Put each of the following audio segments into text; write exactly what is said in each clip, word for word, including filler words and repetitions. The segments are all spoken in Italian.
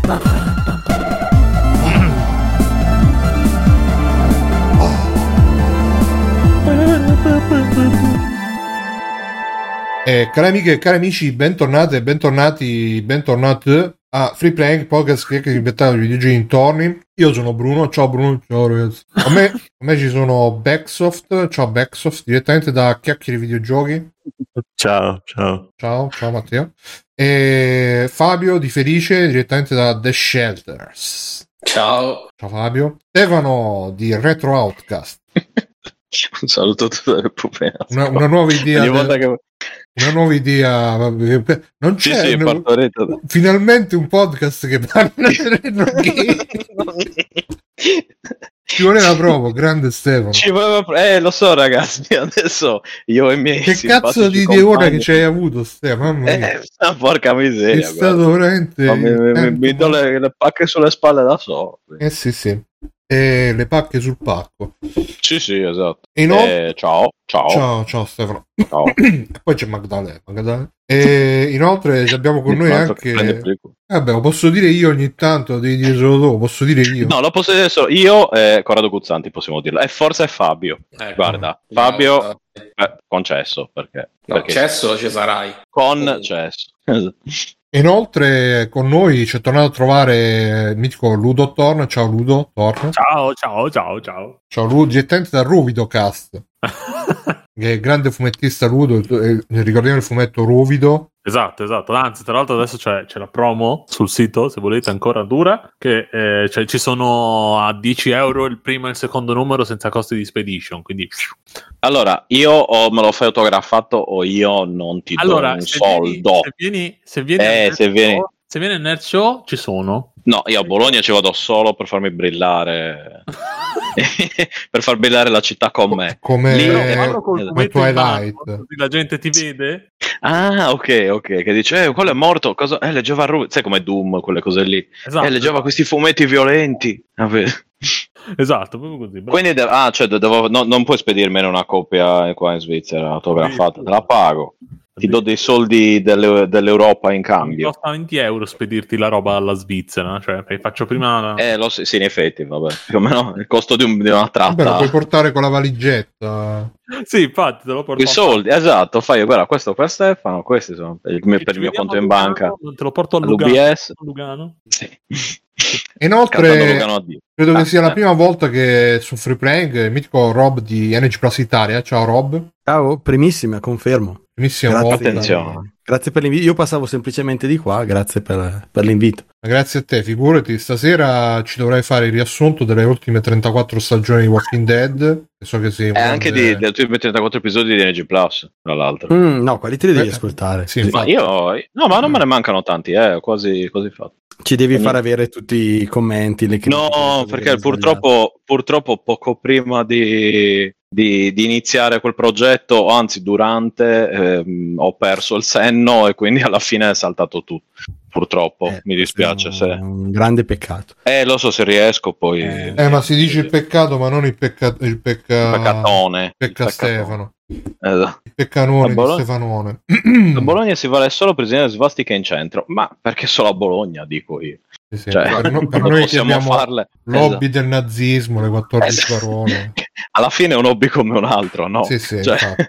Eh, cari amiche e cari amici, bentornati e bentornati, bentornati a Free Playing Podcast che è inventato i videogiochi intorni. Io sono Bruno, ciao Bruno, ciao ragazzi. A me, a me ci sono Backsoft, ciao Backsoft, direttamente da Chiacchiere Videogiochi. Ciao, ciao. Ciao, ciao Matteo. E Fabio Di Felice, direttamente da The Shelters. Ciao. Ciao Fabio. Stefano di Retro Outcast. Un saluto a tutte le pupe. Una, una nuova idea. Ogni volta del... che... Una nuova idea, non c'è, sì, sì, un... finalmente un podcast che parla di retro game. Ci voleva proprio, grande Stefano. Ci voleva... Eh, lo so ragazzi, adesso io e i miei che cazzo di ora che ci hai avuto Stefano? Eh, porca miseria. È stato veramente... No, mi, mi, mi do le, le pacche sulle spalle da solo. Eh sì sì. E le pacche sul pacco. Sì sì, esatto. E no... eh, ciao, ciao. Ciao, ciao Stefano. Ciao. E poi c'è Magdalena, Magdalena. E inoltre abbiamo con noi anche... Vabbè, lo posso dire io ogni tanto, devi dire solo tu, posso dire io. No, lo posso dire solo io e Corrado Guzzanti possiamo dirlo. E forse è Fabio. Ecco. Guarda, Fabio eh, concesso, perché... No, perché cesso ci sarai. Con Oh. cesso. Inoltre con noi c'è tornato a trovare il mitico Ludo Torn. Ciao Ludo Torn. Ciao, ciao, ciao, ciao. Ciao Ludo, direttamente da Ruvidocast. Che è grande fumettista Ludo, eh, ricordiamo il fumetto Ruvido. Esatto, esatto. Anzi, tra l'altro adesso c'è, c'è la promo sul sito, se volete, ancora dura, che eh, cioè, ci sono a dieci euro il primo e il secondo numero senza costi di spedition, quindi... Allora, io o me lo fai autografato o io non ti allora, do un se soldo. Vieni, se vieni, se vieni, eh, al se Nerd vieni... Show, se vieni al Nerd Show, ci sono. No, io a Bologna ci vado solo per farmi brillare, per far brillare la città con me. Come, Lì, eh, come Twilight. Mano, la gente ti vede. Ah, ok, ok, che dice, eh, quello è morto, cosa... eh, leggeva Ru... sai come Doom, quelle cose lì. Esatto, eh, leggeva esatto. questi fumetti violenti. Esatto, proprio così. Bravo. Quindi, de- ah, cioè, devo... no, non puoi spedirmene una copia qua in Svizzera autografata, te la pago. Ti do dei soldi delle, dell'Europa in cambio. Mi costa venti euro spedirti la roba alla Svizzera, cioè faccio prima... Eh, lo so, sì, in effetti, vabbè, più o meno il costo di, un, di una tratta. Beh, lo puoi portare con la valigetta. Sì, infatti, te lo porto. I soldi, esatto, fai, guarda, questo per Stefano, questi sono per il mio, per il mio conto in Lugano, banca. te lo porto a Lugano. All'U B S. Lugano. Sì. Inoltre, Lugano credo ah, che sia eh. la prima volta che su Free Playing il mitico Rob di Energy Plus Italia. Ciao Rob. Ciao, primissima, confermo. Primissima Grazie. volta. Attenzione. Grazie per l'invito. Io passavo semplicemente di qua, grazie per, per l'invito. Grazie a te, figurati. Stasera ci dovrai fare il riassunto delle ultime trentaquattro stagioni di Walking Dead. So che sei un E anche grande... di, dei ultimi trentaquattro episodi di Energy Plus, tra l'altro. Mm, no, quelli te li devi Eh, ascoltare. sì, Ma infatti. io, no, ma non me ne mancano tanti, eh, ho quasi, quasi fatto. Ci devi Ogni- far avere tutti i commenti, le critiche. No, le perché cose purtroppo, purtroppo poco prima di, di, di iniziare quel progetto, o anzi durante, ehm, ho perso il senno e quindi alla fine è saltato tutto. Purtroppo, sbagliate. Eh, mi dispiace. questo è Se... un grande peccato. Eh, lo so, se riesco poi... Eh, Eh, ma si dice il peccato, ma non il peccato. Il pecca... Peccatone. Pecca Il peccatone. Stefano. Esatto. Il peccanone A di Bologna- Stefanone. A Bologna si vale solo presidente svastica in centro, ma perché solo a Bologna, dico io. Sì, sì. Cioè, per, no- per non noi che possiamo abbiamo farle. l'hobby Esatto. del nazismo, le quattordici Esatto. parole. Alla fine è un hobby come un altro, no? Sì, sì, Cioè- infatti.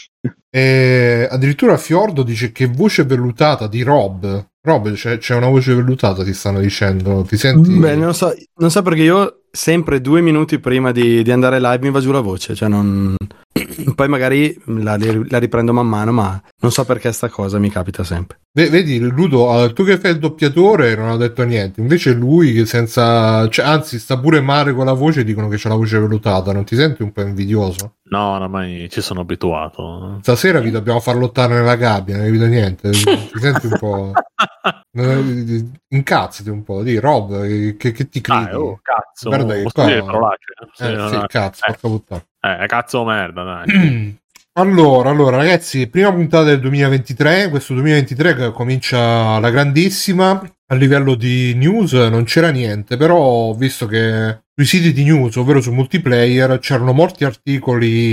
E addirittura Fiordo dice che voce vellutata di Rob. Rob, c'è, c'è una voce vellutata, ti stanno dicendo. Ti senti? Beh, non so, non so perché io sempre due minuti prima di, di andare live mi va giù la voce, cioè non... Poi magari la, la riprendo man mano, ma non so perché sta cosa mi capita sempre. V- vedi, Ludo, tu che fai il doppiatore non ha detto niente, invece lui che senza... Cioè, anzi, sta pure male con la voce, dicono che c'ha la voce vellutata, non ti senti un po' invidioso? No, ormai ci sono abituato. Stasera vi dobbiamo far lottare nella gabbia, non hai capito niente, ti senti un po'... Incazzati un po', di Rob, che, che ti credi? Ah, oh, cazzo. Guarda che posso qua- dire parolacce? Sì, Eh, no, sì, no. cazzo, Eh, porca puttana. eh, cazzo merda, dai. Allora, allora, ragazzi, prima puntata del duemilaventitré, questo duemilaventitré che comincia alla grandissima. A livello di news non c'era niente, però ho visto che sui siti di news, ovvero su multiplayer, c'erano molti articoli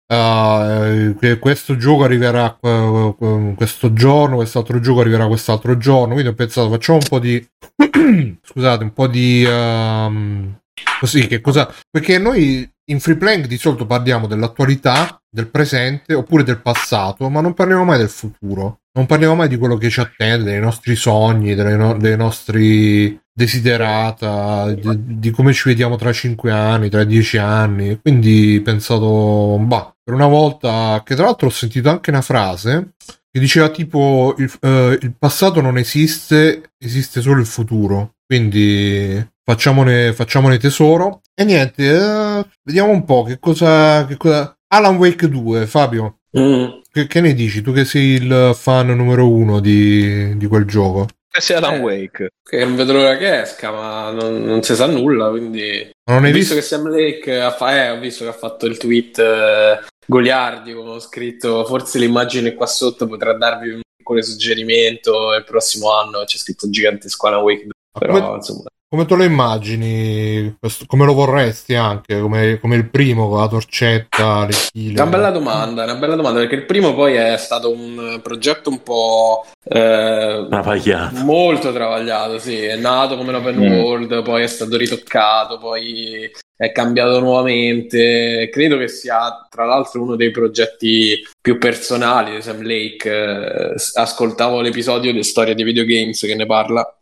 uh, che questo gioco arriverà uh, questo giorno, quest'altro gioco arriverà quest'altro giorno, quindi ho pensato facciamo un po' di scusate, un po' di um, così, che cosa, perché noi in Free Playing di solito parliamo dell'attualità, del presente oppure del passato, ma non parliamo mai del futuro, non parliamo mai di quello che ci attende, dei nostri sogni, delle no- dei nostri desiderata, di, di come ci vediamo tra cinque anni, tra dieci anni. Quindi ho pensato, bah, per una volta, che tra l'altro ho sentito anche una frase che diceva tipo il, uh, il passato non esiste, esiste solo il futuro, quindi facciamone, facciamone tesoro. E niente, uh, vediamo un po' che cosa, che cosa... Alan Wake due, Fabio, mm. che, che ne dici? Tu che sei il fan numero uno di, di quel gioco. Che sia Alan eh, Wake. Che non vedo l'ora che esca, ma non, non si sa nulla, quindi... Non hai ho visto, visto che Sam Lake ha, fa... eh, ho visto che ha fatto il tweet eh, goliardi, come ho scritto, forse l'immagine qua sotto potrà darvi un piccolo suggerimento, il prossimo anno c'è scritto gigantesco Alan Wake, però come, insomma... come te lo immagini? Questo, come lo vorresti anche? Come, come il primo, con la torcetta, le chile? Una bella domanda, una bella domanda, perché il primo poi è stato un progetto un po' eh, travagliato, molto travagliato, sì, è nato come un open mm. world, poi è stato ritoccato, poi è cambiato nuovamente. Credo che sia tra l'altro uno dei progetti più personali di Sam Lake. Eh, ascoltavo l'episodio di Storia dei Videogames che ne parla.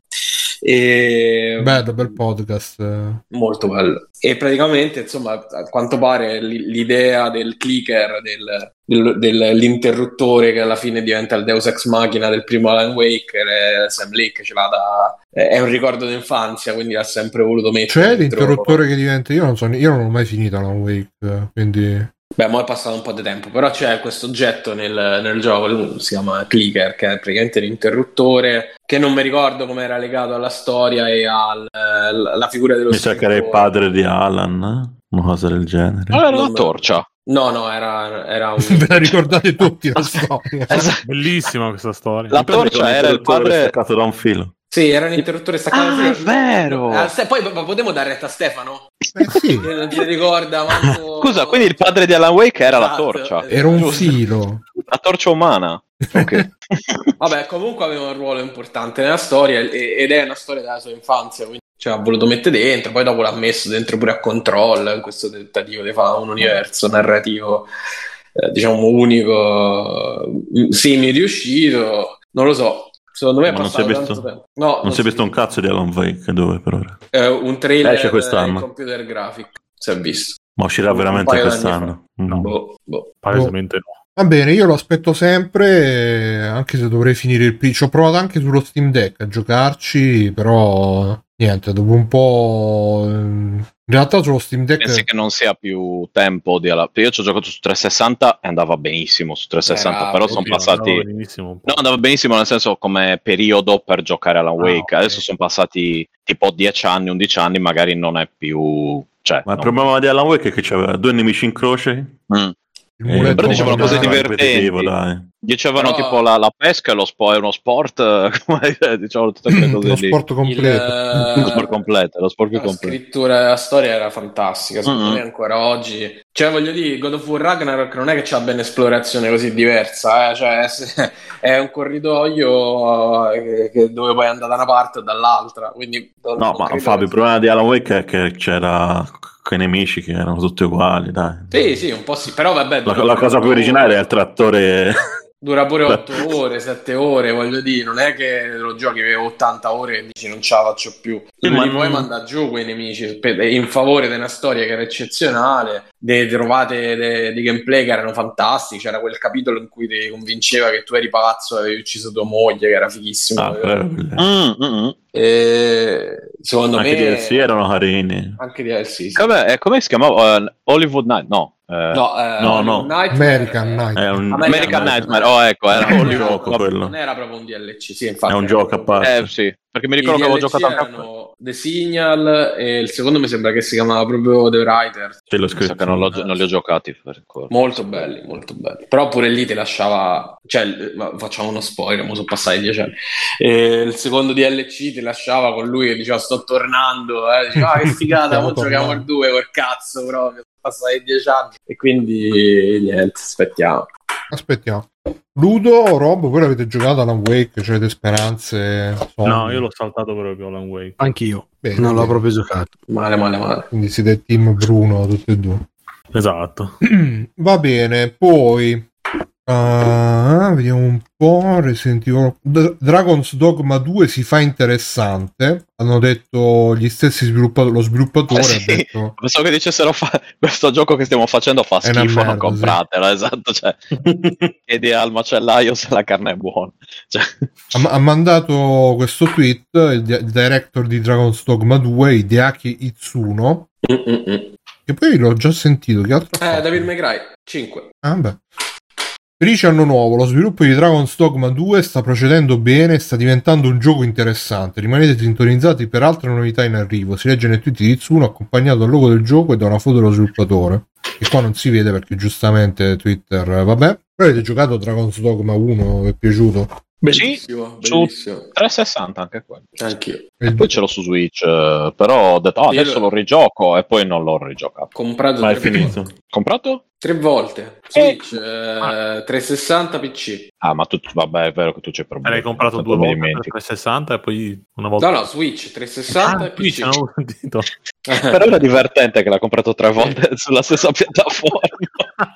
E... bello, bel podcast, molto bello. E praticamente, insomma, a quanto pare l'idea del clicker, del, del, dell'interruttore che alla fine diventa il Deus Ex Machina del primo Alan Wake, Sam Lake ce l'ha da... è un ricordo d'infanzia, quindi ha sempre voluto mettere. C'è dentro... l'interruttore che diventa, io non so, io non ho mai finito Alan Wake, quindi... Beh, mo è passato un po' di tempo, però c'è questo oggetto nel, nel gioco, si chiama clicker, che è praticamente l'interruttore, che non mi ricordo come era legato alla storia e alla figura dello scrittore. Mi sa che era il padre di Alan, eh? Una cosa del genere. Allora era una torcia. No, no, era, era un... Ve la ricordate tutti la storia. Esatto. Bellissima questa storia. La torcia era il padre staccato da un filo. Sì, era un interruttore staccato. Ah, è vero! Ah, poi potremmo dare retta a Stefano? Eh, sì. Che non ti ricorda manco... Scusa, quindi il padre di Alan Wake era esatto, la torcia? Esatto. Era un filo. La torcia umana. Ok. Vabbè, comunque aveva un ruolo importante nella storia ed è una storia della sua infanzia, quindi cioè, ha voluto mettere dentro, poi dopo l'ha messo dentro pure a Control, in questo tentativo di fare un universo narrativo eh, diciamo unico, semi riuscito, non lo so. Secondo me è passato tanto visto, tempo. No, non, non si è visto un cazzo di Alan Wake dove per ora. Eh, un trailer esce quest'anno. Computer graphic, si è visto. Ma uscirà un veramente quest'anno? No. Boh, boh. Palesemente no. Va bene, io lo aspetto sempre, anche se dovrei finire il P C. Ci ho provato anche sullo Steam Deck a giocarci, però niente, dopo un po'... In realtà sullo Steam Deck... Pensi che non sia più tempo di... Alla... Io ci ho giocato su trecentosessanta e andava benissimo su trecentosessanta, eh, però sono passati... Andava no, andava benissimo nel senso come periodo per giocare alla Wake. Ah, okay. Adesso sono passati tipo dieci anni, undici anni, magari non è più... Cioè, ma non... il problema di Alan Wake è che c'aveva due nemici in croce. Mm. Eh, però dicevano cose divertenti, dai. Dicevano però... tipo la, la pesca e lo sport è uno sport, diciamo tutte queste cose lo lì. Sport completo. Il, lo sport completo, lo sport più la completo. La scrittura della storia era fantastica, secondo mm-hmm. me ancora oggi. Cioè voglio dire, God of War Ragnarok non è che c'ha ben esplorazione così diversa, eh? Cioè è un corridoio che dove puoi andare da una parte o dall'altra. Quindi no, ma Fabio, il problema di Alan Wake è che c'era quei nemici che erano tutti uguali, dai. Sì, sì, un po' sì, però vabbè. La, la cosa più originale è il trattore. Dura pure otto ore, sette ore, voglio dire, non è che lo giochi per ottanta ore e dici non ce la faccio più. Tu non li puoi mandare giù quei nemici in favore di una storia che era eccezionale, delle trovate de, di gameplay che erano fantastici. C'era quel capitolo in cui ti convinceva che tu eri pazzo e avevi ucciso tua moglie, che era fighissimo. Ah, mm-hmm. E secondo anche me anche D L C erano carini. Anche D L C, sì. Come, come si chiamava? Uh, Hollywood Night? No. Uh, no, uh, no, no. American Nightmare. È un... American Nightmare. Oh, ecco, era un gioco quello. Non era proprio un D L C, sì, infatti. È un gioco a parte. Eh, sì, perché mi ricordo che avevo giocato anche a The Signal e il secondo mi sembra che si chiamava proprio The Writer. Sì, l'ho scritto. Che non, non li ho giocati. Molto belli, molto belli. Però pure lì ti lasciava, cioè, facciamo uno spoiler, mo sono passati dieci anni. E il secondo D L C ti lasciava con lui che diceva sto tornando, eh. Diceva, ah, che figata, mo giochiamo il due col cazzo proprio. passati dieci anni e quindi niente, aspettiamo. Aspettiamo. Ludo, Rob, voi l'avete giocato Alan Wake? Cioè avete speranze? Sogni? No, io l'ho saltato proprio Alan Wake. Anch'io. Bene, non l'ho bene. proprio giocato. Male, male, male. Quindi siete team Bruno tutti e due. Esatto. Va bene, poi uh, vediamo un po'. Resident Evil. D- Dragon's Dogma due si fa interessante. Hanno detto gli stessi sviluppatori. Lo sviluppatore Eh sì, ha detto pensavo che dicessero fa- questo gioco che stiamo facendo fa È una schifo, non merda, compratelo, esatto, cioè chiedi al macellaio se la carne è buona, cioè. ha, ha mandato questo tweet il, di- il director di Dragon's Dogma due, Hideaki Itsuno, Mm-mm-mm. che poi l'ho già sentito. Che altro ha Eh, fatto? David McRae, cinque. Ah, beh. Felice anno nuovo, lo sviluppo di Dragon's Dogma due sta procedendo bene e sta diventando un gioco interessante. Rimanete sintonizzati per altre novità in arrivo. Si legge nel tweet di Itsuno accompagnato dal logo del gioco e da una foto dello sviluppatore, che qua non si vede perché giustamente Twitter, vabbè. Voi avete giocato Dragon's Dogma uno? Vi è piaciuto? Bellissimo, Sì, bellissimo. trecentosessanta anche quello. Anch'io. E poi ce l'ho su Switch, eh, però ho detto, ah, Io adesso lo- lo rigioco e poi non l'ho rigiocato. Comprato Ma è tre finito. volte. Comprato? Tre volte. Switch, eh, trecentosessanta P C. Ah, ma tu, vabbè, è vero che tu c'hai problemi. L'hai comprato due Non mi volte per dimentico. trecentosessanta e poi una volta. No, no, Switch, trecentosessanta Ah, e P qui C. ce l'avevo sentito. Però era divertente che l'ha comprato tre volte sulla stessa piattaforma.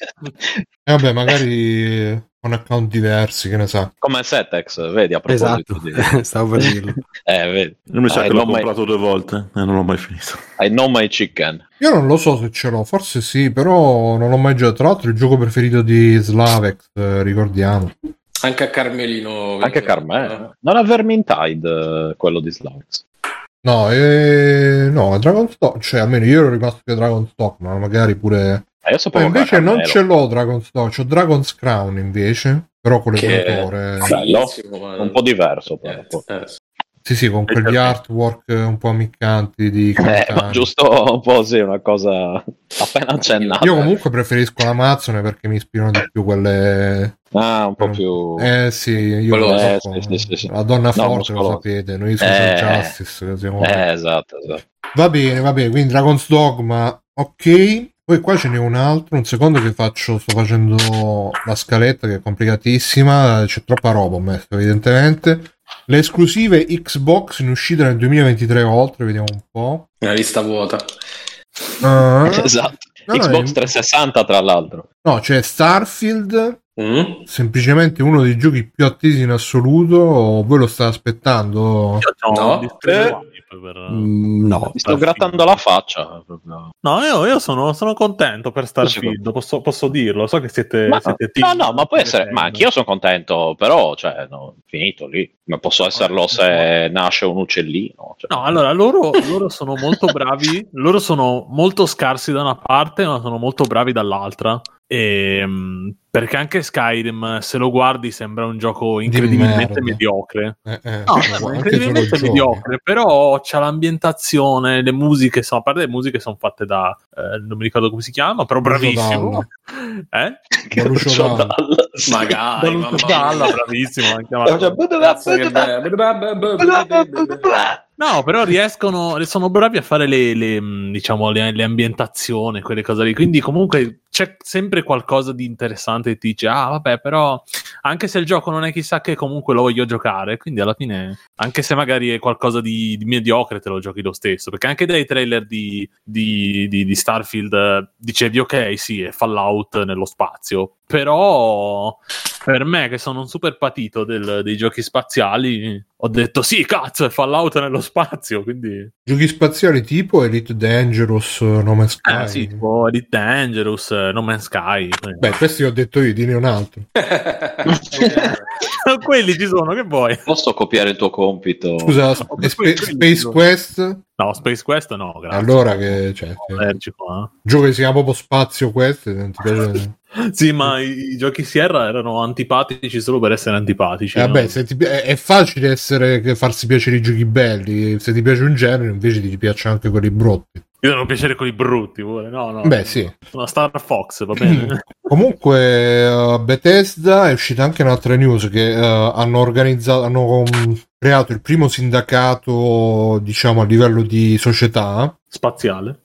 E vabbè, magari con account diversi, che ne sa. Come Setex, vedi, a proposito Esatto, di... stavo per dirlo. Eh, vedi. Io mi sa I che l'ho know my- comprato due volte e non l'ho mai finito. I know my chicken. Io non lo so se ce l'ho, forse sì, però non l'ho mai giocato. Tra l'altro il gioco preferito di Slavex, eh, ricordiamo. Anche a Carmelino. Anche Carmelo. Non è Vermintide, eh, quello di Slavex. No, eh, no, Dragon's Dogma, cioè almeno io ero rimasto che Dragon's Dogma, ma magari pure... Eh, io Poi sapevo che invece era non Carmelo. ce l'ho Dragon's Dogma, c'ho Dragon's Crown invece, però con Che- l'esautore. Bello. ma... Un po' diverso, però. Eh, eh, sì. Sì, sì, con quegli artwork un po' ammiccanti di Eh, ma Capitani. giusto un po' sì, una cosa appena accennata. Io comunque preferisco l'Amazzone perché mi ispirano di più quelle... Ah, un po' più... Eh sì, io Quello- lo so, eh, sì, sì, sì, sì. la donna No, forte, lo muscoloso. sapete, noi su Eh. Justice che siamo... Eh, esatto, esatto. Va bene, va bene, quindi Dragon's Dogma, ok. Poi qua ce n'è un altro, un secondo che faccio, sto facendo la scaletta che è complicatissima, c'è troppa roba ho messo evidentemente. Le esclusive Xbox in uscita nel duemilaventitré o oltre, vediamo un po'. Una lista vuota. Ah, Esatto. no, Xbox è- trecentosessanta, tra l'altro. no, c'è Starfield, Mm? semplicemente uno dei giochi più attesi in assoluto. Voi lo state aspettando? Io c'ho No. un discreto Eh. hype per- Mm, no. Mi sto grattando la faccia. proprio. No, io, io sono, sono contento per Starfield, posso, posso dirlo. So che siete. Ma, siete no, team- no, ma può essere. siete Ma fan. anch'io sono contento, però, cioè, no, finito lì. Ma posso esserlo se nasce un uccellino. Cioè. No, allora loro, loro sono molto bravi. Loro sono molto scarsi da una parte, ma sono molto bravi dall'altra. Ehm, perché anche Skyrim, se lo guardi, sembra un gioco incredibilmente merda. mediocre. Eh, eh, No, anche no, se lo incredibilmente giochi. mediocre, però c'ha l'ambientazione, le musiche, sono, a parte le musiche sono fatte da, eh, non mi ricordo come si chiama, però Lucio bravissimo. Eh? Da Lucio Lucio Dalla. Dalla. Magari, Da mamma Lucio mia. Dalla, bravissimo. Anche Cazzo che bello. No, però riescono, sono bravi a fare le, le, mh, diciamo, le, le ambientazioni, quelle cose lì. Quindi comunque c'è sempre qualcosa di interessante che ti dice, ah vabbè, però anche se il gioco non è chissà che, comunque lo voglio giocare. Quindi alla fine, anche se magari è qualcosa di, di mediocre, te lo giochi lo stesso. Perché anche dai trailer di, di, di, di Starfield eh, dicevi, ok, sì, è Fallout nello spazio. Però per me, che sono un super patito del, dei giochi spaziali, ho detto sì, cazzo, è Fallout nello spazio, quindi... Giochi spaziali tipo Elite Dangerous, No Man's Sky. Ah sì, tipo Elite Dangerous, No Man's Sky. quindi- Beh, questi ho detto io, dine un altro. Quelli ci sono, che vuoi? Posso copiare il tuo compito? Scusa, No, Sp- quelli- Sp- quelli- Space Quest? No, Space Quest no, grazie. Allora che... Cioè, sì. Allergico, eh. Gioco che si chiama proprio Spazio Quest, non ti piace? Sì, ma i, i giochi Sierra erano antipatici solo per essere antipatici. Eh, vabbè, no? se ti pi- è, è facile essere, che farsi piacere i giochi belli. Se ti piace un genere, invece ti piacciono anche quelli brutti. Io devo piacere quelli brutti, vuole. No, no. Beh, sì. Sono Star Fox, va bene. Comunque, uh, Bethesda è uscita anche un'altra news che uh, hanno organizzato, hanno um, creato il primo sindacato, diciamo, a livello di società. Spaziale.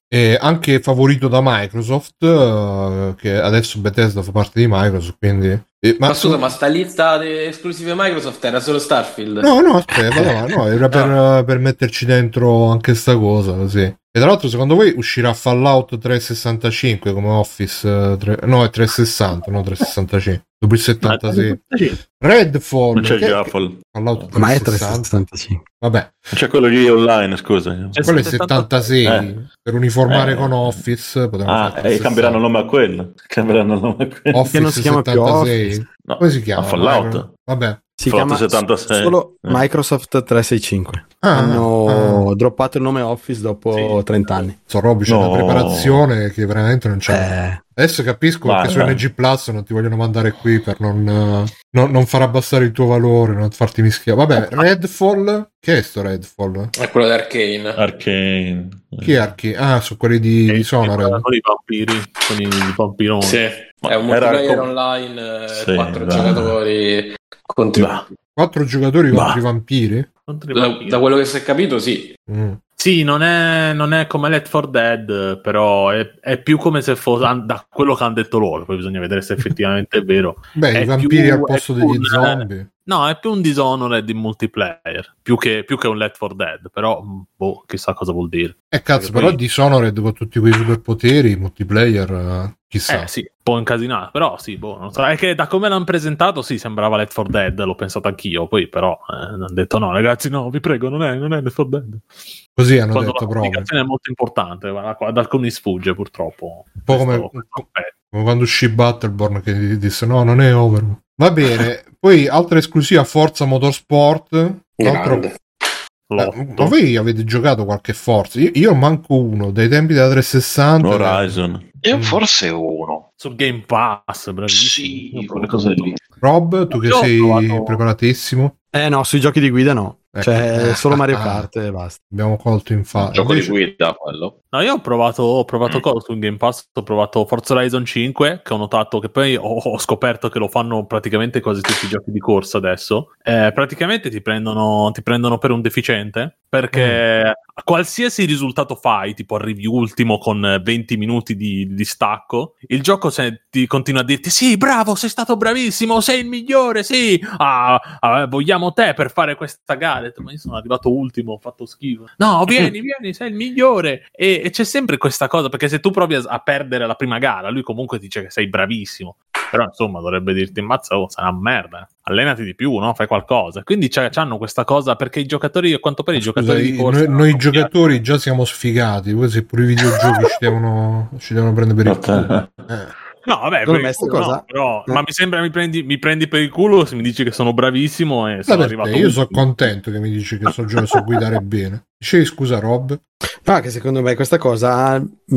e anche favorito da Microsoft, uh, che adesso Bethesda fa parte di Microsoft, quindi... Eh, ma, ma scusa, ma sta lista di esclusive Microsoft era solo Starfield? No, no, aspetta, vada, no, era per, no. per metterci dentro anche sta cosa, così. E tra l'altro, secondo voi uscirà Fallout trecentosessantacinque come Office? tre... No, è trecentosessanta, no, trecentosessantacinque. Dopo il settantasei. Redfall. Non c'è che... già Fall... Fallout ma è trecentosessantacinque. Vabbè. C'è quello lì online, scusa. C'è quello è settantasei. Eh. Per uniformare eh. con Office. Ah, e cambieranno il nome a quello. Cambieranno il nome a quello. Office che non si chiama settantasei. più Office. No. Come si chiama? Fallout. Vabbè. Si chiama settantasei. Solo eh. Microsoft trecentosessantacinque. Ah, hanno ah. droppato il nome Office dopo sì. trenta anni. So, Roby, c'è no. una preparazione che veramente non c'è. Eh. Adesso capisco vai, che su vai. N G Plus non ti vogliono mandare qui per non, non, non far abbassare il tuo valore, non farti mischiare. Vabbè, Redfall, che è sto Redfall? È quello di Arcane. Arcane. Chi è Arcane? Ah, sono quelli di, e di Sonored. Con i vampiri, con i vampironi. Sì, è un Era multiplayer com- online, sì, quattro va. giocatori contro... Quattro giocatori bah. contro i vampiri? Contro i Da, vampiri. da quello che si è capito, sì. Mm. Sì, non è, non è come Left four Dead, però è, è più come se fosse da quello che hanno detto loro. Poi bisogna vedere se effettivamente è vero. Beh, È i vampiri più- al posto è degli un- zombie. No, è più un Dishonored in multiplayer, più che, più che un Left four Dead, però boh, chissà cosa vuol dire. Eh cazzo, Perché però poi- Dishonored con tutti quei superpoteri, multiplayer, eh, chissà. Eh sì, un po' incasinato, però sì, boh, non so. È che da come l'hanno presentato sì, sembrava Left four Dead, l'ho pensato anch'io, poi però eh, hanno detto no ragazzi, no, vi prego, non è, non è Left four Dead. Così hanno Quando detto la proprio. comunicazione è molto importante, ma ad alcuni sfugge purtroppo. Un po' come, questo- questo aspetto. come quando uscì Battleborn che gli disse no, non è Overwatch. Va bene, poi altra esclusiva Forza Motorsport. Altro... Grande. Eh, ma voi avete giocato qualche Forza? Io, io manco uno, dai tempi della trecentosessanta. Horizon. Io Mm. forse uno. Su Game Pass, bravissimo. Sì, quelle cose lì. Rob, tu che Io ho sei provato- preparatissimo. Eh no, sui giochi di guida no. Ecco. Cioè, solo Mario Ah, Kart e basta. Abbiamo colto in fa. Gioco Invece- di guida quello. No, io ho provato, ho provato Mm. cosa su Game Pass, ho provato Forza Horizon cinque, che ho notato che poi ho, ho scoperto che lo fanno praticamente quasi tutti i giochi di corsa adesso. Eh, praticamente ti prendono, ti prendono per un deficiente, perché qualsiasi risultato fai, tipo arrivi ultimo con venti minuti di, di stacco, il gioco se ti continua a dirti sì, bravo, sei stato bravissimo, sei il migliore, sì, ah, ah, vogliamo te per fare questa gara. Ho detto, ma io sono arrivato ultimo, ho fatto schifo. No, vieni, vieni, sei il migliore. E, e c'è sempre questa cosa, perché se tu provi a, a perdere la prima gara, lui comunque dice che sei bravissimo. Però insomma dovrebbe dirti ammazza, oh, sei una merda, allenati di più, no? Fai qualcosa. Quindi c'hanno questa cosa, perché i giocatori, a quanto pare i Scusa, giocatori di corsa, noi, noi giocatori già siamo sfigati, poi se pure i videogiochi ci devono, ci devono prendere per il culo. Eh. no vabbè, Secondo per me il sta culo, cosa- no, però, eh. ma mi sembra mi prendi, mi prendi per il culo se mi dici che sono bravissimo e sono Ma arrivato perché? Io sono ultimo. contento che mi dici che so, gio- so guidare bene. Dicevi scusa Rob? Ah, che secondo me questa cosa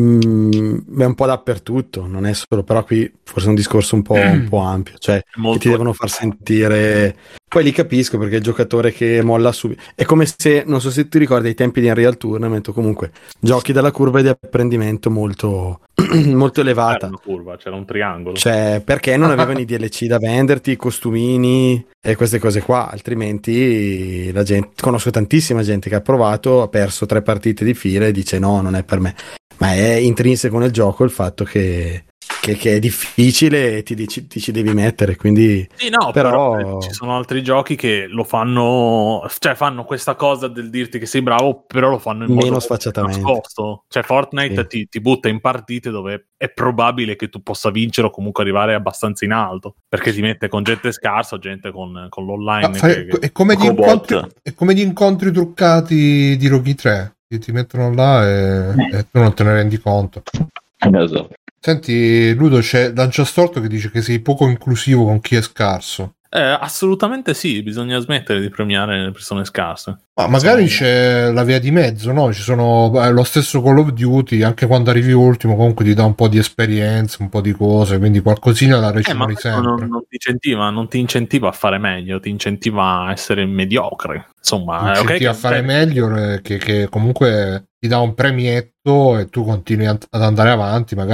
mm, è un po' dappertutto, non è solo, però qui forse è un discorso un po', un po' ampio, cioè Molto- che ti devono far sentire. Poi li capisco perché il giocatore che molla subito è come se, non so se ti ricordi ai tempi di Unreal Tournament o comunque giochi dalla curva di apprendimento molto, molto C'era elevata. una curva, c'era un triangolo. Cioè, perché non avevano i D L C da venderti, i costumini e queste cose qua, altrimenti la gente, conosco tantissima gente che ha provato, ha perso tre partite di fila e dice no, non è per me. Ma è intrinseco nel gioco il fatto che, che, che è difficile e ti, dici, ti ci devi mettere, quindi Sì, no, però- però, ci sono altri giochi che lo fanno, cioè fanno questa cosa del dirti che sei bravo, però lo fanno in Meno modo sfacciatamente. nascosto. Cioè Fortnite Sì. ti, ti butta in partite dove è probabile che tu possa vincere o comunque arrivare abbastanza in alto, perché ti mette con gente scarsa o gente con, con l'online. Ah, fai- che- che- è, come gli Cobot. incontri, è come gli incontri truccati di Rocky tre, che ti mettono là e, e tu non te ne rendi conto. Esatto. Senti, Ludo, c'è Lanciastorto che dice che sei poco inclusivo con chi è scarso. Eh, assolutamente sì, bisogna smettere di premiare le persone scarse. Ma magari Sì. c'è la via di mezzo, no? Ci sono eh, lo stesso Call of Duty, anche quando arrivi ultimo, comunque ti dà un po' di esperienza, un po' di cose, quindi qualcosina la Eh, ma recuperi questo sempre. non, non ti incentiva, non ti incentiva a fare meglio, ti incentiva a essere mediocre. Insomma, Ti eh, ok incentivi che- a fare cioè, meglio, eh, che, che comunque ti dà un premietto e tu continui ad ad andare avanti, magari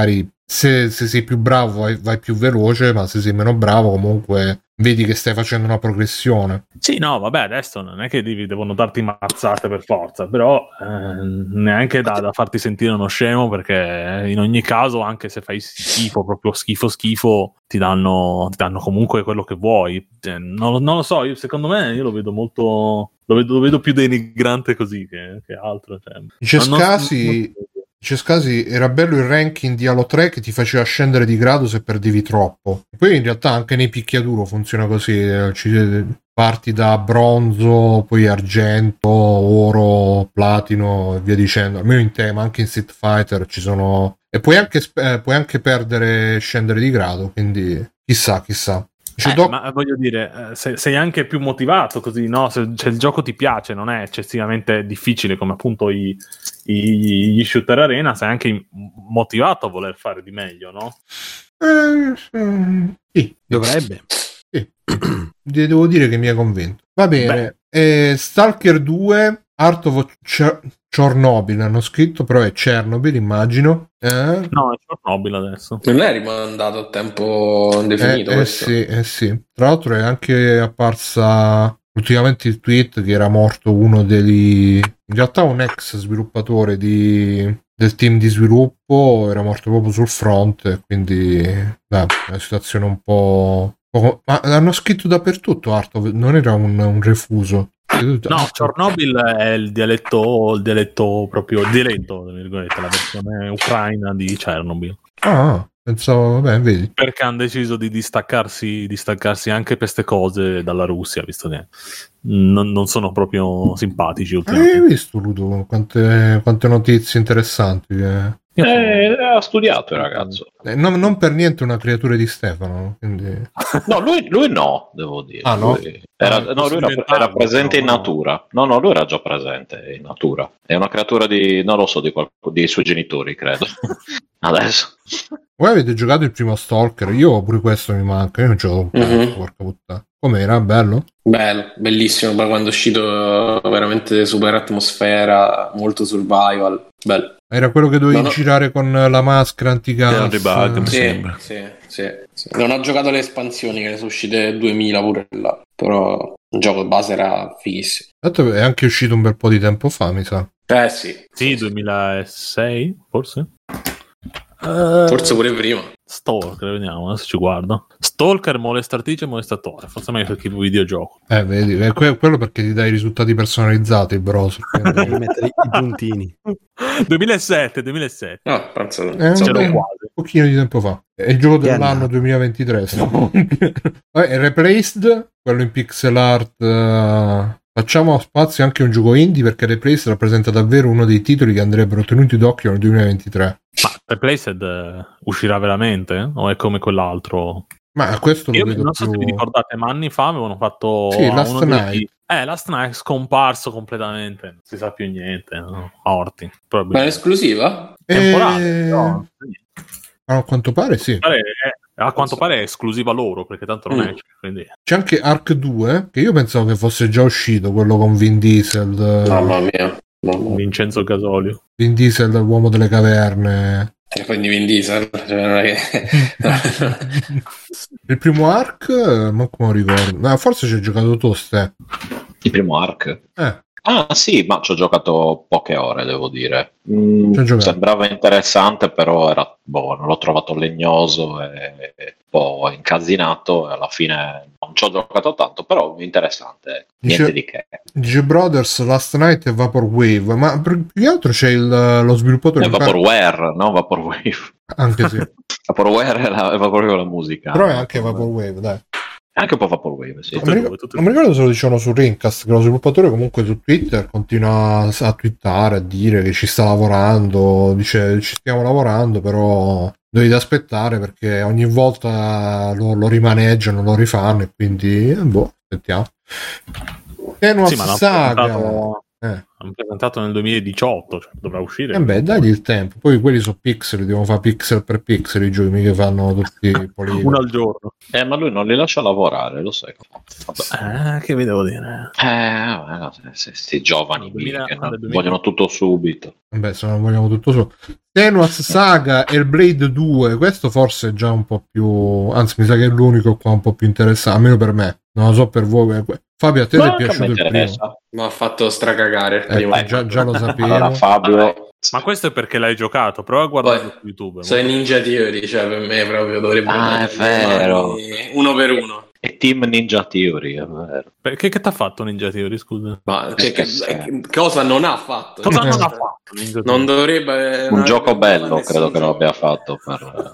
se, se sei più bravo vai, vai più veloce, ma se sei meno bravo comunque vedi che stai facendo una progressione. Sì, no, vabbè, adesso non è che devi, devono darti mazzate per forza, però eh, neanche da, da farti sentire uno scemo, perché in ogni caso, anche se fai schifo, proprio schifo schifo, ti danno, ti danno comunque quello che vuoi. Cioè, non, non lo so, io, secondo me io lo vedo molto, lo vedo, lo vedo più denigrante così che, che altro. Cioè, Dice non- non- Scasi, dice Scasi, era bello il ranking di Halo tre che ti faceva scendere di grado se perdevi troppo. Poi in realtà anche nei picchiaduro funziona così, eh, ci- parti da bronzo, poi argento, oro, platino e via dicendo. Almeno in tema, anche in Street Fighter ci sono... E puoi anche, sp- eh, puoi anche perdere, scendere di grado, quindi chissà, chissà. Dice Eh, Doc- ma voglio dire, eh, se- sei anche più motivato così, no? Se, se il gioco ti piace, non è eccessivamente difficile come appunto i, i- gli shooter arena, sei anche motivato a voler fare di meglio, no? Eh, eh, sì, Dovrebbe. sì. Devo dire che mi ha convinto. Va bene. Eh, Stalker due, Art of Ch- Chernobyl hanno scritto, però è Chernobyl, immagino. Eh? No, è Chernobyl adesso. Non è rimandato a tempo indefinito Eh, eh questo? sì, eh sì. Tra l'altro è anche apparsa ultimamente il tweet che era morto uno degli... In realtà un ex sviluppatore di... del team di sviluppo, era morto proprio sul front, quindi beh, una situazione un po'... poco- Ma l'hanno scritto dappertutto, Arto, non era un, un refuso. No, Chernobyl è il dialetto, il dialetto proprio, il dialetto, tra virgolette, la versione ucraina di Chernobyl. Ah, pensavo, vabbè, vedi. Perché hanno deciso di distaccarsi, distaccarsi anche per queste cose dalla Russia, visto che non, non sono proprio simpatici Hai ultimamente. visto, Ludo, quante, quante notizie interessanti che... Eh, ha studiato il ragazzo. Eh, non, non per niente una creatura di Stefano, quindi... No, lui, lui no, devo dire. Ah, no? Lui era, Ah, no, lui era, era presente in natura. No, no, lui era già presente in natura. È una creatura di, non lo so, di qualcuno, dei suoi genitori, credo. Adesso. Voi avete giocato il primo Stalker? Io pure questo mi manca, io non gioco un cazzo, Mhm. porca puttana. Com'era? Bello? Bello, bellissimo, poi quando è uscito veramente super atmosfera, molto survival, bello. Era quello che dovevi No, no. girare con la maschera antigas. Era un debug, mi Sì, sembra. sì, sì, sì. Non ho giocato le espansioni che ne sono uscite duemila pure là, però il gioco base era fighissimo. Tanto è anche uscito un bel po' di tempo fa, mi sa. Eh sì, Sì, duemilasei, forse? forse pure prima. Stalker, vediamo, adesso ci guardo. Stalker, molestatrice e molestatore. Forse meglio che videogioco. Eh, vedi, è que- quello perché ti dai i risultati personalizzati, bro. Devi mettere i i puntini. duemilasette, duemilasette. No, penso, Eh, penso vabbè. C'ero bene. quasi. Un pochino di tempo fa. È il gioco Che dell'anno anno? duemilaventitré. Vabbè, Replaced, quello in pixel art. eh, Facciamo spazio anche a un gioco indie perché Replaced rappresenta davvero uno dei titoli che andrebbero tenuti d'occhio nel duemilaventitré. Ma Replaced eh, uscirà veramente? O è come quell'altro? Ma questo lo Io vedo non so più... se vi ricordate, ma anni fa avevano fatto Sì, a Last uno dei- Night. Eh, Last Night è scomparso completamente, non si sa più niente, no? A Orti. Ma è Probabilmente. esclusiva? Temporale, Eh, però, A quanto pare sì. pare- è- a quanto pare è esclusiva loro, perché tanto non Mm. è, quindi... C'è anche Ark due, che io pensavo che fosse già uscito, quello con Vin Diesel. eh, Mamma mia. Mamma mia. Vincenzo Gasolio. Vin Diesel, l'uomo delle caverne. E quindi Vin Diesel, cioè non è che... Il primo Ark, eh, ma come lo ricordo? Ah, forse ci hai giocato tu, Ste. Il primo arc. Eh, Ah sì, ma ci ho giocato poche ore, devo dire. Mm, Ci ho giocato. sembrava interessante, però era, boh, l'ho trovato legnoso e, e un po' incasinato e alla fine non ci ho giocato tanto, però interessante, Dice- niente di che. G Brothers, Last Night e Vaporwave, ma per- più che altro c'è il- lo sviluppatore È di- Vaporware, no? Vaporwave. anche sì, Vaporware è, la, è proprio la musica. però è anche Vaporwave, dai. Anche un po' Vaporwave, sì. Non mi, ricordo, tutte e non mi ricordo se lo dicevano su Rincast, che lo sviluppatore comunque su Twitter continua a, a twittare, a dire che ci sta lavorando, dice ci stiamo lavorando, però dovete aspettare perché ogni volta lo, lo rimaneggiano, lo rifanno e quindi, eh, boh, aspettiamo. Tenuous Sì, ma l'hanno Saga. presentato, Eh. Hanno presentato nel duemiladiciotto, cioè dovrà uscire. Eh beh, dagli il tempo. Poi quelli sono pixel, devono fare pixel per pixel i giochi, mica fanno tutti i poligoni. Uno al giorno. Eh, ma lui non li lascia lavorare, lo sai. Vabbè. Eh, che vi devo dire? Eh, vabbè, no, se, se giovani duemila, che no, duemila. vogliono tutto subito. Vabbè, se non vogliamo tutto su. Senua's Saga Hellblade due, questo forse è già un po' più, anzi mi sa che è l'unico qua un po' più interessante, almeno per me, non lo so per voi. Fabio, a te ti è piaciuto il primo? Mi ha fatto stracagare il Eh, primo. già, già lo sapevo. Allora, Fabio, Ma questo è perché l'hai giocato, prova a guardarlo Poi, su YouTube. sono i Ninja Theory, cioè per me proprio dovrebbe Ah, è vero. uno per uno. è Team Ninja Theory, è vero. Perché che t'ha fatto Ninja Theory, scusa? Ma che, che- che- cosa non ha fatto? Cosa non Eh. ha fatto Ninja Theory? Non dovrebbe... Un non gioco avrebbe bello, fatto credo nessun che lo gioco. abbia fatto per...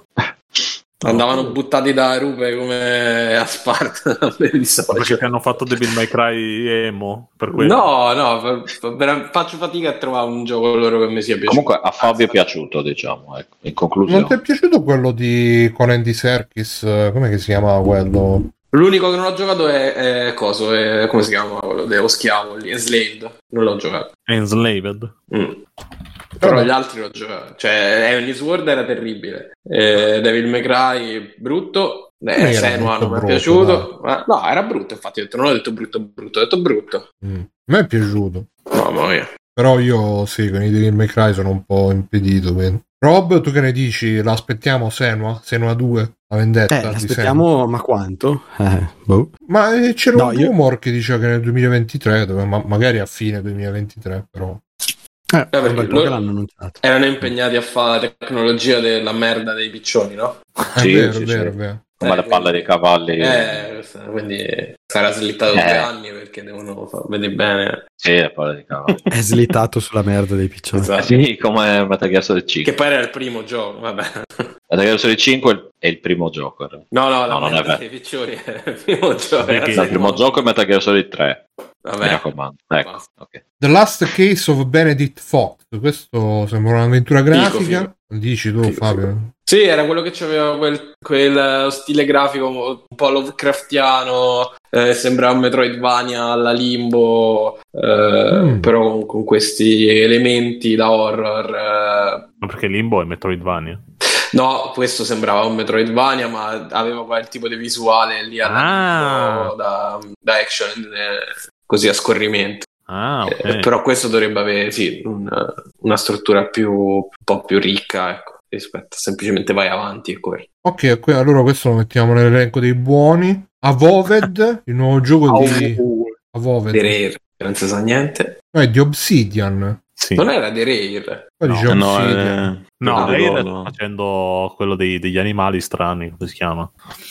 Andavano buttati da rupe come a Sparta per il Ma socio. perché ti hanno fatto Devil May Cry emo? Per quello? No, no, per- per- vera- faccio fatica a trovare un gioco loro che mi sia piaciuto. Comunque a Fabio è piaciuto, diciamo, ecco, in Non ti è conclusione. piaciuto quello di con Andy Serkis? Come che si chiamava quello? L'unico che non ho giocato è, è coso, è, come si chiama quello dello schiavo lì, Enslaved. Non l'ho giocato. Enslaved. Mm. Però gli altri l'ho giocato. Cioè, Heavenly Sword era terribile. Eh, Devil May Cry brutto. Non Eh, era Senua molto non mi è brutto, piaciuto. Ma- no, era brutto, infatti ho detto, non ho detto brutto brutto, ho detto brutto. Mm. A me è piaciuto. Mamma mia. Però io sì, con i Devil May Cry sono un po' impedito. Quindi. Rob, tu che ne dici? L'aspettiamo Senua? Senua due? La vendetta? Eh, di aspettiamo, ma quanto? Eh, boh. Senua? Ma eh, c'era No, un io- rumor che diceva che nel duemilaventitré, dove- ma- magari a fine duemilaventitré, però. Eh, è perché un bel po' loro- che l'hanno annunciato. Erano impegnati a fare tecnologia della merda dei piccioni, no? È Sì, vero, sì, è vero, sì. è vero. Come Eh, le palle dei cavalli. Eh, quindi sarà slittato Eh. due anni perché devono far vedere bene. Sì, le palle dei cavalli. È slittato sulla merda dei piccioni. Esatto. Sì, come Metal Gear Solid cinque. Che poi era il primo gioco, vabbè. Metal Gear Solid cinque è il primo gioco. in realtà. No, no, la No, non è merda vero. dei piccioni è il primo gioco. Perché? era Il primo il gioco è Metal Gear Solid tre. Mi Vabbè. raccomando. Ecco, Basta. ok. The Last Case of Benedict Fox. Questo sembra un'avventura grafica. figo. Dici tu, Figo, Fabio? Sì, era quello che aveva quel, quel eh, stile grafico un po' Lovecraftiano, eh, sembrava un Metroidvania alla Limbo, eh, Mm. però con, con questi elementi da horror. eh. Ma perché Limbo è Metroidvania? No, questo sembrava un Metroidvania, ma aveva quel tipo di visuale lì alla Ah. Limbo da, da action, eh, così a scorrimento. Ah, ok. Eh, però questo dovrebbe avere sì, un- una struttura più, un po' più ricca, ecco, rispetto a semplicemente vai avanti e corri. Ok, que- allora questo lo mettiamo nell'elenco dei buoni. Avoved, il nuovo gioco di Avoved. The Rare, che non si sa niente. No, è di Obsidian. Sì. Non era The Rare. Poi No, dice No, Obsidian. eh, No, Ah, lei no, sta no. facendo quello dei- degli animali strani, come si chiama?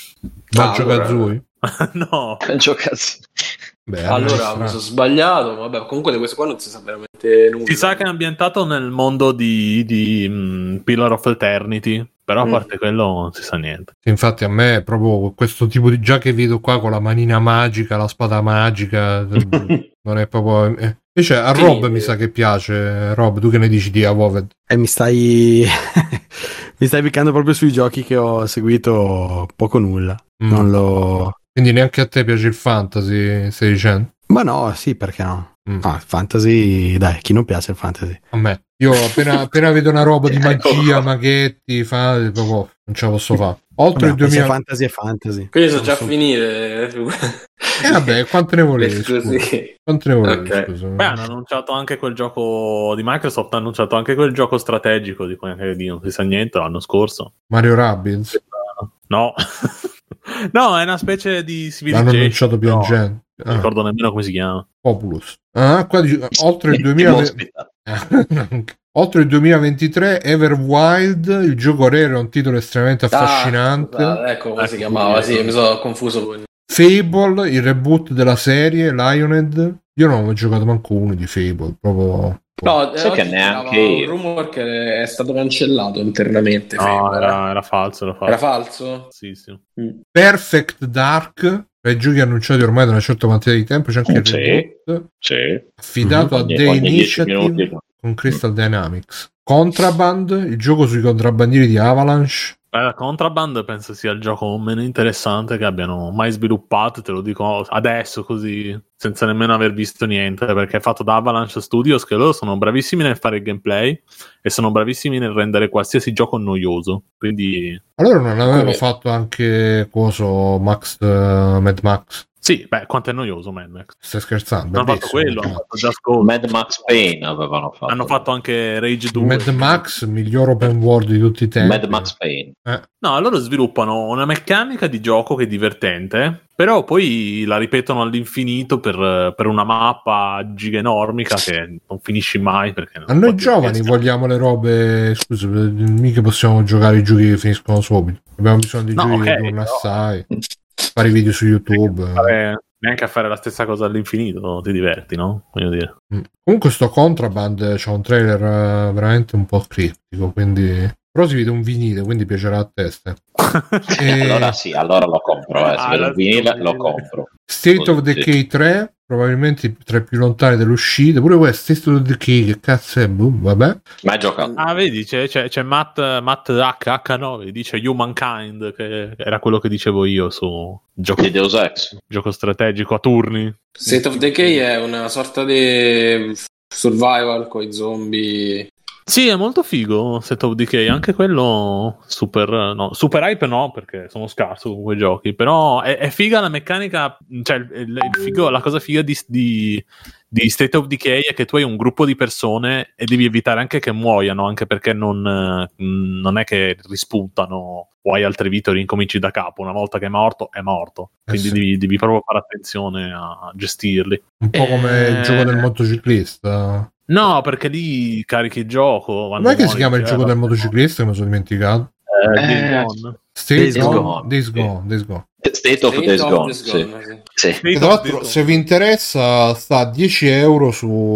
Banjo allora- Kazooie. No. Giocassi. Beh, Allora allora, mi sono sbagliato, ma vabbè, comunque di questo qua non si sa veramente nulla. Si sa che è ambientato nel mondo di, di mm, Pillar of Eternity, però a Mm. parte quello non si sa niente. infatti a me è proprio questo tipo di già che vedo qua con la manina magica, la spada magica, non è proprio eh. Invece a Sì, Rob eh. mi sa che piace. Rob, tu che ne dici di Avoved? E mi stai mi stai piccando proprio sui giochi che ho seguito poco o nulla. Mm. Non lo Quindi neanche a te piace il fantasy, stai dicendo? Ma no, sì, perché no? Mm. Ah, fantasy, dai, chi non piace il fantasy? A me. Io appena, appena vedo una roba di Ecco magia, qua. maghetti, fa, proprio, non ce la posso fare. Oltre Vabbè, il se duemila... fantasy è fantasy. Quindi sono già Non so- finite. Eh vabbè, quante ne volevi, scusa? Così. Quante ne volevi, Ok. scusa? Beh, hanno annunciato anche quel gioco di Microsoft, ha annunciato anche quel gioco strategico di cui anche di non si sa niente l'anno scorso. Mario Rabbids. No. No, è una specie di L'hanno Civilization. annunciato piangendo. Non Ah, ricordo nemmeno come si chiama. Populus. Ah, qua dice, oltre il duemila... Ospita. Oltre il duemilaventitré, Everwild, il gioco rare, è un titolo estremamente affascinante. Ah, ecco come si Ecco, chiamava, sì. sì, mi sono confuso con... Fable, il reboot della serie, Lionhead. Io non ho giocato manco uno di Fable, proprio... No, Sai oggi che neanche girava un io. rumor che è stato cancellato internamente. No, Fable, era, era falso, era falso. era falso? Sì, sì. Mm. Perfect Dark, tra i giochi annunciati ormai da una certa quantità di tempo, c'è anche il Sì. reboot, Sì. affidato a Ogni- The ogni dieci Initiative minuti. con Crystal Dynamics. Contraband, il gioco sui contrabbandieri di Avalanche. Eh, Contraband penso sia il gioco meno interessante che abbiano mai sviluppato, te lo dico adesso così, senza nemmeno aver visto niente, perché è fatto da Avalanche Studios, che loro sono bravissimi nel fare il gameplay e sono bravissimi nel rendere qualsiasi gioco noioso, quindi... Allora non avevano Come? fatto anche coso Max, uh, Mad Max? Sì, beh, quanto è noioso Mad Max. Stai scherzando? Hanno fatto Bellissimo, quello, hanno cazzo. fatto Just Cause, Mad Max Payne avevano fatto. hanno fatto anche Rage due. Mad Max, miglior open world di tutti i tempi. Mad Max Payne. Eh. No, loro sviluppano una meccanica di gioco che è divertente, però poi la ripetono all'infinito per, per una mappa giga enormica che non finisci mai. Perché A noi giovani vogliamo le robe, scusa, mica possiamo giocare i giochi che finiscono subito. Abbiamo bisogno di No, giochi ok, che durano però- assai. Fare video su YouTube. Fare- neanche a fare la stessa cosa all'infinito ti diverti, no? Voglio dire. Mm. Comunque sto Contraband c'è un trailer eh, veramente un po' criptico, quindi... Però si vede un vinile, quindi piacerà a testa. E... Allora sì, allora lo compro. Eh. Se Ah, vedo la- il vinile lo compro. State of Sì. Decay tre, probabilmente tra i più lontani dell'uscita. Pure questo State of Decay, che cazzo è? Boh, vabbè. Mai giocato. Ah, vedi, c'è, c'è, c'è Matt, Matt H, H nove, dice Humankind, che era quello che dicevo io su gioco, Di Deus Ex. gioco strategico a turni. State of Decay è una sorta di survival con i zombie. Sì, è molto figo State of Decay, anche quello super, no, super hype no, perché sono scarso con quei giochi, però è, è figa la meccanica, cioè il, il figo, la cosa figa di, di, di State of Decay è che tu hai un gruppo di persone e devi evitare anche che muoiano, anche perché non, non è che rispuntano o hai altre vite o rincominci da capo, una volta che è morto è morto, quindi Eh sì. devi, devi proprio fare attenzione a gestirli. Un po' come il Eh. gioco del motociclista. No, perché lì carichi il gioco. quando Com'è che si muori, chiama il cioè, gioco del no. motociclista? Che mi sono dimenticato. Eh, Eh, Days Gone. State Days Gone. Gone. Days Sì. Gone. Days Gone. State of State Days of Gone. Days Sì. Gone, sì. Sì. State E of tra l'altro, Days se vi interessa, sta a dieci euro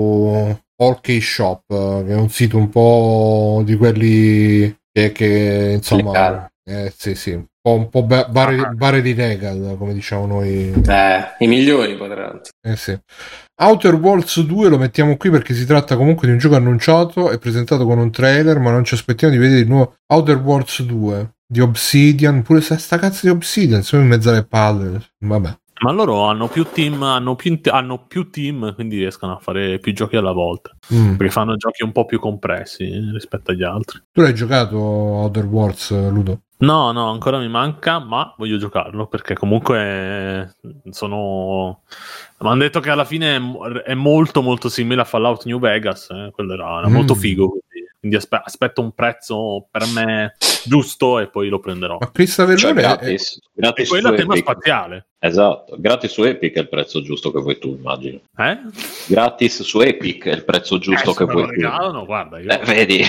su Allkey Shop, che è un sito un po' di quelli che, che insomma, Legal. eh, sì, sì, un po', un po' ba- bare, bare di legal, come diciamo noi. Eh, i migliori potranno. Eh sì. Outer Worlds due lo mettiamo qui perché si tratta comunque di un gioco annunciato e presentato con un trailer, ma non ci aspettiamo di vedere il nuovo Outer Worlds due di Obsidian, pure se sta cazzo di Obsidian, sono in mezzo alle palle, vabbè. Ma loro hanno più team, hanno più, hanno più team, quindi riescono a fare più giochi alla volta. Mm. Perché fanno giochi un po' più compressi eh, rispetto agli altri. Tu l'hai giocato Outer Worlds, Ludo? No, no, ancora mi manca, ma voglio giocarlo perché comunque sono. Mi hanno detto che alla fine è, mo- è molto molto simile a Fallout New Vegas. Eh? Quello era, era Mm. molto figo. Quindi, quindi aspe- aspetto un prezzo per me giusto e poi lo prenderò. Ma Chris Cioè, Avellone è- gratis. E Gratis quello su è tema Epic. spaziale. Esatto. Gratis su Epic è il prezzo giusto che vuoi tu, immagino. Eh? Gratis su Epic è il prezzo giusto Eh, che se me lo vuoi tu. regalano, guarda, io... Eh, vedi?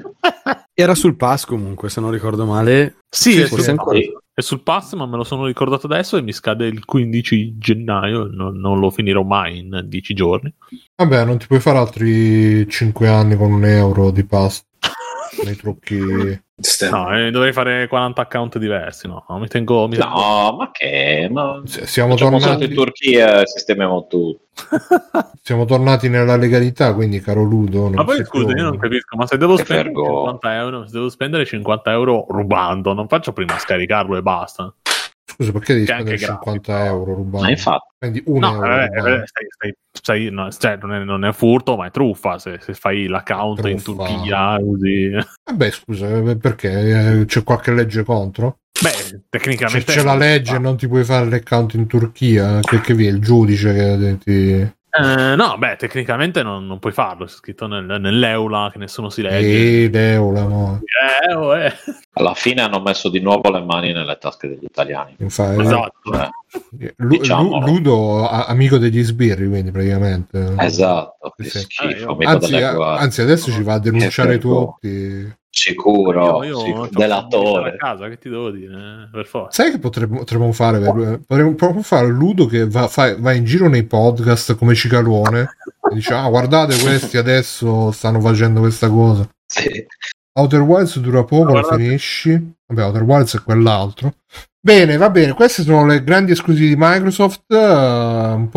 Era sul pass comunque, se non ricordo male. Sì, Sì, è, forse sul, ancora. è sul pass, ma me lo sono ricordato adesso e mi scade il quindici gennaio. Non, non lo finirò mai in dieci giorni. Vabbè, non ti puoi fare altri cinque anni con un euro di pass nei trucchi. No, eh, dovrei fare quaranta account diversi. No, mi tengo. Mi tengo... No, ma che? Ma... S- Siamo Facciamo salto tornati, in Turchia e sistemiamo tutto. siamo tornati nella legalità, quindi caro Ludo. Non Ma poi sei scusa, più- io non capisco. Ma se devo Che spendere vergogna. cinquanta euro, se devo spendere cinquanta euro rubando, non faccio prima scaricarlo e basta. Scusa, perché devi Che è spendere anche gratis, cinquanta però. euro rubando? Ma infatti, Spendi un No, euro eh, rubando. eh, stai, stai, stai- no, cioè, non, è, non è furto, ma è truffa. Se, se fai l'account in Truffa. Turchia, così. Vabbè, scusa, eh, perché? Eh, C'è qualche legge contro? Beh, C'è, tecnicamente c'è la legge e non ti puoi fare l'account in Turchia? Che, che vi è il giudice che ti... Eh, no, beh, tecnicamente non, non puoi farlo. È scritto nel, nell'Eula che nessuno si legge. Ehi, Deula, no. Eh, oh, eh. alla fine hanno messo di nuovo le mani nelle tasche degli italiani. Infatti, Esatto. Eh, Lu- diciamolo. Lu- Ludo, a- amico degli sbirri, quindi praticamente. Esatto, che Sì. schifo. Eh, io- amico Anzi, delle a- guardie. anzi, adesso ci va a denunciare Che vergogna. tutti. Sicuro, Io, io sicuro. c'ho Delatore. a casa, che ti devo dire? eh, Per forza. Sai che potremmo, potremmo fare? Per- Potremmo proprio fare Ludo che va, fa- va in giro nei podcast come Cicalone e dice: ah, guardate, questi adesso stanno facendo questa cosa. Sì. Outer Wilds dura poco, lo Guardate. finisci. Vabbè, Outer Wilds è quell'altro. Bene, va bene. Queste sono le grandi esclusive di Microsoft. eh, un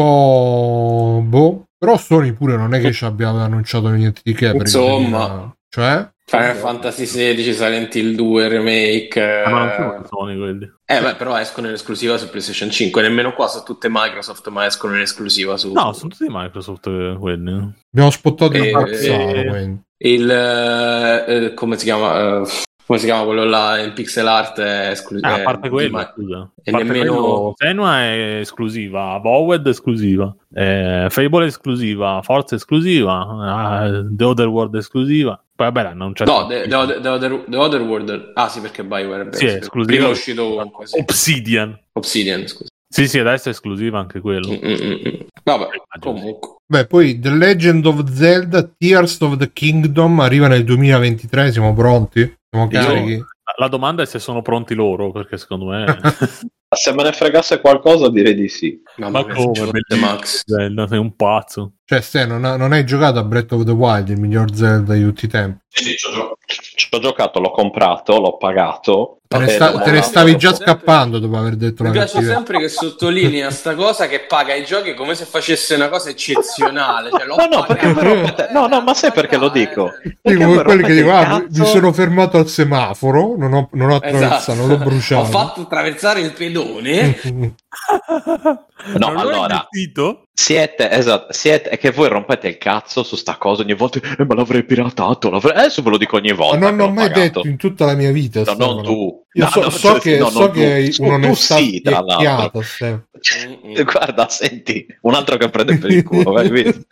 po' boh. Però Sony pure non è che ci abbia annunciato niente di che. per il Insomma. duemila. Cioè? Final Fantasy sedici, Silent Hill due, remake. Ah, ma non sono Sony quelli. Eh, beh, però escono in esclusiva su PlayStation cinque. Nemmeno qua sono tutte Microsoft, ma escono in esclusiva su. No, sono tutti Microsoft eh, quelli. Abbiamo spottato il Eh, Marzano, eh, quindi. Il eh, come si chiama? eh, come si chiama quello là in pixel art? È esclusivo. Ah, a parte quello, scusa. E A parte nemmeno. quello, Senua è esclusiva, Bowed è esclusiva, eh, Fable è esclusiva, Forza è esclusiva, eh, The Other World è esclusiva. Poi vabbè, non c'è. No, The, the, other, the, other, the Other World. Ah, sì, perché Bioware è Sì, è esclusiva. Prima è uscito comunque. Sì. Obsidian. Obsidian, scusa. Sì, sì, adesso è esclusiva anche quello. Mm-mm-mm. Vabbè, comunque. Beh, poi The Legend of Zelda Tears of the Kingdom arriva nel duemilaventitré, siamo pronti? Siamo carichi? Io, la domanda è se sono pronti loro, perché secondo me... Se me ne fregasse qualcosa direi di sì. Mamma Ma mia, come? Zelda Bellissimo, Max. Zelda, sei un pazzo. Cioè, Ste, non, ha- non hai giocato a Breath of the Wild, il miglior Zelda di tutti i tempi? Sì, ci ho, gio- ci ho giocato, l'ho comprato, l'ho pagato. Te ne, e sta- l'ho te ne mollato stavi dopo- già scappando dopo aver detto Mi la piace cattiveria. sempre che sottolinea sta cosa che paga i giochi come se facesse una cosa eccezionale. Cioè, l'ho No, no, perché pagato, voi rompete- no, no, ma sai perché lo dico? Sì, Perché come voi quelli che rompete dicono, il ah, mi cazzo. sono fermato al semaforo, non ho, non ho attraversato, Esatto. non l'ho bruciato. Ho fatto attraversare il pedone. No, Non l'ho allora, investito? siete, esatto, siete, è che voi rompete il cazzo su sta cosa ogni volta, eh, ma l'avrei piratato, l'avrei... adesso ve lo dico ogni Ma volta. non che l'ho l'ho mai pagato. detto in tutta la mia vita. No, Stefano. non tu. Io No, so, no, so cioè, che, no, so non che tu. hai Tu- un'onestà tu sì, tra l'altro. spietata, Stefano. Mm-mm. Guarda, senti, un altro che prende per il culo, hai visto?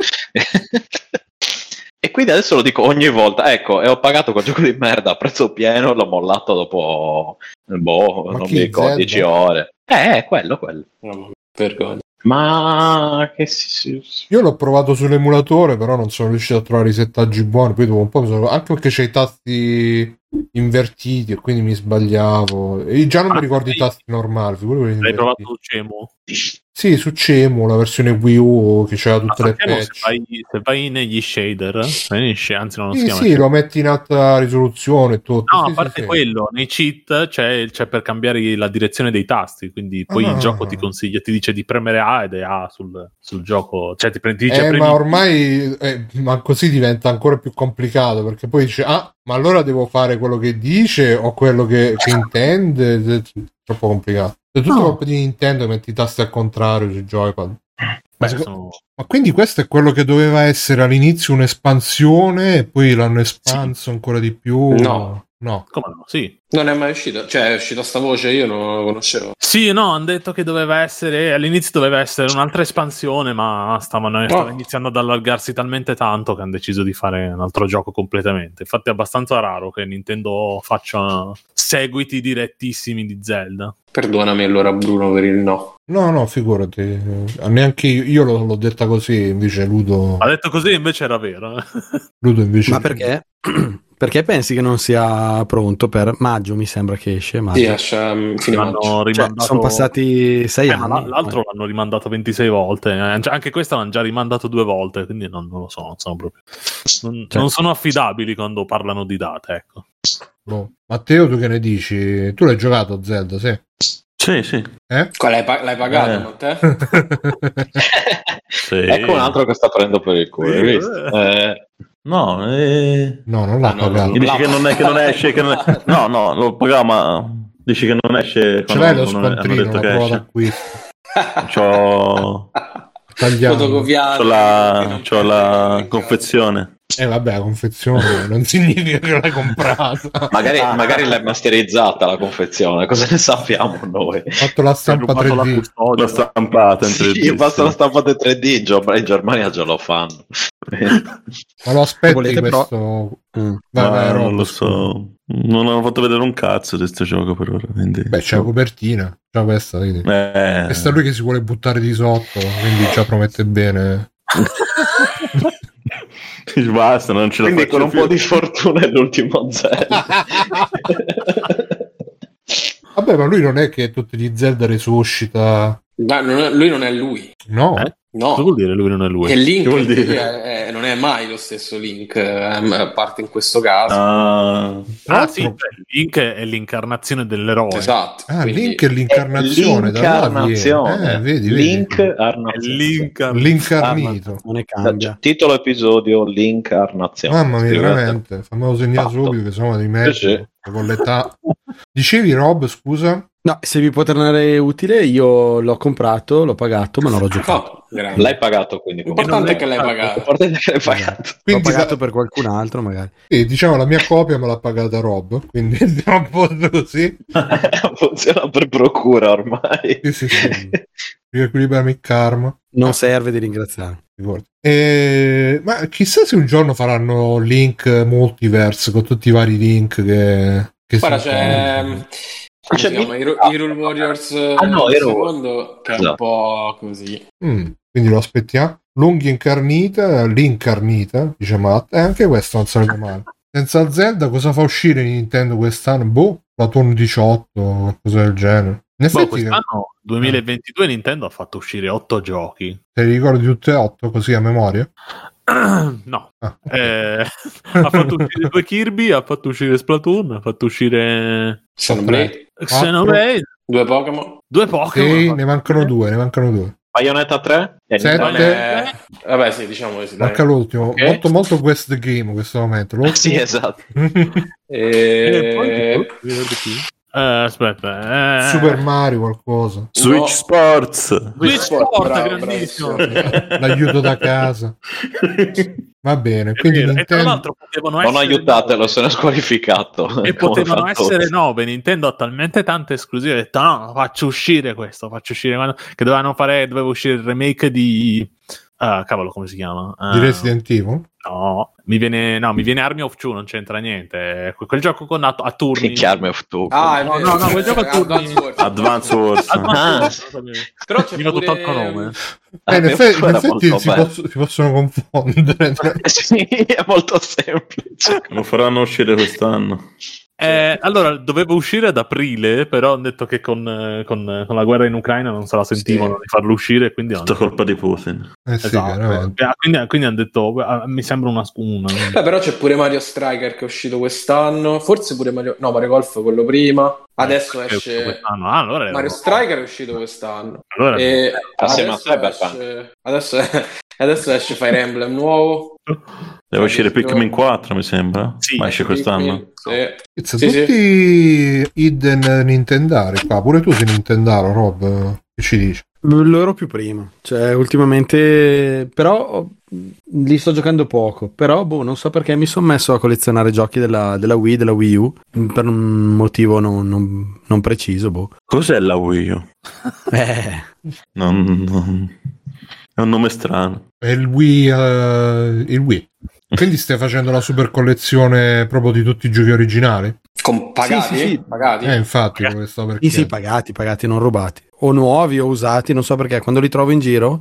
E quindi adesso lo dico ogni volta, ecco, e ho pagato quel gioco di merda a prezzo pieno, l'ho mollato dopo, boh, Ma non chi, mi ricordo, Zelda? dieci ore. Eh, quello, quello. No, vergogna. Ma che si... si- Io l'ho provato sull'emulatore, però non sono riuscito a trovare i settaggi buoni. Poi dopo un po' mi sono... anche perché c'è i tasti invertiti e quindi mi sbagliavo. E già non Ah, mi ricordo i sì. tasti normali. figurati quelli L'hai invertiti. provato su Cemu? Sì, su Cemu, la versione Wii U che c'era Ma tutte le sappiamo se patch. vai, se vai negli shader, vai negli sh- anzi non si Sì, chiama sì, shader. lo metti in alta risoluzione e tutto. No, Sì, a parte sì, sì. quello, nei cheat c'è, c'è per cambiare la direzione dei tasti, quindi poi Ah. il gioco ti consiglia, ti dice di premere A ed è A sul, sul gioco, cioè ti, pre- ti dice Eh, premi- ma ormai eh, ma così diventa ancora più complicato perché poi dice ah ma allora devo fare quello che dice o quello che, che intende. È troppo complicato. È tutto No. colpa di Nintendo, metti i tasti al contrario sui joypad. Ma, Beh, seco- sono- ma quindi questo è quello che doveva essere all'inizio un'espansione e poi l'hanno espanso ancora di più? No. No. come no, sì. Non è mai uscito, cioè è uscita sta voce, io non la conoscevo. Sì, no, hanno detto che doveva essere, all'inizio doveva essere un'altra espansione, ma stavano, stava Oh. iniziando ad allargarsi talmente tanto che hanno deciso di fare un altro gioco completamente. Infatti è abbastanza raro che Nintendo faccia seguiti direttissimi di Zelda. Perdonami allora Bruno per il no. No, no, figurati. Eh, Neanche io, io l'ho, l'ho detta così, invece Ludo, Ha detto così, invece era vero. Ludo invece... Ma perché? Perché pensi che non sia pronto per maggio? Mi sembra che esce maggio. Sì, lascia mm, fine maggio. L'hanno Cioè, rimandato... sono passati sei Eh, ma anni. la- l'altro l'hanno rimandato ventisei volte, eh, anche questo l'hanno già rimandato due volte, quindi non, non lo so, non sono proprio non, Cioè- non sono affidabili quando parlano di date, ecco. Boh. Matteo, tu che ne dici? Tu l'hai giocato a Zelda, sì? Sì, sì. Eh? Qua l'hai, pa- l'hai pagato, Eh. ma te? Sì. Ecco un altro che sta prendendo per il culo, hai visto? Eh, No, eh... No, non l'ha Ah, no, pagato. mi dici No. che non, è, che non esce, che non è... No, no, lo pagavo, ma dici che non esce Ce quando l'hai lo non è- hanno scontrino, detto la che prova esce. d'acquisto. C'ho, Tagliamo. Fotocopiato. c'ho che la, non c'ho la prende- confezione. Eh vabbè, la confezione non significa che l'hai comprata. magari, magari l'hai masterizzata la confezione, cosa ne sappiamo noi? Ho fatto la Hai stampa rubato la tre D. custodia. L'ho stampata in tre D. Sì, basta sì. la stampata in tre D, in Germ- in Germania già lo fanno. Ma lo aspetti Volete però- questo... Mm. Vai, Ma vai, non Rob. lo so. Non hanno fatto vedere un cazzo di questo gioco per ora. Quindi... Beh, c'è la copertina. Già questa, vedi. Eh, Questa è lui che si vuole buttare di sotto, quindi già promette bene. basta, non ce la Quindi faccio con un più. po' di fortuna è l'ultimo Zelda. Vabbè, ma lui non è che tutti gli Zelda resuscita... Ma non è- lui non è lui. No? Eh? No. Cosa vuol dire lui non è lui? Che Link Che vuol dire? è- è- non è mai lo stesso Link, eh, a parte in questo caso. Ah, Ah sì, cioè, Link è l'incarnazione dell'eroe. Esatto. Ah, quindi- Link è l'incarnazione, da là viene. L'incarnazione. Eh, vedi, vedi. Link È Arnazione. l'incarnazione. L'incarnito. Non ne cambia. Titolo episodio L'incarnazione. Mamma mia, Scrivete. veramente. Fammelo segnare Fatto. subito, che sennò mi rimetto Sì, sì. con l'età. Dicevi, Rob, scusa? No, se vi può tornare utile, io l'ho comprato, l'ho pagato, ma non l'ho giocato. Oh, grande. L'hai pagato quindi. L'importante è che l'hai pagato. L'importante è che l'hai pagato. L'ho Quindi pagato la- per qualcun altro, magari. Sì, diciamo la mia copia me l'ha pagata Rob, quindi andiamo un po' così. Funziona per procura ormai. Sì, sì, sì. Riequilibrami il karma. Non serve di ringraziare. Ricordo. E... Ma chissà se un giorno faranno Link Multiverse con tutti i vari Link che, che Guarda, si c'è... incontrano. come C'è si chiama? Link- Hero- Hyrule Warriors Ah, no, il Hero- secondo, che è un Esatto. po' così. Mm, quindi lo aspettiamo. Lunghi incarnita, l'incarnita, dice Matt. E anche questo non sarebbe male. Senza Zelda cosa fa uscire Nintendo quest'anno? Boh, Platoon diciotto, cosa del genere. In Boh, effetti, quest'anno duemilaventidue Nintendo ha fatto uscire otto giochi. te li ricordi tutte e otto così a memoria? No, Ah. Eh, ha fatto uscire due Kirby, ha fatto uscire Splatoon, ha fatto uscire Xenoblade, Xenoblade, due Pokémon. due Pokémon. Sì, ne mancano due, ne mancano due. Bayonetta tre? E Sette. Non Nintendo- è... Vabbè, sì, diciamo così. dai. Manca l'ultimo. Ok. Molto, molto Quest the Game in questo momento. L'ultimo- Sì, esatto. E poi, E... mi ricordo più. Eh, aspetta, eh. Super Mario qualcosa. Switch No. Sports. Switch Sport, Bravo, grandissimo. bravissimo. L'aiuto da casa. Va bene, È quindi vero. E tra Nintendo... l'altro potevano Non essere aiutatelo, nove. se ne è squalificato. E Come potevano fa tutto. essere nove. Nintendo ha talmente tante esclusive. Ha detto: no, faccio uscire questo. Faccio uscire quando... che dovevano fare. Doveva uscire il remake di. Ah, cavolo, come si chiama? Ah, di Resident Evil? No, mi viene, no, mi viene Army of Two. Non c'entra niente. Que- Quel gioco con a, a turni. Che Army of Two. Ah, è No, vero. no, no, quel gioco a turni. Advance Wars. Advance Wars. Ah, Però c'è Mi ha tutto pure... il nome. Eh, in Army of effetti, Two in era effetti molto si, bello. posso- si possono confondere. Sì, è molto semplice. Lo faranno uscire quest'anno. Eh, allora, doveva uscire ad aprile, però hanno detto che con, eh, con, con la guerra in Ucraina non se la sentivano Sì. di farlo uscire, quindi hanno Tutta colpa di Putin. Eh sì, esatto. veramente. Eh, quindi, quindi hanno detto, ah, mi sembra una, una... Beh, però c'è pure Mario Striker che è uscito quest'anno. Forse pure Mario... No, Mario Golf quello prima. Adesso Che è uscito esce... quest'anno. Ah, allora, Mario Striker è uscito quest'anno. allora E Assieme a adesso Cyberpunk. esce... Adesso... adesso esce Fire Emblem nuovo. Deve uscire Mario- Pikmin quattro, mi sembra. Sì, Ma esce quest'anno. Sì. It's Sì, sì. tutti hidden Nintendari qua. Pure tu sei Nintendaro, Rob. Che ci dici? Lo ero più prima, cioè ultimamente, però li sto giocando poco, però boh, non so perché mi sono messo a collezionare giochi della, della Wii, della Wii U, per un motivo non, non- non preciso, boh. Cos'è la Wii U? Eh, Non, non- È un nome strano. È il Wii. eh, il Wii. Quindi stai facendo la super collezione proprio di tutti i giochi originali? Con pagati? Sì, sì, sì. Pagati? Eh, infatti, come stavo per sì, sì, chiedere. pagati, pagati, non rubati, o nuovi o usati, non so perché, quando li trovo in giro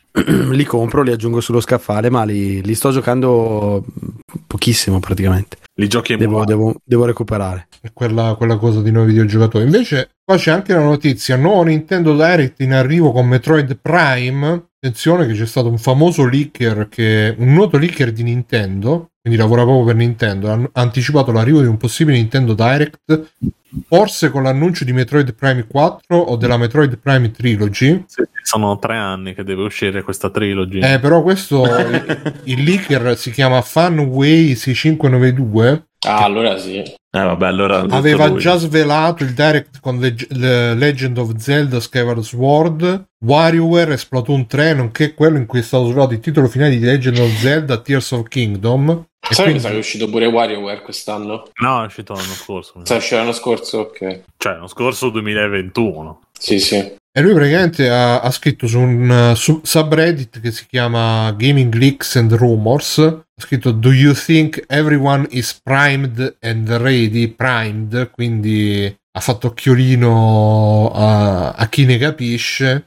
li compro, li aggiungo sullo scaffale, ma li, li sto giocando pochissimo praticamente, li giochi devo, emulati. devo, devo recuperare. È quella, quella cosa di nuovi videogiocatori. Invece, qua c'è anche la notizia: nuovo Nintendo Direct in arrivo con Metroid Prime. Attenzione che c'è stato un famoso leaker, che un noto leaker di Nintendo, quindi lavora proprio per Nintendo, ha anticipato l'arrivo di un possibile Nintendo Direct, forse con l'annuncio di Metroid Prime quattro o della Metroid Prime Trilogy. Sì, sono tre anni che deve uscire questa trilogy. Eh, però questo, il, il leaker si chiama Fanway sei cinque nove due. Ah, allora sì. Eh vabbè, allora... ha detto Aveva lui. già svelato il direct con Leg- le- Legend of Zelda Skyward Sword, WarioWare e Splatoon tre, nonché quello in cui è stato svelato il titolo finale di Legend of Zelda Tears of Kingdom. E Sai quindi- che sa che è uscito pure WarioWare quest'anno? No, è uscito l'anno scorso. mi Sa sa. uscito l'anno scorso? Ok. Cioè, l'anno scorso duemilaventuno. Sì, sì. E lui praticamente ha, ha scritto su un uh, su- subreddit che si chiama Gaming Leaks and Rumors, ha scritto: Do you think everyone is primed and ready? Primed, quindi ha fatto occhiolino a, a chi ne capisce.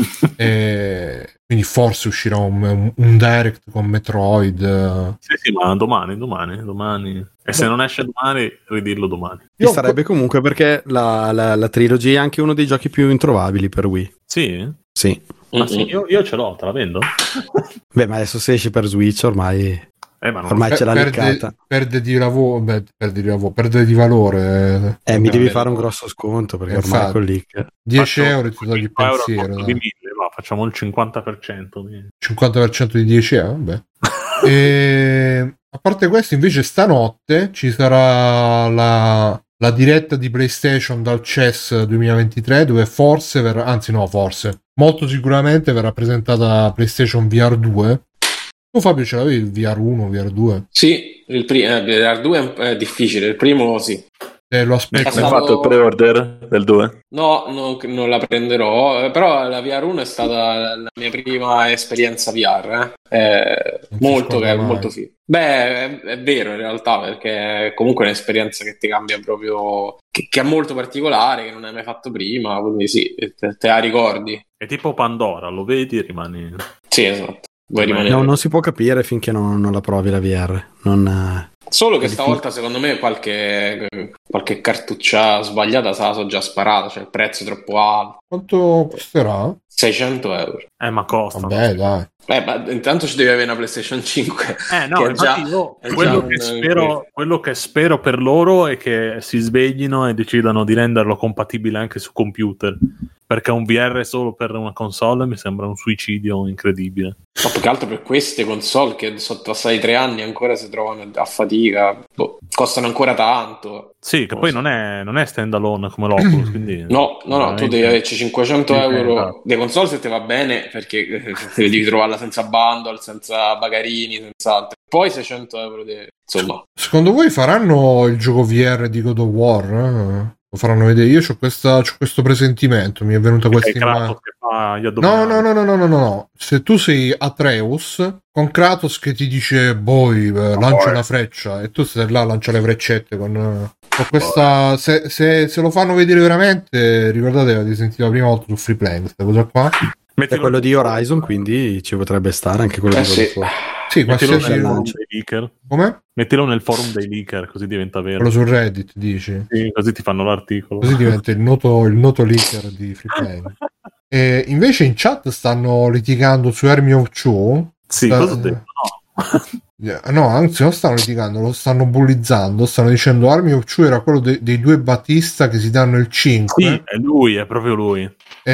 E quindi forse uscirà un, un, un direct con Metroid. Sì, sì, ma domani, domani, domani. E se non esce domani, ridirlo domani. Ci starebbe comunque, perché la, la, la trilogy è anche uno dei giochi più introvabili per Wii. Sì? Sì. Ma sì, io, io ce l'ho, te la vendo? Beh, ma adesso se esce per Switch ormai Eh, ma non ormai Per- ce l'ha perde, leccata. perde di lavoro, beh, perde di lavoro, perde di valore. Eh, eh, mi devi vedo. fare un grosso sconto perché Eh, ormai infatti. con leak. dieci Faccio euro ti togli il cinque euro al pensiero, posto dai. di mille, va, facciamo il cinquanta per cento. di- cinquanta per cento di dieci euro, vabbè. E, a parte questo, invece, stanotte ci sarà la, la diretta di PlayStation dal C E S duemilaventitré, dove forse verrà, anzi no, forse, molto sicuramente verrà presentata PlayStation V R due. Tu, Fabio, ce l'avevi il V R uno, V R due? Sì, il pri- eh, V R due è, un- è difficile, il primo sì. Eh, lo Hai aspetto. È stato- fatto il pre-order del due? No, non, non la prenderò, eh, però la V R uno è stata la mia prima esperienza V R, eh. È Non si molto, scorda che, mai. molto figo. Beh, è, è vero in realtà, perché è comunque un'esperienza che ti cambia proprio, che, che è molto particolare, che non hai mai fatto prima, quindi sì, te, te la ricordi. È tipo Pandora, lo vedi e rimani... Sì, esatto. Vuoi Beh, rimanere... No, non si può capire finché non, non la provi la V R. Non, eh, Solo che È stavolta secondo me qualche, qualche cartuccia sbagliata se la so già sparata, cioè il prezzo è troppo alto. Quanto costerà? seicento euro. Eh, ma costa. Vabbè, dai. Eh, ma intanto ci devi avere una PlayStation cinque. Eh no, che è infatti già- io è già quello, un- che spero, quello che spero per loro è che si sveglino e decidano di renderlo compatibile anche su computer, perché un V R solo per una console mi sembra un suicidio incredibile. Ma più che altro per queste console che sono passati tre anni e ancora si trovano a fatica, boh, costano ancora tanto. Sì, che Non poi so. non è, non è stand alone come l'Oculus, quindi No, no, no, tu devi veramente- averci cinquecento Sì, euro esatto. di console se ti va bene, perché eh, devi trovarla senza bundle, senza bagarini, senza altro. Poi seicento euro di... insomma. Secondo voi faranno il gioco V R di God of War? eh? Lo faranno vedere? Io c'ho, questa, c'ho questo presentimento, mi è venuta questa È Kratos immagine. che fa gli No, addominali. no, no, no, no, no, no, no. Se tu sei Atreus, con Kratos che ti dice boy, eh, lancia una freccia, e tu stai là, lancia le freccette con, eh, con questa... Se, se, se lo fanno vedere veramente, ricordate di sentire la prima volta su Free Play, questa cosa qua. è Mettilo quello di nel- Horizon, quindi ci potrebbe stare anche quello Eh di God sì. of War. Sì, Mettilo qualsiasi... nel forum lancia. dei leaker. Come? Mettilo nel forum dei leaker, così diventa vero. Quello su Reddit, dici? Sì, così ti fanno l'articolo. Così diventa il noto, il noto leaker di Free Play. E invece in chat stanno litigando su Army of Two. Sì, Sta- cosa ho detto? No. Eh, No, anzi, non stanno litigando, lo stanno bullizzando. Stanno dicendo Army of Two era quello de- dei due Battista che si danno il cinque. Sì, è lui, è proprio lui.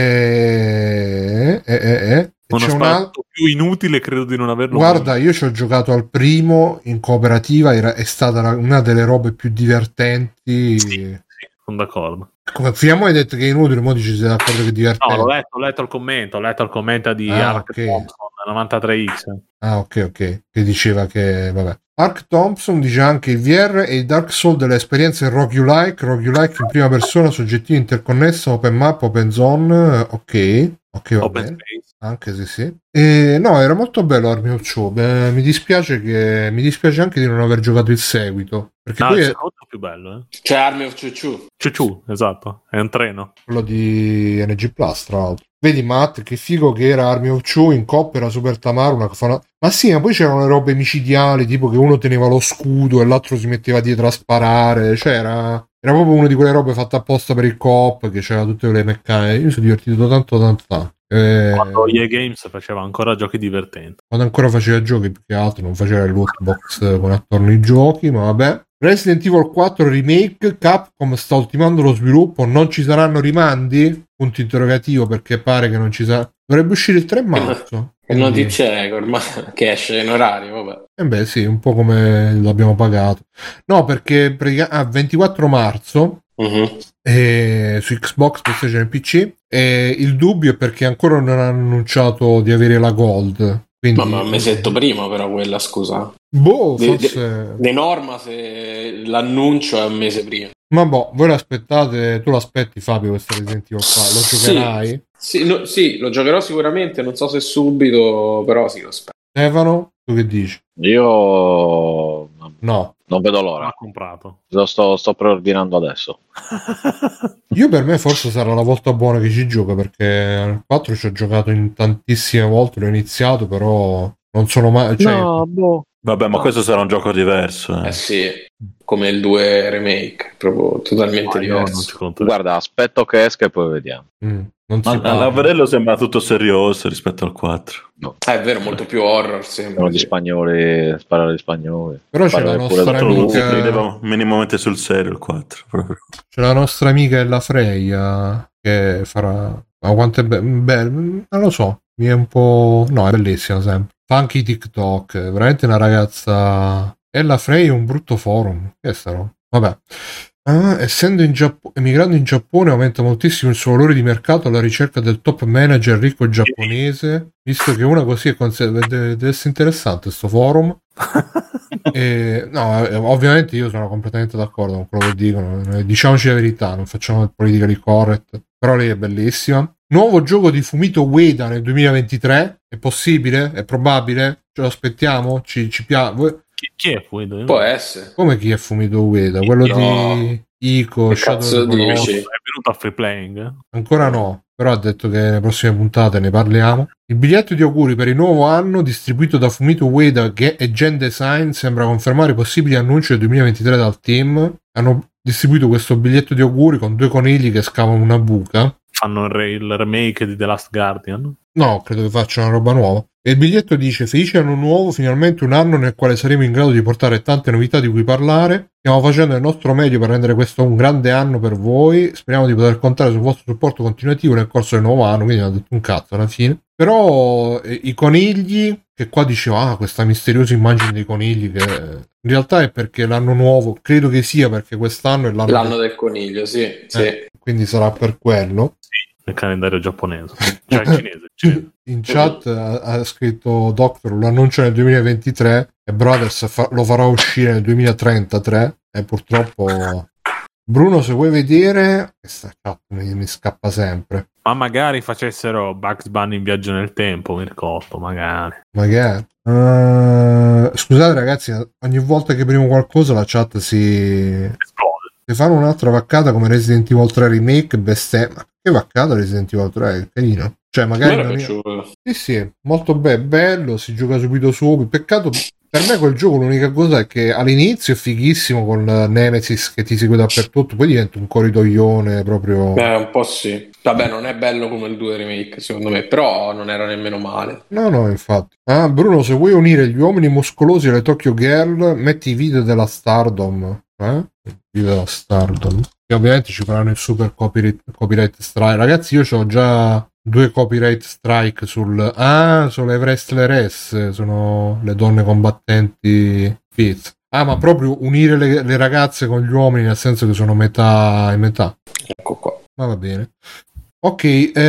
E, e, e, e. E Uno c'è un altro. spazio più inutile credo di non averlo Guarda, mai. io ci ho giocato al primo in cooperativa, era, è stata la- una delle robe più divertenti. Sì, sì, sono d'accordo. Come, finiamo hai detto che è inutile, mo dici sei d'accordo che è divertente. No, l'ho letto, ho letto il commento, ho letto il commento di Ah, Ark ok. Thompson novantatré X. Ah, ok, ok. Che diceva che, vabbè. Mark Thompson dice anche il V R e il Dark Souls delle esperienze roguelike, roguelike in prima persona, soggettivo interconnesso, open map, open zone, eh, ok. Ok, va Open bene. Space. Anche se sì. E, no, era molto bello Army of Two. Beh, mi dispiace che mi dispiace anche di non aver giocato il seguito. Perché No, poi il è secondo è più bello, eh. C'è Army of Chuchu. Ciuciù, esatto, è un treno. quello di N G Plus, tra l'altro. Vedi, Matt, che figo che era Army of Two in coppia, era Super Tamaro, una fa una- ma sì, ma poi c'erano le robe micidiali, tipo che uno teneva lo scudo e l'altro si metteva dietro a sparare, cioè era, era proprio una di quelle robe fatte apposta per il co-op, che c'era tutte le meccaniche. Io mi sono divertito tanto, tanto, tanto. Eh, Quando E A Games faceva ancora giochi divertenti. quando ancora faceva giochi, più che altro non faceva il loot box con attorno ai giochi, ma vabbè. Resident Evil quattro Remake, Capcom sta ultimando lo sviluppo, non ci saranno rimandi? Punto interrogativo, perché pare che non ci sarà. Dovrebbe uscire il tre marzo. Che quindi- notizia è che ormai che esce in orario, vabbè. Eh beh sì, un po' come l'abbiamo pagato. No, perché pratica- ah, ventiquattro marzo Mhm. eh, su Xbox, PlayStation e P C, e il dubbio è perché ancora non hanno annunciato di avere la Gold. Quindi, Ma, ma un mesetto prima però quella, scusa. Boh, De- forse... De norma se l'annuncio è un mese prima. Ma boh, voi l'aspettate, tu l'aspetti Fabio questo Resident Evil qua, lo Sì. giocherai? Sì, no- sì, lo giocherò sicuramente, non so se subito, però sì, lo aspetto. Stefano, tu che dici? Io No. non vedo L'ha l'ora. comprato. Lo sto, sto preordinando adesso. Io per me forse sarà la volta buona che ci gioca, perché al quattro ci ho giocato in tantissime volte, l'ho iniziato, però non sono mai... Cioè, boh. Vabbè, ma questo sarà un gioco diverso. Eh Eh. sì, come il due remake, proprio totalmente Ma io non diverso. ci conto. Guarda, aspetto che esca e poi vediamo. mm, non Ma si parla. a vederlo sembra tutto serioso rispetto al quattro. No. Eh, è vero, molto più horror sembra. Sono gli sì. spagnoli, sparare gli spagnoli. Però c'è la Sparare pure nostra da Tu amica- prendeva minimamente sul serio il quattro proprio. C'è la nostra amica Ella Freya che farà. Ma quanto è be- be- non lo so, mi è un po'. No, è bellissima sempre. Fa anche i TikTok, è veramente una ragazza. Ella Freya è un brutto forum. Che sarò? Vabbè. Ah, essendo in Giappone, emigrando in Giappone aumenta moltissimo il suo valore di mercato alla ricerca del top manager ricco giapponese, visto che una così è considerata. Deve, deve essere interessante sto forum. E, no, eh, ovviamente io sono completamente d'accordo con quello che dicono, eh, diciamoci la verità, non facciamo il politically correct, però lei è bellissima. Nuovo gioco di Fumito Ueda nel duemilaventitré, è possibile? È probabile? Ce lo aspettiamo? Ci, ci piace? Chi, chi è Fuedo? Può essere. Come chi è Fumito Ueda? Quello No. di Ico, Che Shadow cazzo of the Colossus? dici? È venuto a Free Playing? eh? Ancora no, però ha detto che nelle prossime puntate ne parliamo. Il biglietto di auguri per il nuovo anno distribuito da Fumito Ueda e Gen Design sembra confermare i possibili annunci del duemilaventitré dal team. Hanno distribuito questo biglietto di auguri con due conigli che scavano una buca. Fanno il, re- il remake di The Last Guardian? No, credo che facciano una roba nuova. E il biglietto dice: felice anno nuovo, finalmente un anno nel quale saremo in grado di portare tante novità di cui parlare. Stiamo facendo il nostro meglio per rendere questo un grande anno per voi. Speriamo di poter contare sul vostro supporto continuativo nel corso del nuovo anno. Quindi ha detto un cazzo alla fine. Però eh, i conigli, che qua diceva ah, questa misteriosa immagine dei conigli, che in realtà è perché l'anno nuovo, credo che sia perché quest'anno è l'anno, L'anno del- del coniglio, sì, sì. Eh, quindi sarà per quello. Nel calendario giapponese. Cioè cinese. cinese. In chat ha, ha scritto Doctor lo annuncia nel duemilaventitré e Brothers fa- lo farà uscire nel duemilatrentatré e purtroppo Bruno, se vuoi vedere questa chat mi, mi scappa sempre, Ma magari facessero Bugs Bunny in viaggio nel tempo, Mircotto, magari. magari. Uh, scusate ragazzi, ogni volta che apriamo qualcosa la chat si Esplode. se fanno un'altra vaccata come Resident Evil tre Remake bestemmia. Che vaccata Resident Evil tre, è carino. Cioè magari Mi era non è... piaciuto. Sì, sì, molto be- bello, si gioca subito subito. Peccato, per me quel gioco l'unica cosa è che all'inizio è fighissimo con Nemesis che ti segue dappertutto, poi diventa un corridoione proprio... Eh, un po' sì. Vabbè, non è bello come il due remake, secondo me, però non era nemmeno male. No, no, infatti. Ah, Bruno, se vuoi unire gli uomini muscolosi alle Tokyo Girl, metti i video della Stardom. Eh? I video della Stardom. Che ovviamente ci faranno il super copyright, copyright strike. Ragazzi, io ho già due copyright strike sul... Ah, sono le wrestleresse, sono le donne combattenti fit. Ah, ma proprio unire le, le ragazze con gli uomini, nel senso che sono metà e metà. Ecco qua. Ma va bene. Ok,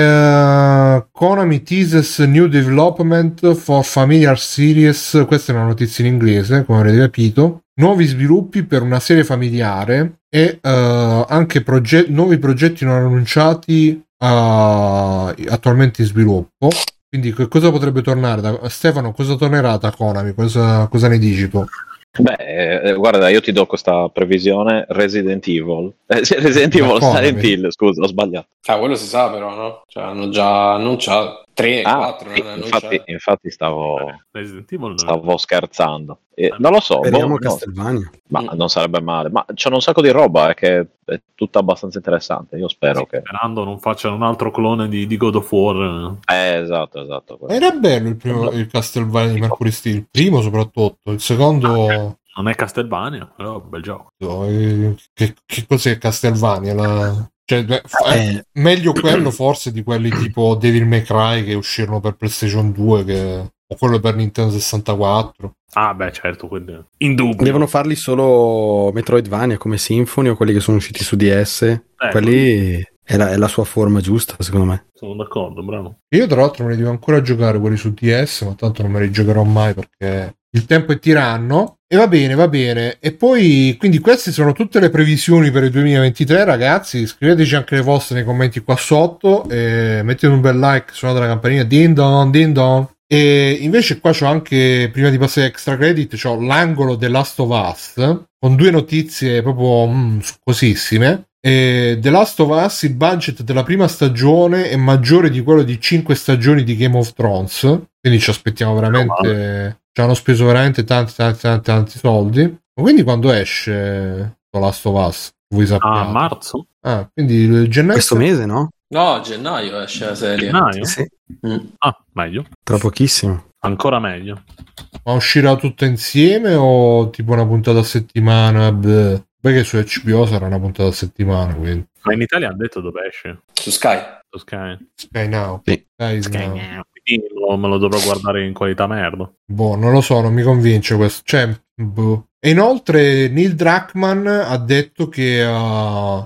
eh, Konami teases new development for familiar series. Questa è una notizia in inglese, come avrete capito. Nuovi sviluppi per una serie familiare e eh, anche proge- nuovi progetti non annunciati eh, attualmente in sviluppo. Quindi che cosa potrebbe tornare? Da- Stefano, cosa tornerà da Konami? Cosa, cosa ne dici tu? Beh, eh, guarda, io ti do questa previsione: Resident Evil. Eh, sì, Resident Ma Evil, come? Silent Hill, scusa, ho sbagliato. Ah, quello si sa però, no? Cioè, hanno già annunciato tre, Ah, quattro, non hanno infatti, annunciato. infatti stavo, Resident Evil non stavo scherzando. Eh, non lo so, boh, Speriamo no, Castlevania. ma non sarebbe male. Ma c'è un sacco di roba eh, che è tutta abbastanza interessante. Io spero che... Sperando non facciano un altro clone di, di God of War. Eh, esatto, esatto. Ma era bello il primo il Castlevania di Mercury Steel, il primo soprattutto, il secondo... Non è Castlevania, però è un bel gioco. Eh, Che, che cos'è Castlevania? La... Cioè, beh, f- è Eh, meglio quello forse di quelli tipo Devil May Cry che uscirono per PlayStation due che... o quello per Nintendo sessantaquattro. Ah, beh, certo, quelli... indubbio. devono farli solo Metroidvania come Symphony o quelli che sono usciti su D S. Eh, Quelli è la, è la sua forma giusta, secondo me. Sono d'accordo, bravo. Io tra l'altro me li devo ancora giocare quelli su D S, ma tanto non me li giocherò mai perché il tempo è tiranno. E va bene, va bene. E poi, quindi queste sono tutte le previsioni per il duemilaventitré, ragazzi. Scriveteci anche le vostre nei commenti qua sotto. E mettete un bel like, suonate la campanina, din don, din don. E invece qua c'ho anche, prima di passare extra credit, c'ho l'angolo The Last of Us, con due notizie proprio mm, succosissime. E The Last of Us, il budget della prima stagione è maggiore di quello di cinque stagioni di Game of Thrones, quindi ci aspettiamo veramente, ci hanno speso veramente tanti tanti tanti, tanti soldi. Ma quindi quando esce The Last of Us? Voi sappiate. Ah, marzo? Ah, quindi il gennaio. Questo mese, no? No, a gennaio esce la serie. Gennaio? Sì, Mm. Ah, meglio. tra pochissimo. Ancora meglio. Ma uscirà tutta insieme o tipo una puntata a settimana? Beh, perché su H B O sarà una puntata a settimana, quindi. Ma in Italia hanno detto dove esce. Su Sky. Su Sky. Sky Now. Sì. Sky Sky Now. Now. Quindi lo- me lo dovrò guardare in qualità merda. Boh, non lo so, non mi convince questo. Cioè, boh. E inoltre Neil Druckmann ha detto che uh,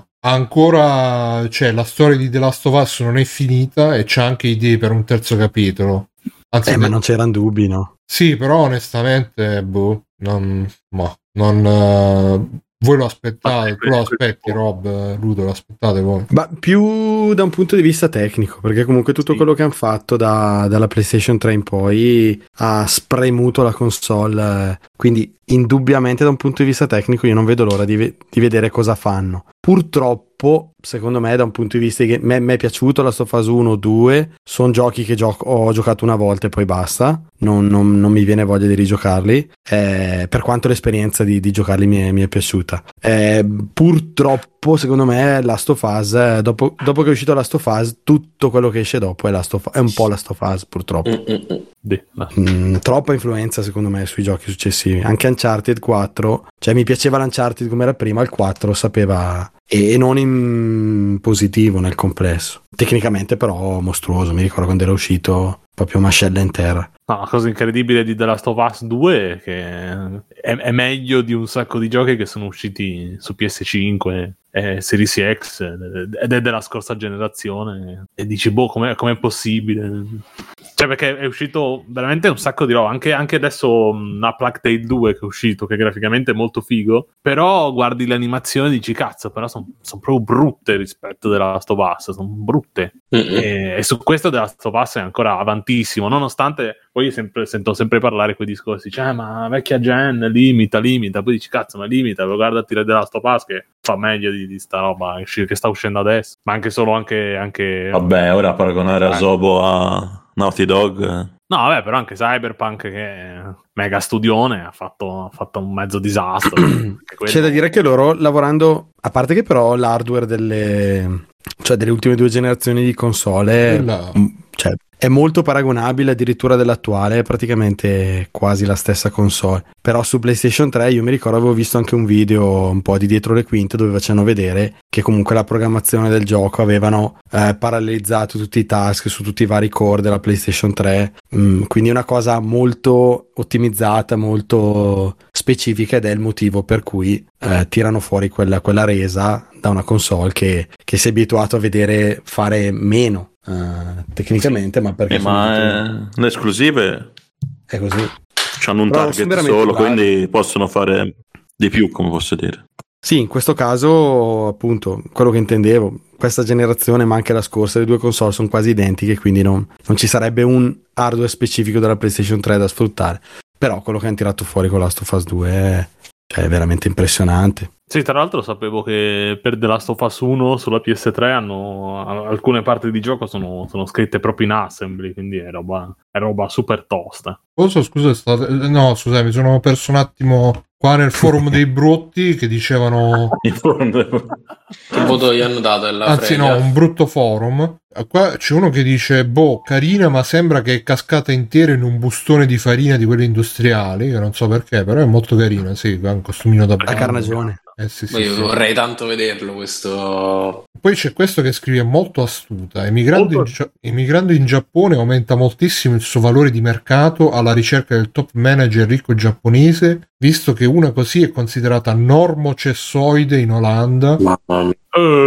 ancora, cioè, la storia di The Last of Us non è finita e c'ha anche idee per un terzo capitolo. Anzi, Eh, ma de- non c'erano dubbi, no? sì, però onestamente, boh, non, ma, non, eh, voi lo aspettate, Ma- tu lo aspetti, Rob, Ludo, lo aspettate voi. Ma più da un punto di vista tecnico, perché comunque tutto Sì. quello che hanno fatto da- dalla PlayStation tre in poi ha spremuto la console, eh, quindi indubbiamente da un punto di vista tecnico io non vedo l'ora di, ve- di vedere cosa fanno. Purtroppo, secondo me, da un punto di vista che me, me è piaciuto la Last of Us uno o due, sono giochi che gio- ho giocato una volta e poi basta, non, non- non mi viene voglia di rigiocarli, eh, per quanto l'esperienza di, di giocarli mi è, mi è piaciuta. Eh, purtroppo, secondo me, Last of Us, eh, dopo, dopo che è uscito Last of Us, tutto quello che esce dopo è, Last of- è un po' Last of Us, purtroppo. Mm-mm. Di, no. Mm, troppa influenza secondo me sui giochi successivi. Anche Uncharted quattro, cioè mi piaceva l'Uncharted come era prima, il quattro sapeva, e, e non in positivo nel complesso, tecnicamente però mostruoso. Mi ricordo quando era uscito proprio mascella in terra. No, la cosa incredibile di The Last of Us due è che è, è meglio di un sacco di giochi che sono usciti su P S cinque e Series X ed è della scorsa generazione e dici boh, com'è, com'è possibile? Cioè, perché è uscito veramente un sacco di roba, anche, anche adesso mh, A Plague Tale due che è uscito, che graficamente è molto figo, però guardi le animazioni e dici cazzo, però sono son proprio brutte rispetto a The Last of Us, sono brutte. Mm-mm. E, e su questo The Last of Us è ancora avantissimo, nonostante poi io sempre, sento sempre parlare quei discorsi, cioè ma vecchia gen, limita, limita, poi dici cazzo ma limita, guardati The Last of Us che fa meglio di, di sta roba che sta uscendo adesso, ma anche solo anche... anche... Vabbè, ora paragonare Eh. Asobo a Naughty Dog. No, vabbè, però anche Cyberpunk, che è mega studione, ha fatto, ha fatto un mezzo disastro. Anche quello- C'è da dire che loro lavorando, a parte che però l'hardware delle, cioè delle ultime due generazioni di console, Quella- mm, cioè, è molto paragonabile addirittura dell'attuale, è praticamente quasi la stessa console. Però su PlayStation tre io mi ricordo avevo visto anche un video un po' di dietro le quinte dove facevano vedere che comunque la programmazione del gioco avevano eh, parallelizzato tutti i task su tutti i vari core della PlayStation tre, mm, quindi una cosa molto ottimizzata, molto specifica, ed è il motivo per cui eh, tirano fuori quella, quella resa da una console che, che si è abituato a vedere fare meno eh, tecnicamente, ma perché Eh, sono ma abituati- eh, le esclusive è così. hanno un Però sono target veramente solo, bravi. quindi possono fare di più, come posso dire. Sì, in questo caso, appunto, quello che intendevo, questa generazione, ma anche la scorsa, le due console sono quasi identiche, quindi non, non ci sarebbe un hardware specifico della PlayStation tre da sfruttare. Però quello che hanno tirato fuori con Last of Us due è, è veramente impressionante. Sì, tra l'altro sapevo che per The Last of Us uno sulla P S tre hanno alcune parti di gioco sono, sono scritte proprio in assembly, quindi è roba, è roba super tosta. Cosa, scusa, è stato... no, scusa, mi sono perso un attimo qua nel forum dei brutti che dicevano... In fondo- Che voto gli hanno dato? Alla Anzi Freya? no, un brutto forum. Qua c'è uno che dice, boh, carina, ma sembra che è cascata intera in un bustone di farina di quelle industriali, che non so perché, però è molto carina, sì, ha un costumino da A ballo. carnagione. Eh sì, sì, Ma io sì. vorrei tanto vederlo questo. Poi c'è questo che scrive molto astuta. Emigrando, Molto- In, Gia- emigrando in Giappone aumenta moltissimo il suo valore di mercato alla ricerca del top manager ricco giapponese, visto che una così è considerata normocessoide in Olanda. Mamma mia.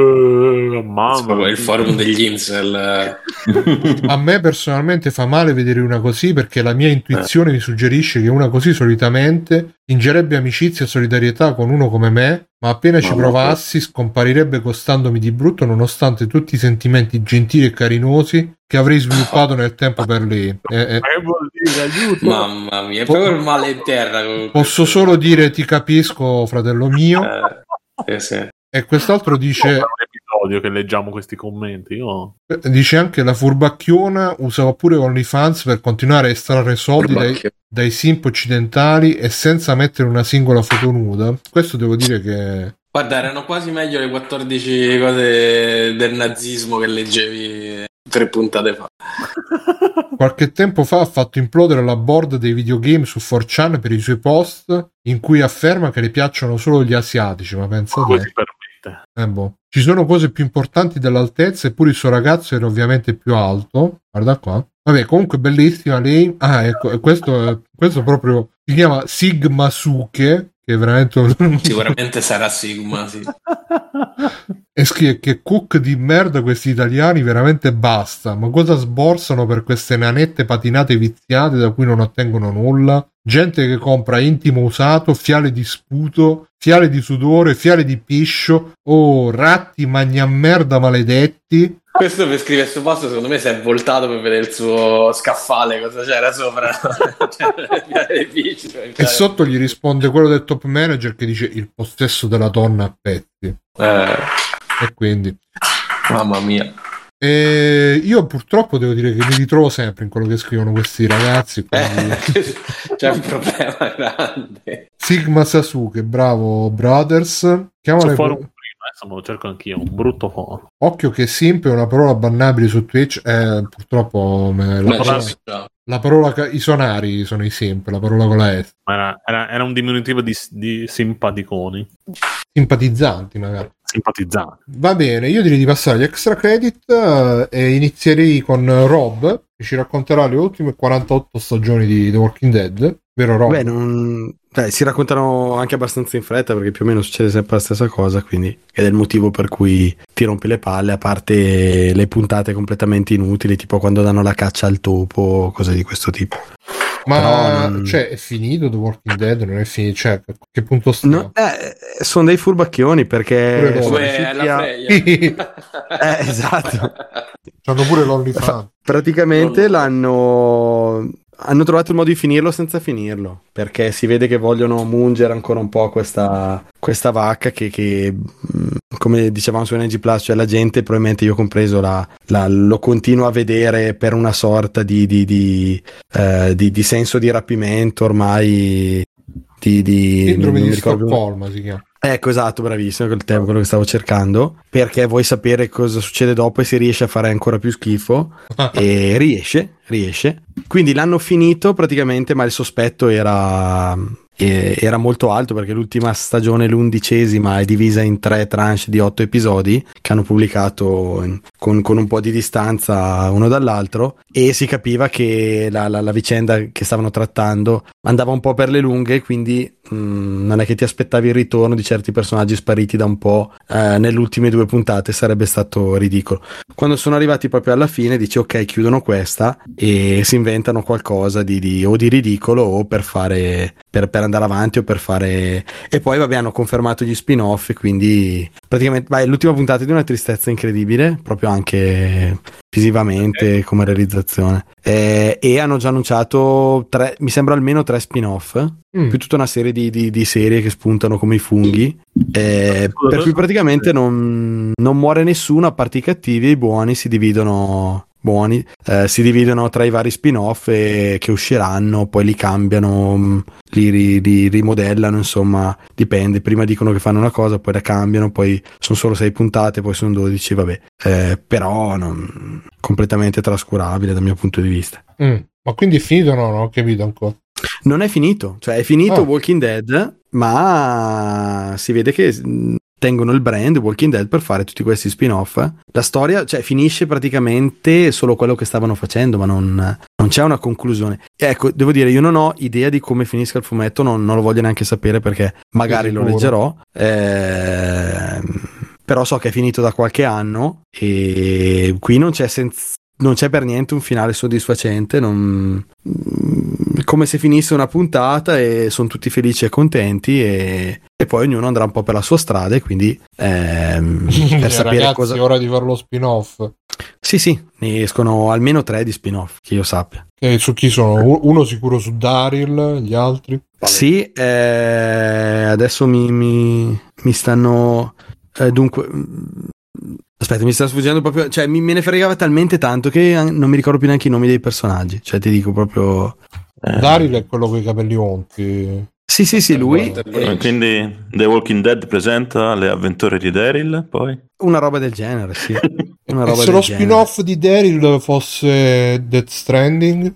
Eh, mamma Proprio il mia. forum degli incel. A me personalmente fa male vedere una così, perché la mia intuizione mi suggerisce che una così solitamente fingerebbe amicizia e solidarietà con uno come me, ma appena ci Mamma provassi scomparirebbe costandomi di brutto, nonostante tutti i sentimenti gentili e carinosi che avrei sviluppato nel tempo per lei. Eh, eh, Ma che vuol dire? Aiuto! Mamma mia, è proprio il male in terra. comunque. posso solo dire ti capisco, fratello mio. Eh, sì, sì. E quest'altro dice, È un episodio che leggiamo questi commenti. Io... dice anche la furbacchiona usava pure OnlyFans per continuare a estrarre soldi dai, Furbacchio. dai simp occidentali e senza mettere una singola foto nuda. Questo devo dire che Guarda, erano quasi meglio le quattordici cose del nazismo che leggevi tre puntate fa. Qualche tempo fa ha fatto implodere la board dei videogame su four chan per i suoi post in cui afferma che le piacciono solo gli asiatici, ma pensate... Come si permette? Eh boh. Ci sono cose più importanti dell'altezza, eppure il suo ragazzo era ovviamente più alto. Guarda qua. Vabbè, comunque bellissima lei. Ah, ecco, e questo, questo proprio si chiama Sigma Suke, che è veramente un... Sicuramente sarà Sigma, sì. E scrive che cook di merda questi italiani, veramente basta. Ma cosa sborsano per queste nanette patinate viziate da cui non ottengono nulla? Gente che compra intimo usato, fiale di sputo, fiale di sudore, fiale di piscio. Oh, ratti magna merda maledetti. Questo per scrivere questo posto secondo me si è voltato per vedere il suo scaffale, cosa c'era sopra. E sotto gli risponde quello del top manager che dice il possesso della donna a pezzi. Eh. E quindi Mamma mia. E io purtroppo devo dire che mi ritrovo sempre in quello che scrivono questi ragazzi, quindi... eh, c'è un problema grande. Sigma Sasuke, bravo Brothers. Chiamale foro prima, adesso me lo cerco anch'io, un brutto foro. Occhio che simp è una parola bannabile su Twitch, eh, purtroppo me... la, Beh, parola... già. la parola ca... i sonari sono i simp, la parola con la S. Era, era, era un diminutivo di, di simpaticoni. Simpatizzanti magari. Simpatizzanti. Va bene, io direi di passare agli extra credit uh, e inizierei con Rob che ci racconterà le ultime quarantotto stagioni di The Walking Dead, vero Rob? Beh, non... Dai, si raccontano anche abbastanza in fretta perché più o meno succede sempre la stessa cosa, quindi ed è il motivo per cui ti rompi le palle, a parte le puntate completamente inutili, tipo quando danno la caccia al topo, cose di questo tipo. Ma non... cioè è finito The Walking Dead? Non è finito? Cioè, a che punto sta? No, eh, sono dei furbacchioni perché sono Come riusciti la a... eh, esatto. C'hanno pure l'OnlyFans. Praticamente l'hanno hanno trovato il modo di finirlo senza finirlo, perché si vede che vogliono mungere ancora un po' questa, questa vacca che, che come dicevamo su N G Plus, cioè la gente, probabilmente io compreso, la, la, lo continua a vedere per una sorta di, di, di, eh, di, di senso di rapimento ormai di, di Sindrome di Stoccolma si chiama. Ecco, esatto, bravissimo, quel tempo, quello che stavo cercando, perché vuoi sapere cosa succede dopo e si riesce a fare ancora più schifo e riesce, riesce. Quindi l'hanno finito praticamente, ma il sospetto era era molto alto perché l'ultima stagione, l'undicesima, è divisa in tre tranche di otto episodi che hanno pubblicato in, con, con un po' di distanza uno dall'altro, e si capiva che la, la, la vicenda che stavano trattando andava un po' per le lunghe, quindi mh, non è che ti aspettavi il ritorno di certi personaggi spariti da un po' eh, nelle ultime due puntate, sarebbe stato ridicolo. Quando sono arrivati proprio alla fine dici ok, chiudono questa e si inventano qualcosa di, di o di ridicolo o per fare per, per andare avanti o per fare, e poi vabbè hanno confermato gli spin-off, quindi praticamente vai, l'ultima puntata è di una tristezza incredibile, proprio anche visivamente, okay, come realizzazione, eh, e hanno già annunciato tre, mi sembra almeno tre spin-off, mm. più tutta una serie di, di, di serie che spuntano come i funghi, eh, per cui praticamente non, non muore nessuno, a parte i cattivi, e i buoni si dividono buoni eh, si dividono tra i vari spin-off e, che usciranno, poi li cambiano, li, li, li rimodellano, insomma dipende, prima dicono che fanno una cosa, poi la cambiano, poi sono solo sei puntate, poi sono dodici, vabbè, eh, però non, completamente trascurabile dal mio punto di vista. Mm. Ma quindi è finito? No, non ho capito ancora. Non è finito, cioè è finito oh. Walking Dead, ma si vede che tengono il brand Walking Dead per fare tutti questi spin-off. La storia, cioè, finisce praticamente solo quello che stavano facendo, ma non, non c'è una conclusione. E ecco, devo dire, io non ho idea di come finisca il fumetto, non, non lo voglio neanche sapere perché magari lo leggerò, eh, però so che è finito da qualche anno e qui non c'è senza non c'è per niente un finale soddisfacente, non... come se finisse una puntata e sono tutti felici e contenti e, e poi ognuno andrà un po' per la sua strada, e quindi ehm, per sapere ragazzi, cosa... è ora di fare lo spin-off. Sì, sì, ne escono almeno tre di spin-off, che io sappia. E su chi sono? Uno sicuro su Daryl, gli altri? Vale. Sì, eh, adesso mi, mi, mi stanno... Eh, dunque... Aspetta, mi sta sfuggendo proprio, cioè mi, me ne fregava talmente tanto che non mi ricordo più neanche i nomi dei personaggi, cioè ti dico proprio... Eh... Daryl è quello con i capelli onti. Sì, sì, sì, lui. Eh, quindi The Walking Dead presenta le avventure di Daryl, poi? Una roba del genere, sì. Una roba e se del lo genere. spin-off di Daryl fosse Death Stranding?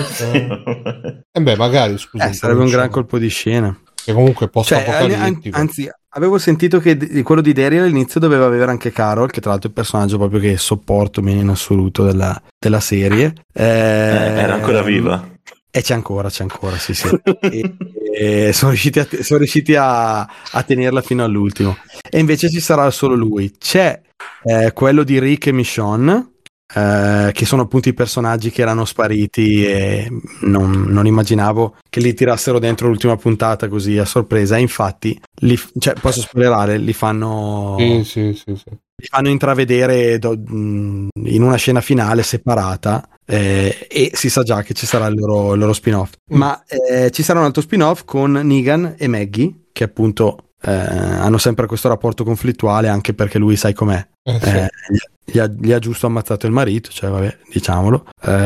E eh beh, magari, scusa. Eh, sarebbe un gran colpo di scena. Che comunque post Cioè, apocalittico. anzi, avevo sentito che di quello di Daryl all'inizio doveva avere anche Carol, che tra l'altro è il personaggio proprio che sopporto meno in assoluto della, della serie. Eh, eh, era ancora viva. E c'è ancora, c'è ancora, sì, sì. e, e sono riusciti, a, sono riusciti a, a tenerla fino all'ultimo. E invece ci sarà solo lui. C'è eh, quello di Rick e Michonne, eh, che sono appunto i personaggi che erano spariti e non, non immaginavo che li tirassero dentro l'ultima puntata così a sorpresa. E infatti, li, cioè, posso spoilerare, li fanno... Sì, sì, sì, sì. Li fanno intravedere do, in una scena finale separata. Eh, e si sa già che ci sarà il loro, il loro spin-off, mm. ma eh, ci sarà un altro spin-off con Negan e Maggie, che appunto eh, hanno sempre questo rapporto conflittuale, anche perché lui sai com'è, eh, sì. eh, gli, ha, gli ha giusto ammazzato il marito, cioè vabbè, diciamolo,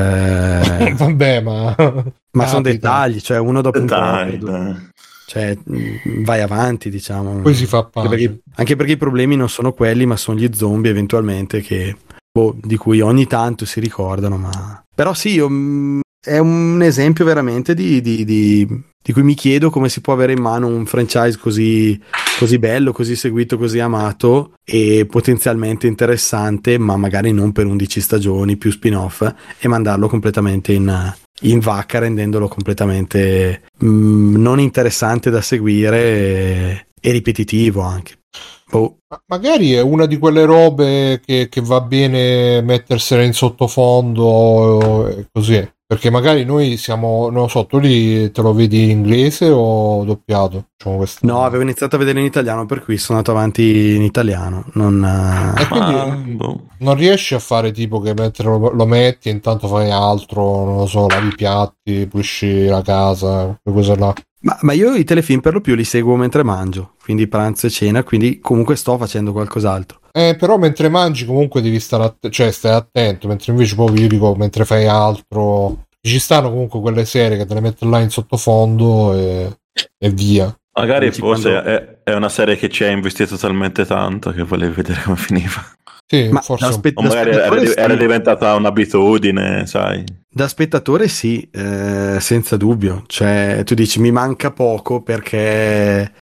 eh, vabbè, ma ma sono dettagli, cioè uno dopo dettagli, un po', cioè vai avanti, diciamo, poi si fa pace. Anche perché, anche perché i problemi non sono quelli, ma sono gli zombie eventualmente che Boh, di cui ogni tanto si ricordano, ma però sì, io, mh, è un esempio veramente di, di, di, di cui mi chiedo come si può avere in mano un franchise così, così bello, così seguito, così amato e potenzialmente interessante, ma magari non per undici stagioni più spin-off, e mandarlo completamente in, in vacca, rendendolo completamente mh, non interessante da seguire e, e ripetitivo anche. Oh. Magari è una di quelle robe che, che va bene mettersela in sottofondo e così, perché magari noi siamo, non lo so, tu lì te lo vedi in inglese o doppiato? Diciamo questa... No, avevo iniziato a vedere in italiano, per cui sono andato avanti in italiano. Non, e quindi ah, boh. non riesci a fare tipo che mentre lo, lo metti e intanto fai altro, non lo so, lavi i piatti, pulisci la casa, quelle cose là. Ma, ma io i telefilm per lo più li seguo mentre mangio, quindi pranzo e cena, quindi comunque sto facendo qualcos'altro. Eh, però mentre mangi comunque devi stare att- cioè stai attento, mentre invece poi io dico mentre fai altro, ci stanno comunque quelle serie che te le metti là in sottofondo e, e via. Magari Dici forse quando... è, è una serie che ci ha investito talmente tanto che volevi vedere come finiva. Sì, ma forse aspe- o magari era, era diventata un'abitudine, sai. Da spettatore sì, eh, senza dubbio. Cioè, tu dici mi manca poco perché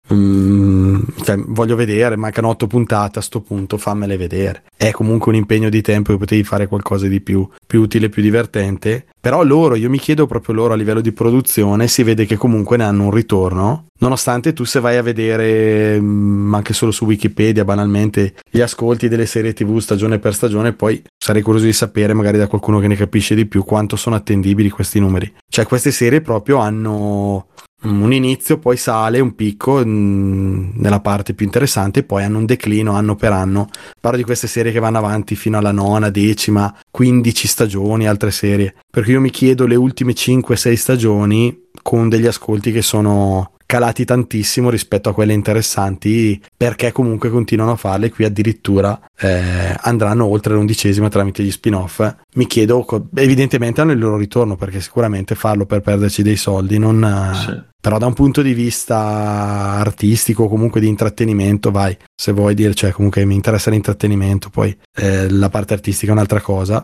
mm, cioè, voglio vedere, mancano otto puntate, a sto punto fammele vedere. È comunque un impegno di tempo che potevi fare qualcosa di più, più utile, più divertente. Però loro, io mi chiedo proprio loro a livello di produzione, si vede che comunque ne hanno un ritorno, nonostante tu se vai a vedere mh, anche solo su Wikipedia banalmente gli ascolti delle serie tv stagione per stagione, poi sarei curioso di sapere magari da qualcuno che ne capisce di più quanto sono attendibili questi numeri. Cioè queste serie proprio hanno un inizio, poi sale un picco mh, nella parte più interessante, poi hanno un declino anno per anno. Parlo di queste serie che vanno avanti fino alla nona, decima, quindici stagioni, altre serie, perché io mi chiedo le ultime cinque sei stagioni con degli ascolti che sono calati tantissimo rispetto a quelle interessanti, perché comunque continuano a farle. Qui addirittura eh, andranno oltre l'undicesima tramite gli spin-off. Mi chiedo, evidentemente hanno il loro ritorno, perché sicuramente farlo per perderci dei soldi non... Sì. Però da un punto di vista artistico, comunque di intrattenimento, vai, se vuoi dire, cioè comunque mi interessa l'intrattenimento, poi eh, la parte artistica è un'altra cosa,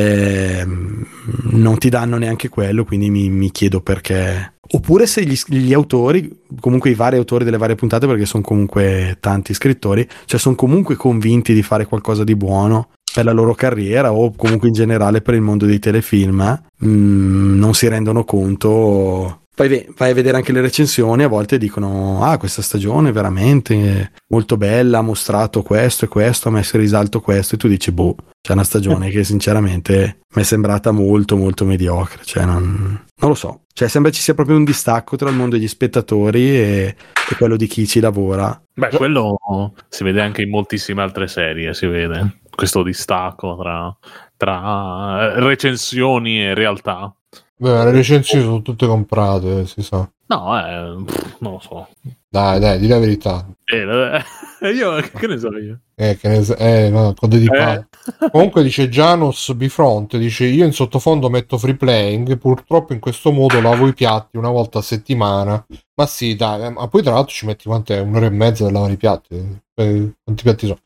eh, non ti danno neanche quello, quindi mi, mi chiedo perché. Oppure se gli, gli autori, comunque i vari autori delle varie puntate, perché sono comunque tanti scrittori, cioè sono comunque convinti di fare qualcosa di buono per la loro carriera o comunque in generale per il mondo dei telefilm, mm, non si rendono conto. Poi vai a vedere anche le recensioni, a volte dicono ah questa stagione è veramente molto bella, ha mostrato questo e questo, ha messo in risalto questo, e tu dici boh, c'è una stagione che sinceramente mi è sembrata molto molto mediocre, cioè non, non lo so, cioè sembra ci sia proprio un distacco tra il mondo degli spettatori e, e quello di chi ci lavora. Beh, quello si vede anche in moltissime altre serie, si vede questo distacco tra, tra recensioni e realtà. Beh, le recensioni sono tutte comprate, si sa. No, eh, non lo so. Dai, dai, di la verità. Eh, io che ne so io? Eh, che ne so, eh, no, code di Eh. palle. Comunque dice Janos Bifront, dice io in sottofondo metto free playing, purtroppo in questo modo lavo i piatti una volta a settimana. Ma sì, dai, eh, ma poi tra l'altro ci metti quant'è? Un'ora e mezza per lavare i piatti? Eh, quanti piatti sono?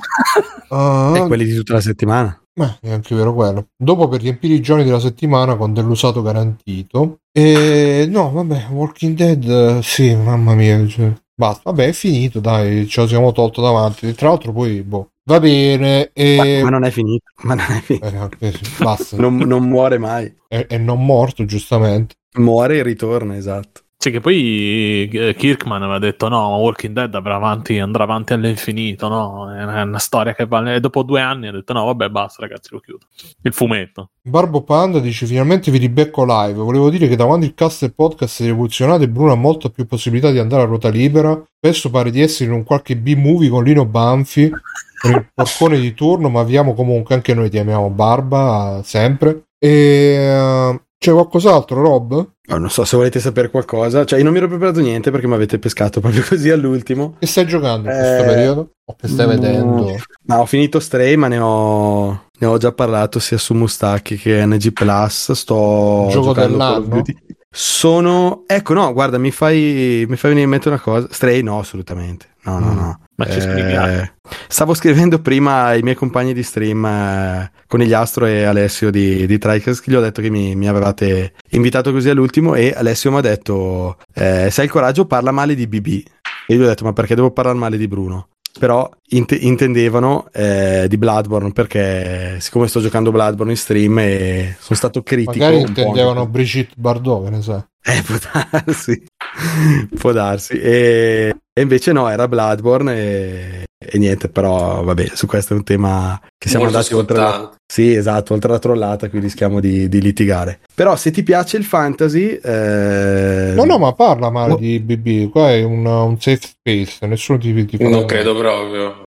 Ah, E quelli di tutta la settimana. ma è anche vero quello. Dopo per riempire i giorni della settimana con dell'usato garantito. E no, vabbè, Walking Dead, eh, sì, mamma mia, cioè, basta. Vabbè, è finito, dai, ce lo siamo tolto davanti. Tra l'altro poi, boh, va bene. E... Ma, ma non è finito. Ma non è finito. Eh, ok, sì, basta. non, non muore mai. È, è non morto, giustamente. Muore e ritorna, esatto. Sì, che poi eh, Kirkman aveva detto no, Walking Dead andrà avanti, andrà avanti all'infinito, no? È una, è una storia che va... E dopo due anni ha detto no, vabbè, basta ragazzi, lo chiudo. Il fumetto. Barbo Panda dice finalmente vi ribecco live. Volevo dire che da quando il cast e podcast è rivoluzionato Bruno ha molta più possibilità di andare a ruota libera. Spesso pare di essere in un qualche B-movie con Lino Banfi, con il porcone di turno, ma abbiamo comunque, anche noi ti amiamo Barba, sempre. E... Uh, c'è qualcos'altro, Rob? No, non so se volete sapere qualcosa. Cioè, io non mi ero preparato niente perché mi avete pescato proprio così all'ultimo. Che stai giocando in questo Eh, periodo? O che stai mm, vedendo? No, ho finito Stray, ma ne ho, ne ho già parlato sia su Mustacchi che N G Plus. Sto Gioco giocando Call of dell'anno? Duty. Sono... Ecco, no, guarda, mi fai, mi fai venire in mente una cosa. Stray no, assolutamente. No, no, Mm. no. Ma ci Eh, spiegate. Stavo scrivendo prima ai miei compagni di stream, eh, Conigliastro e Alessio di, di Tricast, che gli ho detto che mi, mi avevate invitato così all'ultimo, e Alessio mi ha detto eh, se hai il coraggio parla male di B B. E io gli ho detto ma perché devo parlare male di Bruno? Però int- intendevano eh, di Bloodborne, perché siccome sto giocando Bloodborne in stream e sono stato critico Magari un po' intendevano anche- Brigitte Bardot, che ne sai. eh, può darsi, può darsi. E, e invece no, era Bloodborne e, e niente, però vabbè, su questo è un tema che siamo Molto andati oltre la... scottante. Sì, esatto, oltre la trollata, qui rischiamo di, di litigare. Però se ti piace il fantasy... eh, No, no, ma parla male no. di B B. Qua è un, un safe space, nessuno ti, ti fa Non male. credo proprio.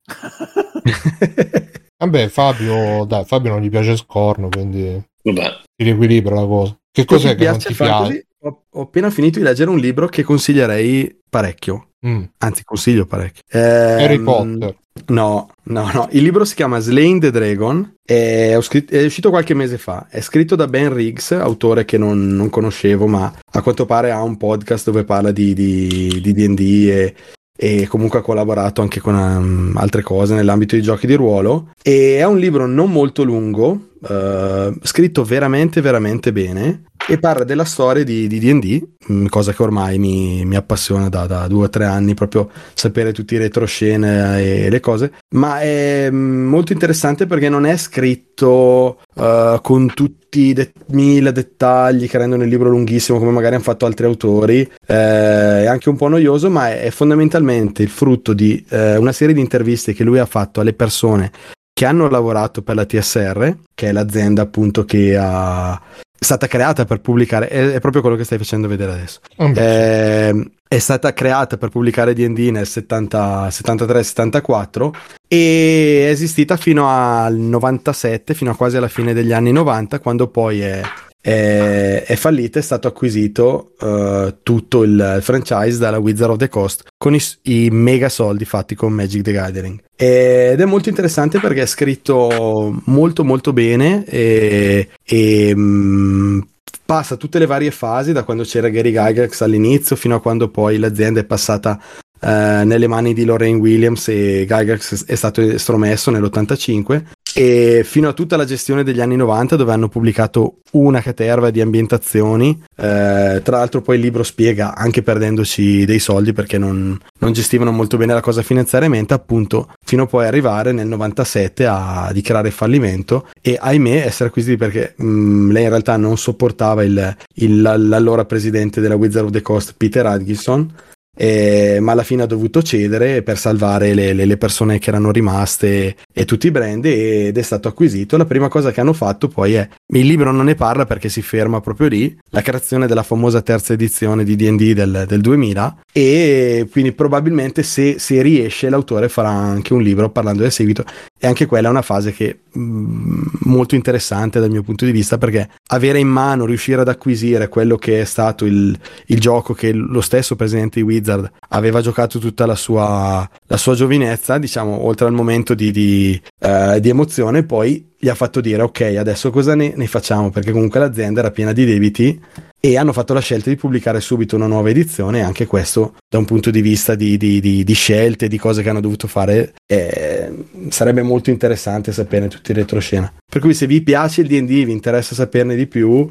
Vabbè, Fabio, dai, Fabio non gli piace Scorno, quindi Vabbè. si riequilibra la cosa. Che Se cos'è ti che non piace ti il fantasy, piace? ho, ho appena finito di leggere un libro che consiglierei parecchio. Mm. Anzi, consiglio parecchio. Harry Ehm, Potter. No, no, no. Il libro si chiama Slaying the Dragon. È, scritto, è uscito qualche mese fa. È scritto da Ben Riggs, autore che non, non conoscevo, ma a quanto pare ha un podcast dove parla di di, di D and D e, e comunque ha collaborato anche con um, altre cose nell'ambito dei giochi di ruolo. E è un libro non molto lungo, uh, scritto veramente, veramente bene. E parla della storia di di D and D, mh, cosa che ormai mi, mi appassiona da, da due o tre anni, proprio sapere tutti i retroscene e le cose. Ma è mh, molto interessante perché non è scritto uh, con tutti i de- mille dettagli che rendono il libro lunghissimo, come magari hanno fatto altri autori. Eh, è anche un po' noioso, ma è, è fondamentalmente il frutto di eh, una serie di interviste che lui ha fatto alle persone che hanno lavorato per la T S R, che è l'azienda appunto che ha è stata creata per pubblicare, è, è proprio quello che stai facendo vedere adesso. Mm. Eh, è stata creata per pubblicare D and D nel settanta, settantatré settantaquattro e è esistita fino al novantasette, fino a quasi alla fine degli anni novanta, quando poi è, è, è fallita. È stato acquisito uh, tutto il franchise dalla Wizard of the Coast con i, i mega soldi fatti con Magic the Gathering. Ed è molto interessante perché è scritto molto molto bene e, e mh, passa tutte le varie fasi, da quando c'era Gary Gygax all'inizio fino a quando poi l'azienda è passata eh, nelle mani di Lorraine Williams e Gygax è stato estromesso nell'ottantacinque, e fino a tutta la gestione degli anni novanta, dove hanno pubblicato una caterva di ambientazioni. Eh, tra l'altro poi il libro spiega, anche perdendoci dei soldi perché non, non gestivano molto bene la cosa finanziariamente, appunto, fino a poi arrivare nel novantasette a dichiarare fallimento e ahimè essere acquisiti, perché mh, lei in realtà non sopportava il, il, l'allora presidente della Wizard of the Coast, Peter Adgison. Eh, ma alla fine ha dovuto cedere per salvare le, le, le persone che erano rimaste e tutti i brand, ed è stato acquisito. La prima cosa che hanno fatto poi è, il libro non ne parla perché si ferma proprio lì, la creazione della famosa terza edizione di D and D del, del duemila, e quindi probabilmente se, se riesce l'autore farà anche un libro parlando del seguito, e anche quella è una fase che mh, molto interessante dal mio punto di vista, perché avere in mano, riuscire ad acquisire quello che è stato il, il gioco che lo stesso presidente di Wizard aveva giocato tutta la sua, la sua giovinezza, diciamo, oltre al momento di, di, uh, di emozione, poi gli ha fatto dire ok, adesso cosa ne, ne facciamo, perché comunque l'azienda era piena di debiti e hanno fatto la scelta di pubblicare subito una nuova edizione, e anche questo da un punto di vista di, di, di, di scelte, di cose che hanno dovuto fare, eh, sarebbe molto interessante saperne tutti in retroscena. Per cui se vi piace il D and D, vi interessa saperne di più,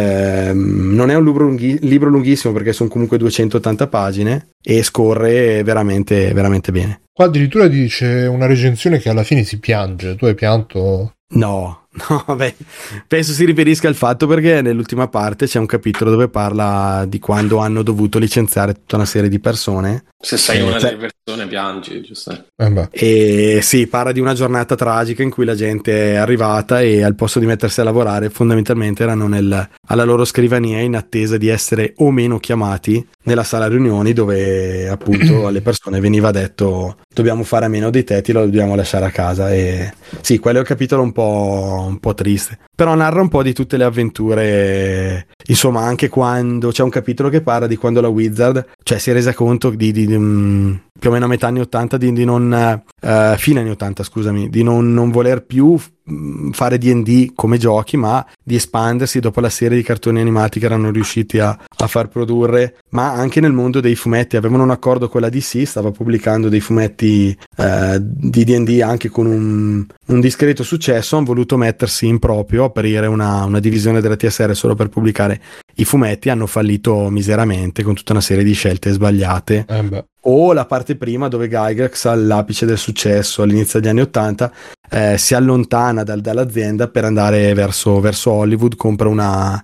ehm, non è un libro, lunghi- libro lunghissimo, perché sono comunque duecentottanta pagine e scorre veramente veramente bene. Qua addirittura dice una recensione che alla fine si piange. Tu hai pianto? No, no, vabbè, penso si riferisca al fatto perché nell'ultima parte c'è un capitolo dove parla di quando hanno dovuto licenziare tutta una serie di persone. Se sei eh, una cioè... delle persone piangi, giusto? Eh beh. E sì, parla di una giornata tragica in cui la gente è arrivata e al posto di mettersi a lavorare fondamentalmente erano nel, alla loro scrivania in attesa di essere o meno chiamati nella sala riunioni, dove appunto alle persone veniva detto dobbiamo fare a meno di te, ti lo dobbiamo lasciare a casa. E sì, quello è un capitolo un po', un po' triste, però narra un po' di tutte le avventure, insomma, anche quando c'è un capitolo che parla di quando la Wizard, cioè, si è resa conto di, di, di um, più o meno a metà anni ottanta di, di non uh, fine anni ottanta scusami di non, non voler più um, fare D and D come giochi, ma di espandersi dopo la serie di cartoni animati che erano riusciti a, a far produrre, ma anche nel mondo dei fumetti. Avevano un accordo con la D C, stava pubblicando dei fumetti uh, di D and D anche con un, un discreto successo. Hanno voluto mettersi in proprio, aprire una, una divisione della T S R solo per pubblicare i fumetti, hanno fallito miseramente con tutta una serie di scelte sbagliate. Eh beh. O la parte prima dove Gygax, all'apice del successo all'inizio degli anni ottanta, eh, si allontana dal, dall'azienda per andare verso, verso Hollywood, compra una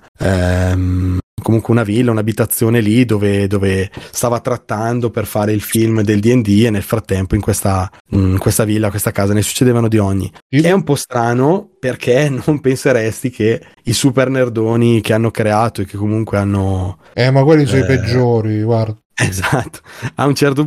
ehm, comunque una villa, un'abitazione lì dove, dove stava trattando per fare il film del D and D, e nel frattempo in questa, in questa villa, questa casa ne succedevano di ogni. È un po' strano perché non penseresti che i super nerdoni che hanno creato e che comunque hanno Eh ma quelli sono eh, i peggiori, guarda. Esatto, a un certo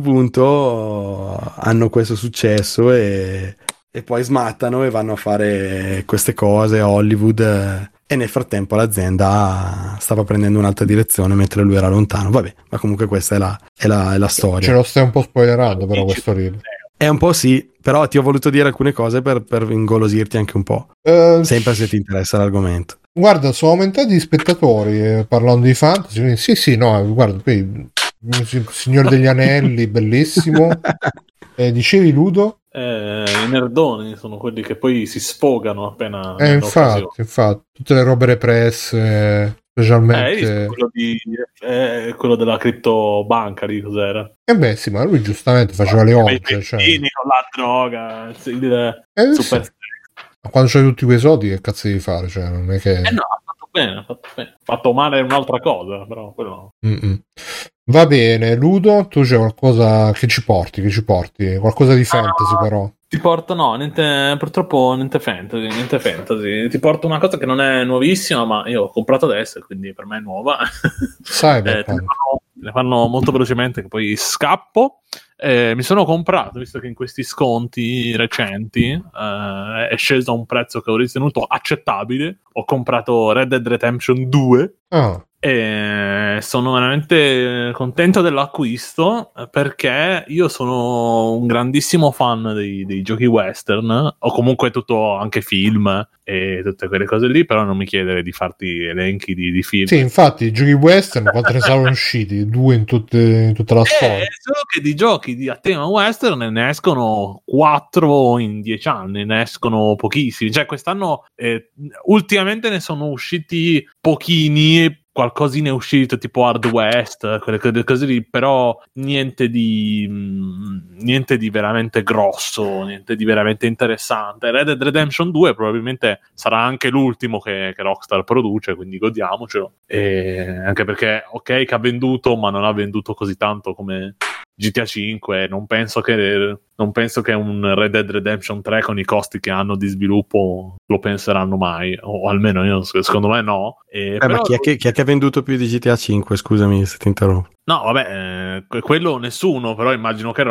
punto hanno questo successo e, e poi smattano e vanno a fare queste cose a Hollywood, eh, e nel frattempo l'azienda stava prendendo un'altra direzione mentre lui era lontano. Vabbè, ma comunque questa è la, è la, è la storia. Ce lo stai un po' spoilerando però questo libro. È un po' sì, però ti ho voluto dire alcune cose per, per ingolosirti anche un po', uh, sempre se ti interessa l'argomento. Guarda, sono aumentati gli spettatori eh, parlando di fantasy, quindi sì sì, no, guarda, qui Signore degli Anelli, bellissimo. Eh, dicevi, Ludo? Eh, I nerdoni sono quelli che poi si sfogano appena Eh, infatti, infatti, tutte le robe represse, specialmente eh, quello, di, eh, quello della criptobanca di cos'era? Eh beh sì, ma lui giustamente faceva le orge, cioè. Con la droga, il eh, super sì. Ma quando c'hai tutti quei soldi che cazzo devi fare? Cioè, non è che eh no, ha fatto bene, ha fatto bene. Ha fatto male un'altra cosa, però quello no. Va bene, Ludo, tu c'è qualcosa che ci porti, che ci porti? Qualcosa di fantasy, ah, però. Ti porto, no, niente, purtroppo niente fantasy, niente fantasy. Ti porto una cosa che non è nuovissima, ma io ho comprato adesso, quindi per me è nuova. Sai, eh, te ne fanno, te ne fanno molto velocemente, che poi scappo. Eh, mi sono comprato, visto che in questi sconti recenti eh, è sceso a un prezzo che ho ritenuto accettabile. Ho comprato Red Dead Redemption due. Ah. E sono veramente contento dell'acquisto, perché io sono un grandissimo fan dei, dei giochi western, o comunque tutto, anche film e tutte quelle cose lì, però non mi chiedere di farti elenchi di, di film. Sì, infatti i giochi western quanto ne sono usciti? Due in, tutte, in tutta la storia. Eh, solo che di giochi di a tema western ne escono quattro in dieci anni, ne escono pochissimi. Cioè quest'anno eh, ultimamente ne sono usciti pochini, qualcosina è uscito tipo Hard West, quelle cose lì, però niente di mh, niente di veramente grosso, niente di veramente interessante. Red Dead Redemption due probabilmente sarà anche l'ultimo che, che Rockstar produce, quindi godiamocelo. E anche perché ok che ha venduto, ma non ha venduto così tanto come G T A cinque. Non penso che non penso che un Red Dead Redemption tre con i costi che hanno di sviluppo lo penseranno mai, o almeno io secondo me no. E eh, però... ma chi è, che, chi è che ha venduto più di G T A cinque? Scusami se ti interrompo. No, vabbè, eh, quello nessuno, però immagino che Rockstar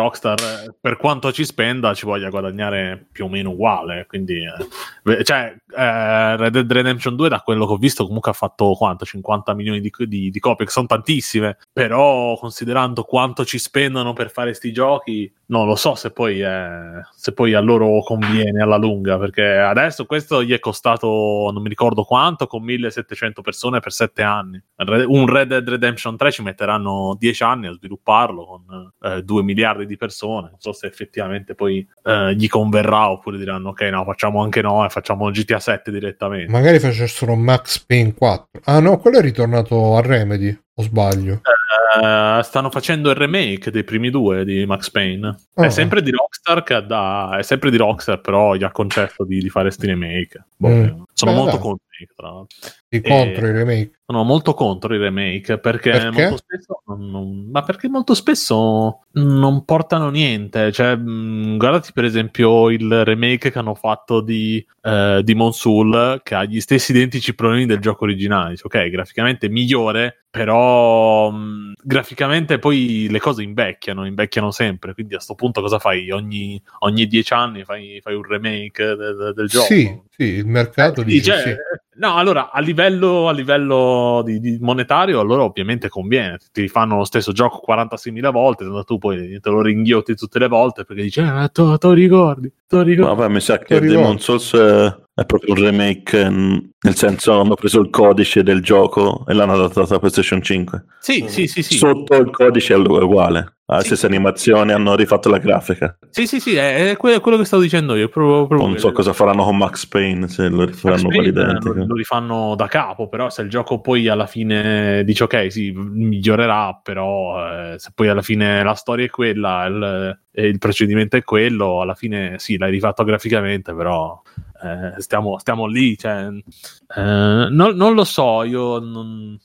per quanto ci spenda ci voglia guadagnare più o meno uguale, quindi eh, cioè eh, Red Dead Redemption due, da quello che ho visto, comunque ha fatto quanto? cinquanta milioni di, di, di copie, che sono tantissime, però considerando quanto ci spendono per fare sti giochi, non lo so se poi, è, se poi a loro conviene alla lunga, perché adesso questo gli è costato non mi ricordo quanto, con millesettecento persone per sette anni. Un Red Dead Redemption tre ci metteranno dieci anni a svilupparlo con eh, due miliardi di persone, non so se effettivamente poi eh, gli converrà, oppure diranno ok, no, facciamo anche noi, facciamo G T A sette direttamente. Magari facessero Max Payne quattro. Ah no, quello è ritornato a Remedy, o sbaglio? Uh, stanno facendo il remake dei primi due di Max Payne. Oh. È sempre di Rockstar che da... è sempre di Rockstar, però gli ha concesso di, di fare sti remake. Boh, mm. Sono Beh, molto contro, tra l'altro. E contro i remake? Sono molto contro i remake perché, perché? molto spesso non, non, ma perché molto spesso non portano niente. Cioè, mh, guardati per esempio il remake che hanno fatto di eh, Demon's Souls, che ha gli stessi identici problemi del gioco originale. Ok, graficamente migliore, però mh, graficamente poi le cose invecchiano, invecchiano sempre. Quindi a sto punto cosa fai? Ogni, ogni dieci anni fai, fai un remake de, de, del gioco? Sì, sì, il mercato eh, dice cioè, sì. No, allora a livello, a livello di, di monetario, allora ovviamente conviene. Ti fanno lo stesso gioco quarantaseimila volte, tu poi te lo ringhiotti tutte le volte perché dici, ah, tu lo ricordi, tu lo ricordi. Vabbè, mi sa che Demon's Souls è, è proprio un remake, nel senso hanno preso il codice del gioco e l'hanno adattato a PlayStation cinque. Sì, mm. sì, sì, sì. Sotto il codice è uguale. Ha la sì. stessa animazione, hanno rifatto la grafica. Sì, sì, sì, è, è quello, quello che stavo dicendo io. Proprio, proprio non so quello. cosa faranno con Max Payne, se lo rifaranno uguale identico. Lo, lo rifanno da capo, però se il gioco poi alla fine dice ok, sì, migliorerà, però eh, se poi alla fine la storia è quella, il, il procedimento è quello, alla fine sì, l'hai rifatto graficamente, però eh, stiamo, stiamo lì, cioè, eh, non, non lo so, io non...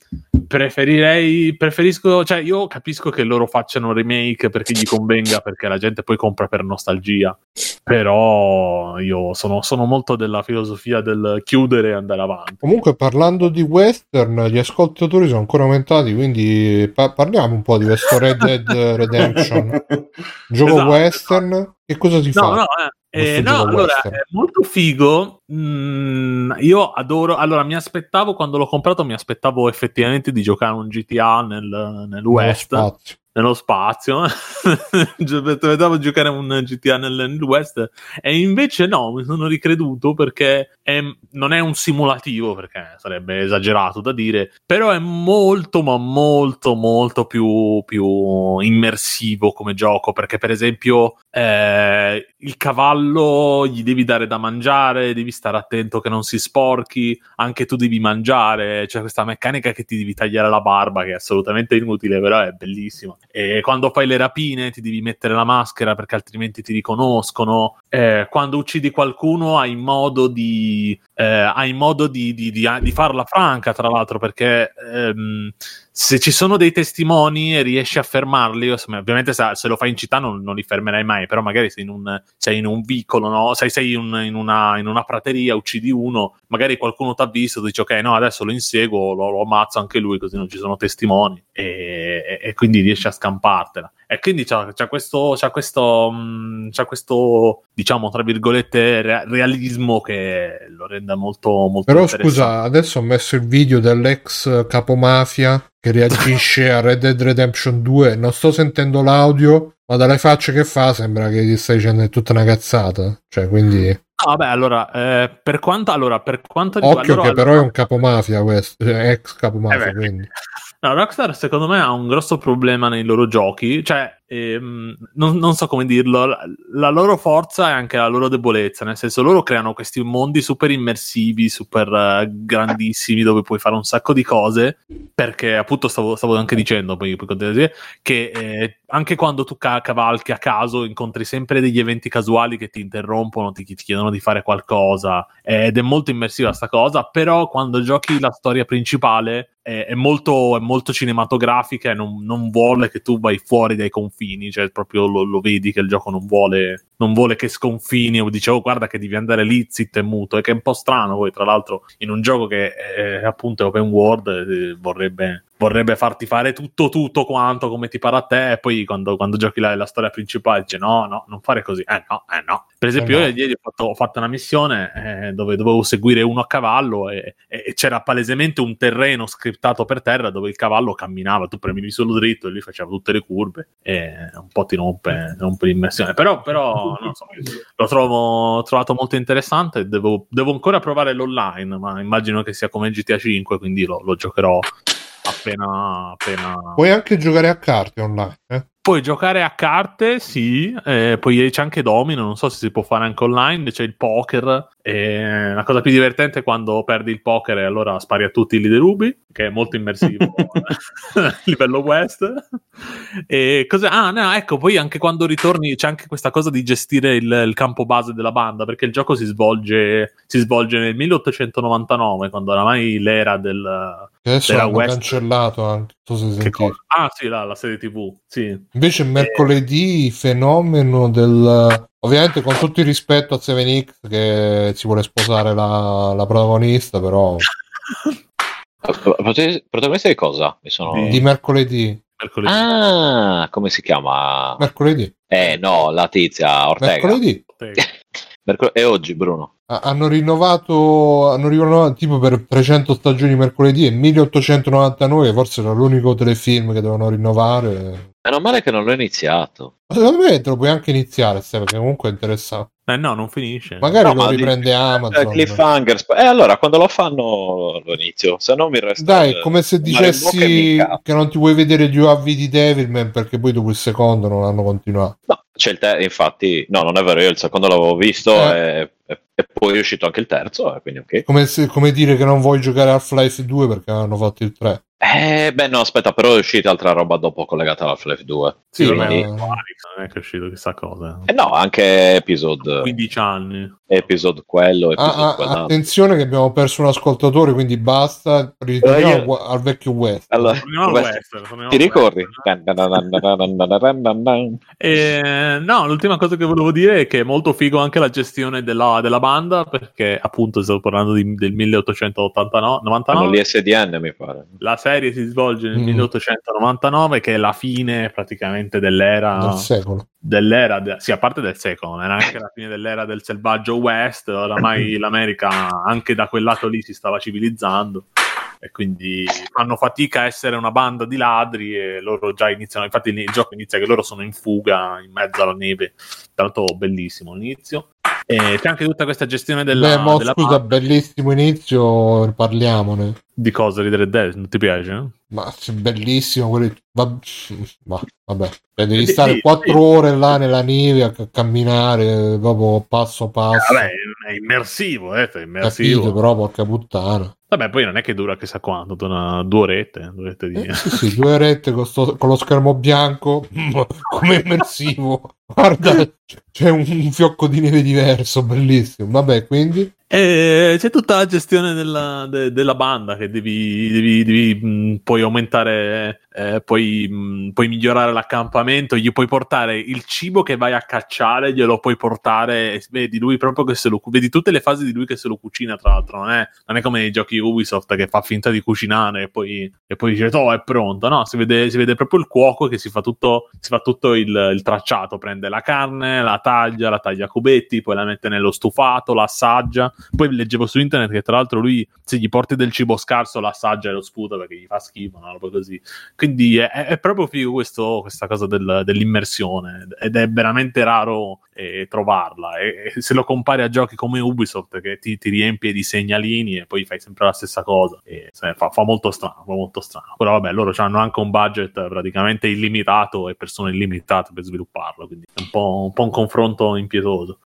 preferirei preferisco, cioè io capisco che loro facciano remake perché gli convenga, perché la gente poi compra per nostalgia, però io sono, sono molto della filosofia del chiudere e andare avanti. Comunque, parlando di western, gli ascoltatori sono ancora aumentati, quindi pa- parliamo un po' di questo Red Dead Redemption, gioco esatto, western, esatto. Che cosa si no, fa? No, eh. Eh, no, allora western. È molto figo. Mm, io adoro. Allora, mi aspettavo quando l'ho comprato, mi aspettavo effettivamente di giocare un G T A nel, nel West, spazio. nello spazio. Aspettavo di giocare un G T A nel, nel West, e invece no, mi sono ricreduto perché è, non è un simulativo, perché sarebbe esagerato da dire, però è molto, ma molto, molto più, più immersivo come gioco, perché per esempio eh, il cavallo gli devi dare da mangiare, devi stare attento che non si sporchi, anche tu devi mangiare, c'è questa meccanica che ti devi tagliare la barba che è assolutamente inutile, però è bellissima. E quando fai le rapine ti devi mettere la maschera perché altrimenti ti riconoscono. Eh, quando uccidi qualcuno hai modo di eh, hai modo di, di, di, di farla franca, tra l'altro, perché ehm, se ci sono dei testimoni e riesci a fermarli, ovviamente se, se lo fai in città non, non li fermerai mai, però magari sei in un, sei in un vicolo, no? sei, sei un, in, una, in una prateria, uccidi uno, magari qualcuno ti ha visto, dici ok, no, adesso lo inseguo, lo, lo ammazzo anche lui, così non ci sono testimoni, e, e, e quindi riesci a scampartela. E quindi c'ha, c'ha questo, c'ha questo, mh, c'ha questo, diciamo, tra virgolette, re- realismo che lo rende molto, molto Però interessante. Scusa, adesso ho messo il video dell'ex capomafia che reagisce a Red Dead Redemption due, non sto sentendo l'audio, ma dalle facce che fa sembra che ti stai dicendo è tutta una cazzata, cioè quindi... Ah, vabbè, allora, eh, per quanto, allora, per quanto riguarda... Occhio allora, che allora... però è un capomafia questo, cioè ex capomafia, eh quindi... No, Rockstar secondo me ha un grosso problema nei loro giochi, cioè ehm, non, non so come dirlo, la, la loro forza è anche la loro debolezza, nel senso loro creano questi mondi super immersivi, super uh, grandissimi, dove puoi fare un sacco di cose, perché appunto stavo, stavo anche dicendo, poi, poi dire, che eh, anche quando tu ca- cavalchi a caso incontri sempre degli eventi casuali che ti interrompono, ti, ti chiedono di fare qualcosa, eh, ed è molto immersiva sta cosa, però quando giochi la storia principale è, è molto è molto cinematografica e non, non vuole che tu vai fuori dai confini, cioè proprio lo, lo vedi che il gioco non vuole non vuole che sconfini o dice oh guarda che devi andare lì zitto e muto, e che è un po' strano poi tra l'altro in un gioco che è, è appunto open world, eh, vorrebbe vorrebbe farti fare tutto tutto quanto come ti pare a te, e poi quando, quando giochi la, la storia principale dice no no non fare così, eh no eh no per esempio eh no. io ieri ho fatto, ho fatto una missione eh, dove dovevo seguire uno a cavallo e, e, e c'era palesemente un terreno scriptato per terra dove il cavallo camminava, tu premivi solo dritto e lui faceva tutte le curve e un po' ti rompe, rompe l'immersione, però, però non so, lo trovo trovato molto interessante, devo, devo ancora provare l'online, ma immagino che sia come G T A cinque, quindi lo, lo giocherò appena, appena... Puoi anche giocare a carte online, eh? Puoi giocare a carte, sì, eh, poi c'è anche domino, non so se si può fare anche online, c'è il poker, e la cosa più divertente è quando perdi il poker e allora spari a tutti li derubi, che è molto immersivo a livello West. E cosa... Ah, no, ecco, poi anche quando ritorni c'è anche questa cosa di gestire il, il campo base della banda, perché il gioco si svolge, si svolge nel milleottocentonovantanove, quando oramai l'era del... Adesso l'hanno West... cancellato anche. Che cosa? Ah sì, la, la serie tivù, sì. Invece mercoledì il fenomeno del... Ovviamente con tutto il rispetto a seven X che si vuole sposare la, la protagonista, però... Protagonista di cosa? Mi sono... Di, di mercoledì. mercoledì. Ah, come si chiama? Mercoledì. Eh no, la tizia Ortega. Mercoledì. Mercol- e oggi, Bruno? Hanno rinnovato, hanno rinnovato tipo per trecento stagioni mercoledì e milleottocentonovantanove, forse era l'unico telefilm che dovevano rinnovare. Meno male che non l'ho iniziato. Secondo me te lo puoi anche iniziare, perché comunque è interessante. Eh no, non finisce. Magari no, lo riprende di... Amazon. Cliffhanger. E eh, allora, quando lo fanno lo inizio, se no mi resta... Dai, come se dicessi che non ti vuoi vedere gli U A V di Devilman perché poi dopo il secondo non hanno continuato. No, c'è il te- infatti, no, non è vero, io il secondo l'avevo visto eh. e, e, e poi è uscito anche il terzo, eh, quindi ok. Come, se, come dire che non vuoi giocare a Half-Life due perché hanno fatto il tre. Eh, beh, no, aspetta, però è uscita altra roba dopo collegata alla Half-Life due. Sì, quindi... non è che è uscito chissà cosa. Eh no, anche episode... quindici anni. Episode quello, episode ah, ah, attenzione che abbiamo perso un ascoltatore, quindi basta, ritorniamo io... al vecchio West. Allora, al West, ti ricordi? eh, no, l'ultima cosa che volevo dire è che è molto figo anche la gestione della, della banda, perché appunto stavo parlando di, del milleottocentottantanove. Hanno l'I S D N mi pare. La serie si svolge nel mm. milleottocentonovantanove, che è la fine praticamente dell'era del secolo. Dell'era, de- sì, a parte del secolo, non era anche la fine dell'era del selvaggio West, oramai l'America anche da quel lato lì si stava civilizzando e quindi fanno fatica a essere una banda di ladri e loro già iniziano, infatti il gioco inizia che loro sono in fuga in mezzo alla neve, tra l'altro bellissimo l'inizio. E c'è anche tutta questa gestione della... Beh, mo, della scusa, banda. Bellissimo inizio, parliamone. Di cosa? Ridere Dead? Non ti piace? Eh? Ma bellissimo, quelli... Va... Ma, vabbè, cioè, devi sì, stare sì, quattro sì. ore là nella neve a camminare proprio passo passo. Vabbè, è immersivo, eh, è immersivo. Capito, però porca puttana. Vabbè, poi non è che dura chissà quanto, dura due orette, due orette di... eh, sì, sì, due orette con, sto, con lo schermo bianco, come immersivo. Guarda, c'è un, un fiocco di neve diverso, bellissimo. Vabbè, quindi... E c'è tutta la gestione della, de, della banda che devi, devi, devi mh, puoi aumentare, eh, puoi, mh, puoi migliorare l'accampamento, gli puoi portare il cibo che vai a cacciare, glielo puoi portare, vedi lui proprio che se lo vedi tutte le fasi di lui che se lo cucina, tra l'altro non è, non è come nei giochi Ubisoft che fa finta di cucinare e poi, e poi dice oh è pronto, no, si vede, si vede proprio il cuoco che si fa tutto, si fa tutto il, il tracciato, prende la carne, la taglia, la taglia a cubetti, poi la mette nello stufato, la assaggia. Poi leggevo su internet che tra l'altro lui se gli porti del cibo scarso l'assaggia e lo sputa perché gli fa schifo, una roba così. Quindi è, è proprio figo questo, questa cosa del, dell'immersione ed è veramente raro eh, trovarla e, e se lo compari a giochi come Ubisoft che ti, ti riempie di segnalini e poi fai sempre la stessa cosa e se, fa, fa molto strano, fa molto strano. Però vabbè, loro hanno anche un budget praticamente illimitato e persone illimitate per svilupparlo, quindi è un po', un, po' un confronto impietoso.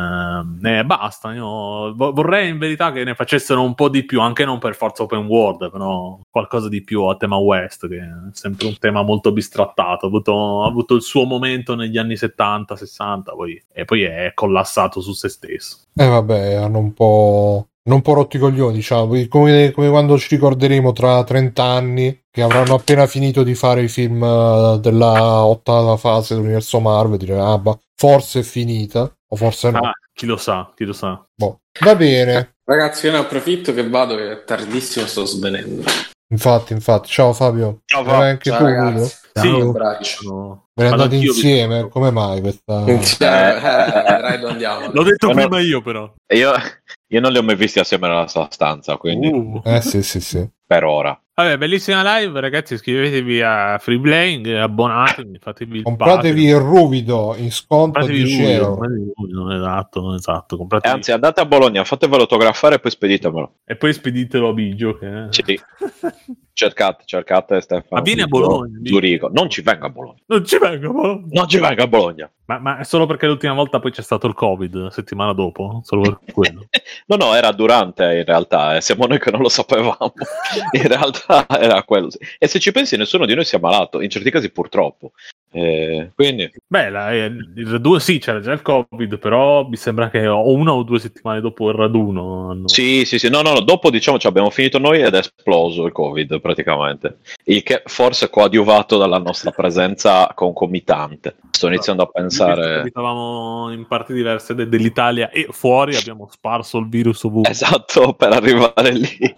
Eh, eh, basta, io vorrei in verità che ne facessero un po' di più, anche non per forza open world, però qualcosa di più a tema West, che è sempre un tema molto bistrattato, ha avuto, ha avuto il suo momento negli anni settanta sessanta poi, e poi è collassato su se stesso. Eh vabbè, hanno un po'... non po' rotti i coglioni, diciamo, come, come quando ci ricorderemo tra trenta anni che avranno appena finito di fare i film della ottava fase dell'universo Marvel, dire ah, bah, forse è finita, o forse no. Ah, chi lo sa, chi lo sa. Boh. Va bene. Ragazzi, io ne approfitto che vado, che è tardissimo, sto svenendo. Infatti, infatti. Ciao Fabio. Ciao, Vai anche ciao, tu, ragazzi. Ludo? Sì, Un io abbraccio. sono- Ve ne vado andate anch'io, insieme? Vittorio. Come mai questa... Insieme, eh, vedrai dove andiamo. L'ho detto Ma no- prima io, però. Io, io non li ho mai visti assieme nella stessa stanza, quindi Uh. Eh sì, sì, sì. per ora. Vabbè, bellissima live, ragazzi. Iscrivetevi a Freeplaying, abbonatevi, fatevi il Compratevi il ruvido in sconto a Compratevi dieci Ruvido, euro. compratevi Ruvido, esatto, esatto. E Compratevi... anzi, andate a Bologna, fatevelo autografare e poi speditemelo. E poi speditelo a Bigio. Che... Sì. Cercate, cercate Stefano. Ma vieni a Biggio, Bologna, Biggio. Zurigo. Non ci venga a Bologna. Non ci vengo, ma... Non ci venga a Bologna. Ma, ma è solo perché l'ultima volta poi c'è stato il Covid, la settimana dopo? Solo per quello. No, no, era durante in realtà, eh. Siamo noi che non lo sapevamo. In realtà era quello. E se ci pensi, nessuno di noi si è ammalato, in certi casi purtroppo. Eh, quindi Beh, la, eh, il raduno sì, c'era già il Covid, però mi sembra che o una o due settimane dopo il raduno hanno... sì, sì, sì, no, no, no, dopo diciamo ci abbiamo finito noi ed è esploso il Covid praticamente, il che forse è coadiuvato dalla nostra presenza concomitante. Sto iniziando a pensare... Abitavamo in parti diverse de- dell'Italia e fuori abbiamo sparso il virus ovunque. Esatto, per arrivare lì.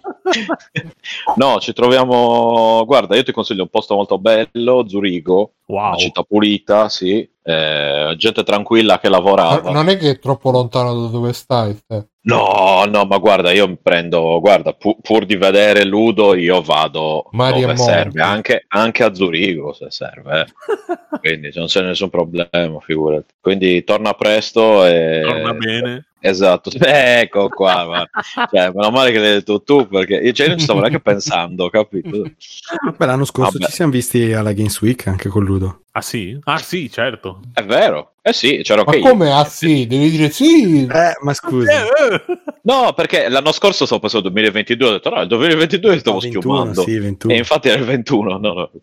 No, ci troviamo... Guarda, io ti consiglio un posto molto bello, Zurigo, Wow. una città pulita, sì, eh, gente tranquilla che Ma lavorava. non è che è troppo lontano da dove stai? Te. No, no, ma guarda, io mi prendo, guarda, pu- pur di vedere Ludo, io vado Mari e dove monti. serve, anche, anche a Zurigo se serve, eh. Quindi non c'è nessun problema, figurati. Quindi torna presto e... Torna bene. Esatto, ecco qua, guarda. Cioè, meno male che l'hai detto tu, perché io, cioè, io non ci stavo neanche pensando, capito? Beh, l'anno scorso Vabbè. ci siamo visti alla Games Week anche con Ludo. Ah sì? Ah sì, certo. È vero, eh sì, c'ero Ma anche io. come? Ah sì, devi dire sì. Eh, ma scusa. No, perché l'anno scorso stavo pensando duemilaventidue, ho detto no, il duemilaventidue stavo No, ventuno, schiumando. sì, ventuno. E infatti era il ventuno, no, no.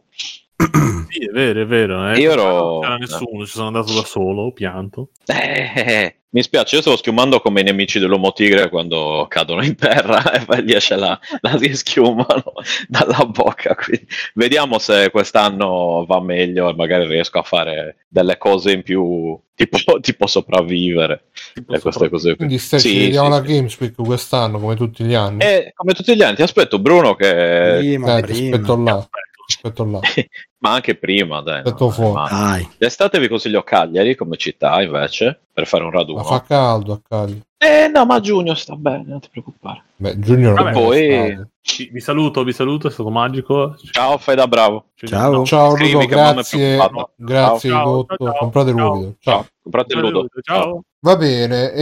Sì, è vero, è vero. Eh. Io ero- Non c'era nessuno, ci sono andato da solo, ho pianto. Eh, mi spiace, io stavo schiumando come i nemici dell'uomo tigre quando cadono in terra e poi gli esce la, la si schiumano dalla bocca. Quindi vediamo se quest'anno va meglio e magari riesco a fare delle cose in più, tipo, tipo sopravvivere Tipo e queste cose qui. Quindi stai, Sì, ci vediamo sì, alla sì. Games Week quest'anno, come tutti gli anni. E come tutti gli anni, ti aspetto Bruno che... Sì, ma Eh, ti prima. aspetto là. Aspetto là. Ma anche prima, dai. Aspetto no, fuori. ma- Dai. D'estate vi consiglio Cagliari come città invece, per fare un raduno. Ma fa caldo a Cagliari. Eh no, ma a giugno sta bene, non ti preoccupare. Beh, Junior Vabbè, non è poi- estate. Vi, vi saluto, vi saluto, è stato magico. Ciao, fai da bravo. Ci Ciao. vediamo. Ciao Scrivi Ludo, che mamma è grazie. preoccupata. Grazie Ciao, di ciao, tutto. ciao, Comprate il ciao. Ruvido. Ciao. Ciao, comprate il Ludo. Ciao. Va bene,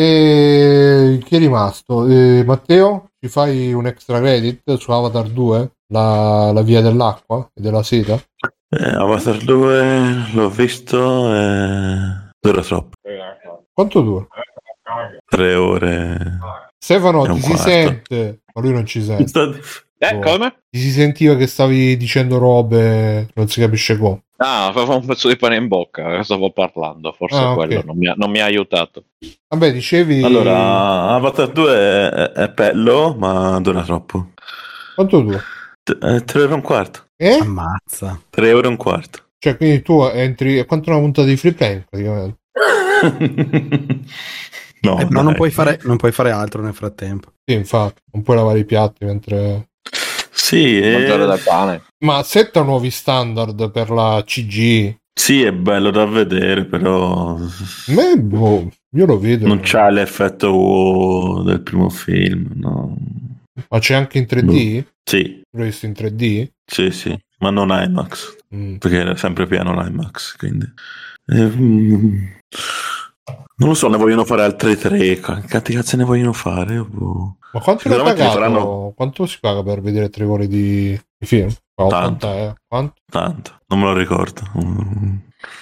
e chi è rimasto? Eh, Matteo, ci fai un extra credit su Avatar due? La, la via dell'acqua e della seta? Eh, Avatar due l'ho visto e dura troppo. Quanto dura? Tre ore. Stefano, È un ti si quarto. sente? Ma lui non ci sente. Eh, Oh. come? Ti si sentiva che stavi dicendo robe, non si capisce come. Ah, aveva un pezzo di pane in bocca, stavo parlando, forse Ah, ok. quello non mi, ha, non mi ha aiutato. Vabbè, dicevi... Allora, Avatar due è, è bello, ma dura troppo. Quanto dura? T- eh, tre ore e un quarto. Eh? Ammazza. Tre ore e un quarto. Cioè, quindi tu entri... È quanto una puntata di Free Play, praticamente. No, Eh, però dai. non puoi, fare, non puoi fare altro nel frattempo. Sì, infatti. Non puoi lavare i piatti mentre... Sì, eh, Mangiare del pane. Ma setta nuovi standard per la C G. sì, è bello da vedere, però Me, boh, io lo vedo. non c'ha l'effetto wow del primo film. No. Ma c'è anche in tre D? Sì, L'ho visto in tre D? sì, sì, ma non IMAX, Mm. perché era sempre pieno l'IMAX, quindi... Eh, mm, non lo so, ne vogliono fare altre tre. Quanti cazzo ne vogliono fare? Boh. Ma quanto ne Sicuramente pagato? faranno- Quanto si paga per vedere tre ore di, di film? ottanta, Tanto. eh? Quanto? Tanto, non me lo ricordo. Mm.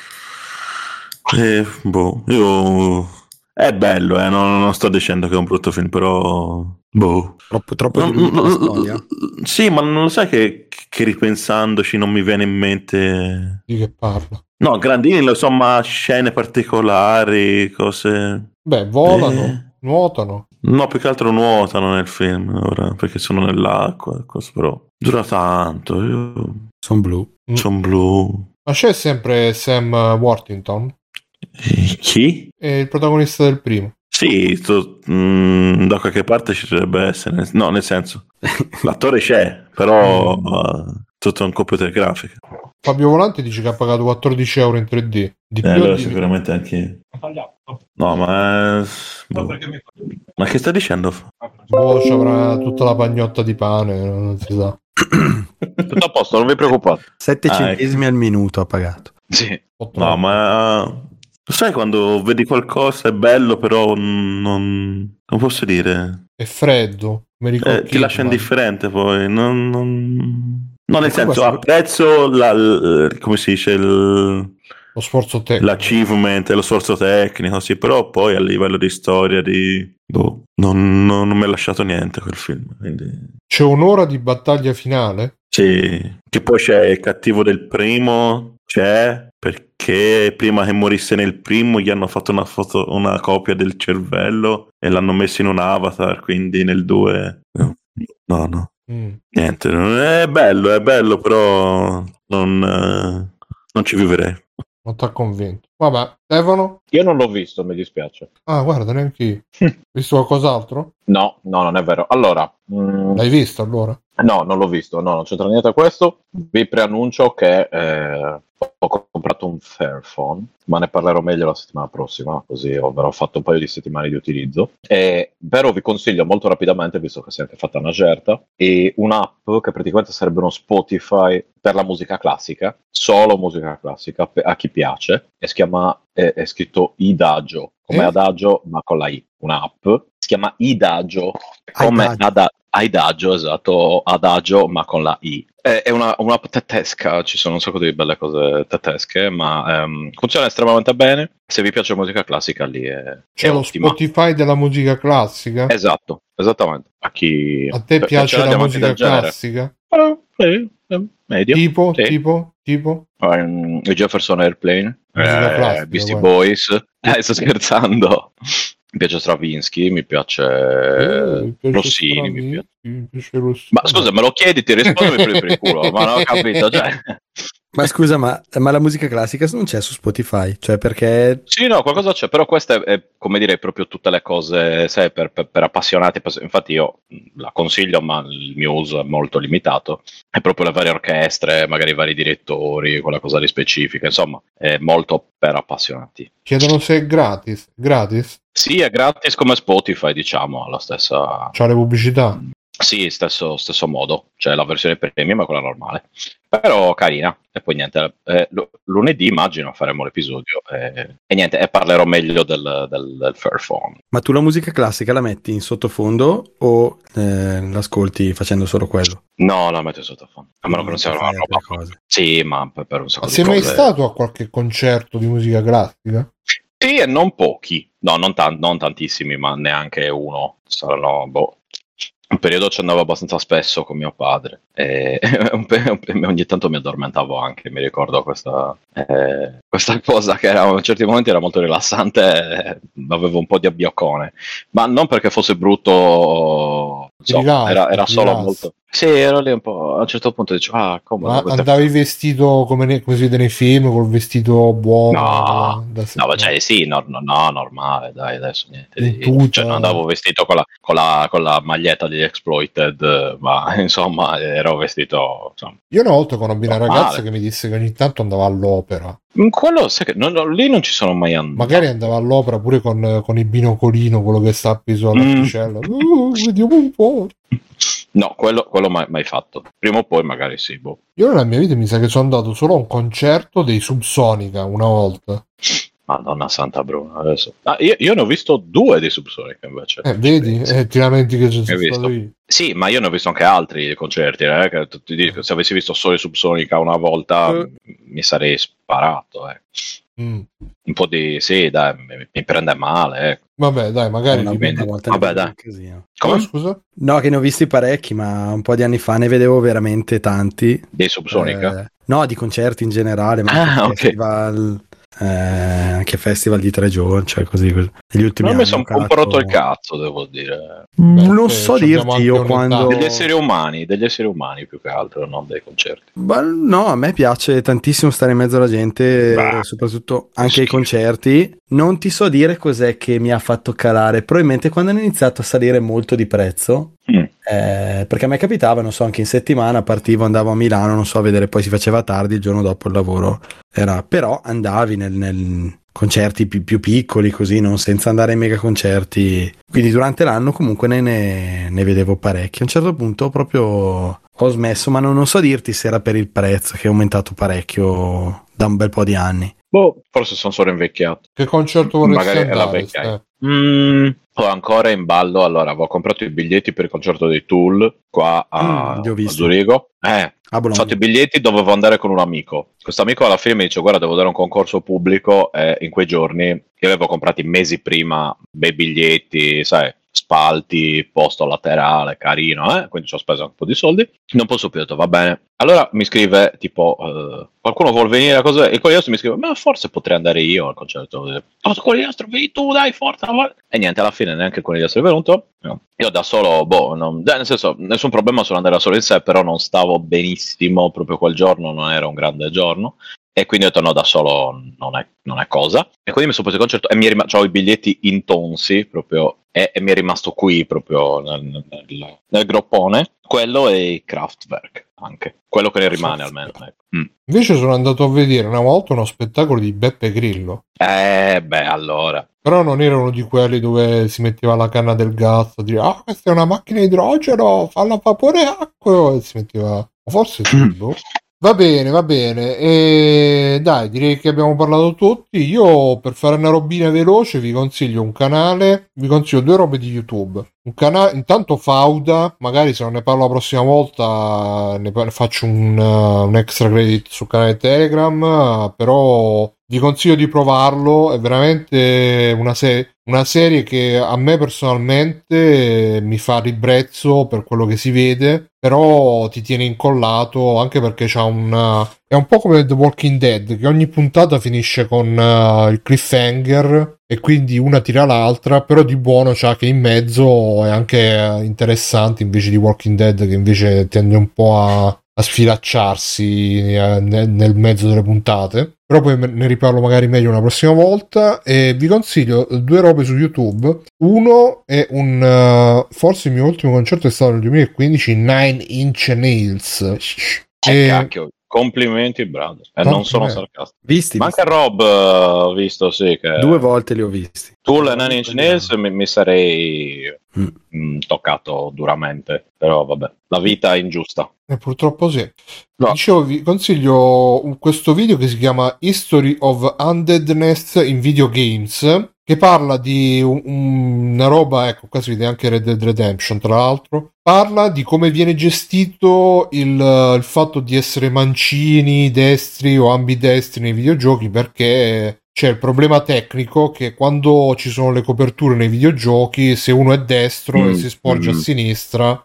Eh, boh, io... È bello, eh, non, non sto dicendo che è un brutto film, però... Boh. Troppo, troppo Non- diluita la non- storia. Sì, ma non lo sai che, che ripensandoci non mi viene in mente... Di che parla? No, Grandini, lo so, ma scene particolari, cose... Beh, volano, Eh. nuotano. No, più che altro nuotano nel film ora, perché sono nell'acqua, cose, però... Dura tanto, io... Sono blu. Sono blu... Ma c'è sempre Sam Worthington? Eh, chi? È il protagonista del primo. Sì, sto- mm, da qualche parte ci dovrebbe essere. No, nel senso, l'attore c'è, però uh, tutto un computer grafico. Fabio Volante dice che ha pagato quattordici euro in tre D. Di Eh, più allora di... sicuramente anche. No, ma. boh. Ma che sta dicendo? Boh, ci avrà tutta la pagnotta di pane, non si sa. Tutto a posto, non vi preoccupate. sette Ah, centesimi al minuto ha pagato. Sì. No, ma. Sai quando vedi qualcosa è bello, però non, non posso dire. È freddo, come Eh, ti lascia indifferente poi. Non, non... no, nel senso, apprezzo la, l- come si dice, il, lo sforzo tecnico, l'achievement e lo sforzo tecnico, sì, però poi a livello di storia, di boh, non, non, non mi ha lasciato niente quel film. Quindi... C'è un'ora di battaglia finale? Sì, che poi c'è il cattivo del primo, c'è perché prima che morisse nel primo gli hanno fatto una foto, una copia del cervello e l'hanno messo in un avatar, quindi nel due no, no. Mm. Niente, non è bello, è bello, però non, eh, non ci vivrei. Non ti ha convinto. Vabbè, Stefano? Io non l'ho visto, mi dispiace. Ah, guarda, neanche io. Visto qualcos'altro? No, no, non è vero. Allora, mm, L'hai visto allora? no, non l'ho visto, no, non c'entra niente questo. Vi preannuncio che eh, ho comprato un Fairphone, ma ne parlerò meglio la settimana prossima, così avrò fatto un paio di settimane di utilizzo. E, però vi consiglio molto rapidamente, visto che si è anche fatta una certa, e un'app che praticamente sarebbe uno Spotify per la musica classica, solo musica classica, pe- a chi piace, e si chiama, è, è scritto Idagio, come Eh? adagio ma con la I, un'app, si chiama Idagio, come Idagio. ada- Idagio, esatto, adagio ma con la I. È, è una, un'app tedesca, ci sono un sacco di belle cose tedesche, ma ehm, funziona estremamente bene. Se vi piace la musica classica, lì è, C'è è lo ottima. Spotify della musica classica? Esatto, esattamente. A chi A te pi- piace piacerà la gli amanti musica del genere. classica? Ah, sì, eh, medio. Tipo, Sì. tipo, tipo? Um, i Jefferson Airplane, Musica eh, classica, Beastie guarda. Boys. Eh, sto scherzando. Mi piace Stravinsky, mi piace Eh, mi piace Rossini. Mi Stravinsky, piace. mi piace Rossini. Ma scusa, me lo chiedi, ti rispondo per il, per il culo, ma non ho capito. Cioè. Ma scusa, ma, ma la musica classica non c'è su Spotify? Cioè, perché Sì, no, qualcosa c'è, però questa è, è, come dire, proprio tutte le cose, sai, per, per, per appassionati. Infatti io la consiglio, ma il mio uso è molto limitato. È proprio le varie orchestre, magari i vari direttori, quella cosa di specifica, insomma, è molto per appassionati. Chiedono se è gratis. Gratis? Sì, è gratis come Spotify, diciamo, alla stessa... C'ha le pubblicità? Sì, stesso, stesso modo, cioè la versione premium è quella normale, però carina. E poi niente, eh, l- lunedì immagino faremo l'episodio e, e niente, e parlerò meglio del, del, del Fairphone. ma tu la musica classica la metti in sottofondo o eh, l'ascolti facendo solo quello? No, la metto in sottofondo, a meno che non sia Fai una roba. altre cose. Sì, ma per, per un sacco Ma di sei mai cose. stato a qualche concerto di musica classica? Sì, e non pochi, no, non, tan- non tantissimi, ma neanche uno. Saranno, boh. Un periodo ci andavo abbastanza spesso con mio padre e un pe- un pe- ogni tanto mi addormentavo anche, mi ricordo questa, eh, questa cosa che era, in certi momenti era molto rilassante, eh, avevo un po' di abbioccone, ma non perché fosse brutto, insomma, rilassi, era, era ti solo rilassi. molto... Sì, ero lì un po', a un certo punto dicevo, ah, come... Ma andavi vestito come, ne- come si vede nei film, col vestito buono? No, da se- no, ma cioè sì, no, no, no, normale, dai, adesso niente In di... tuta. Cioè, non andavo vestito con la, con la, con la maglietta degli Exploited, ma insomma ero vestito, insomma. Io una volta conobbi una Normale. ragazza che mi disse che ogni tanto andava all'opera. In quello, sai che, non- non- lì non ci sono mai andato. Magari andava all'opera pure con, con il binocolino, quello che sta appeso Mm. all'asticella. Uh, vediamo un po'. No, quello, quello mai, mai fatto. Prima o poi magari sì, boh. Io nella mia vita mi sa che sono andato solo a un concerto dei Subsonica una volta. Madonna Santa Bruna, adesso. Ah, io, io ne ho visto due di Subsonica invece. Eh, vedi? Eh, ti lamenti che ci Hai sono visto? stato io. Sì, ma io ne ho visto anche altri concerti, eh, che ti dico, se avessi visto solo i Subsonica una volta Eh. mi sarei sparato, eh. Mm. Un po' di... sì, dai, mi, mi prende male, ecco. Vabbè, dai, magari Una, li dipende. una volta Vabbè, ne vedevo dai. un casino. Come, Come? scusa? No, che ne ho visti parecchi, ma un po' di anni fa ne vedevo veramente tanti. Dei Subsonica? Eh, no, di concerti in generale, ma Ah, anche ok. festival, eh, anche festival di tre giorni, cioè così, così. Negli ultimi non anni mi sono un po' rotto il cazzo, devo dire. Beh, non Beh, so ci abbiamo dirti anche io un'età. quando Degli esseri umani, degli esseri umani più che altro, non dei concerti. Bah, no, a me piace tantissimo stare in mezzo alla gente, Bah, soprattutto anche ai schifo. concerti. Non ti so dire cos'è che mi ha fatto calare, probabilmente quando hanno iniziato a salire molto di prezzo. Mm. Eh, perché a me capitava, non so, anche in settimana partivo, andavo a Milano, non so, a vedere, poi si faceva tardi, il giorno dopo il lavoro era, però andavi nel, nel concerti più, più piccoli così, non senza andare ai mega concerti, quindi durante l'anno comunque ne, ne, ne vedevo parecchi. A un certo punto proprio ho smesso, ma non, non so dirti se era per il prezzo che è aumentato parecchio da un bel po' di anni. Boh, forse sono solo invecchiato. Che concerto vorresti Magari è la andare? vecchia. Ste? Mm, ho ancora in ballo. Allora, avevo comprato i biglietti per il concerto dei Tool qua a, Mm, li ho a visti. Zurigo. Eh, A ho Bologna. fatto i biglietti, dovevo andare con un amico. Questo amico alla fine mi dice: guarda, devo dare un concorso pubblico. E in quei giorni io avevo comprati mesi prima bei biglietti, sai, spalti, posto laterale, carino, eh? Quindi ci ho speso un po' di soldi. Non posso più, ho detto va bene. Allora mi scrive tipo eh, qualcuno vuol venire a cosa, e Coliastro mi scrive ma forse potrei andare io al concerto. Oh, Coliastro, vieni tu, dai, forza, va. E niente, alla fine neanche il Coliastro è venuto. No. Io da solo, boh, non, nel senso, nessun problema sull'andare da solo in sé, però non stavo benissimo proprio quel giorno, non era un grande giorno. E quindi ho detto no, da solo non è, non è cosa. E quindi mi sono preso il concerto e mi è rimasto, ho i biglietti intonsi proprio, e, e mi è rimasto qui proprio nel, nel, nel groppone. Quello e i Kraftwerk anche. Quello che ne rimane almeno. Ecco. Mm. Invece sono andato a vedere una volta uno spettacolo di Beppe Grillo. Eh, beh, allora. Però non era uno di quelli dove si metteva la canna del gas a dire ah, questa è una macchina idrogeno, falla a vapore acqua, e si metteva... O forse sì, boh. Va bene, va bene. E dai, direi che abbiamo parlato tutti. Io per fare una robina veloce vi consiglio un canale, vi consiglio due robe di YouTube. Un canale, intanto Fauda, magari se non ne parlo la prossima volta ne pa- faccio un, uh, un extra credit sul canale Telegram, uh, però vi consiglio di provarlo, è veramente una, se- una serie che a me personalmente eh, mi fa ribrezzo per quello che si vede, però ti tiene incollato anche perché c'ha un... È un po' come The Walking Dead, che ogni puntata finisce con uh, il cliffhanger e quindi una tira l'altra, però di buono c'ha che in mezzo è anche uh, interessante invece di Walking Dead che invece tende un po' a, a sfilacciarsi uh, nel, nel mezzo delle puntate. Però poi ne riparlo magari meglio una prossima volta e vi consiglio due robe su YouTube. Uno è un... Uh, forse il mio ultimo concerto è stato nel duemilaquindici, Nine Inch Nails. Eh, E... cacchio. Complimenti, brother. E No, non sono eh. sarcastico. Visti? Ma anche Rob, ho visto, sì. Che... Due volte li ho visti. Tu, le Nine Inch Nails, mi, mi sarei Mm. mh, toccato duramente. Però vabbè, la vita è ingiusta. E purtroppo sì. No. Dicevo, vi consiglio un- questo video che si chiama History of Undeadness in Video Games, che parla di un- un- una roba, ecco, qua si vede anche Red Dead Redemption, tra l'altro. Parla di come viene gestito il, il fatto di essere mancini, destri o ambidestri nei videogiochi, perché c'è il problema tecnico che quando ci sono le coperture nei videogiochi, se uno è destro Mm, e si sporge mm. a sinistra,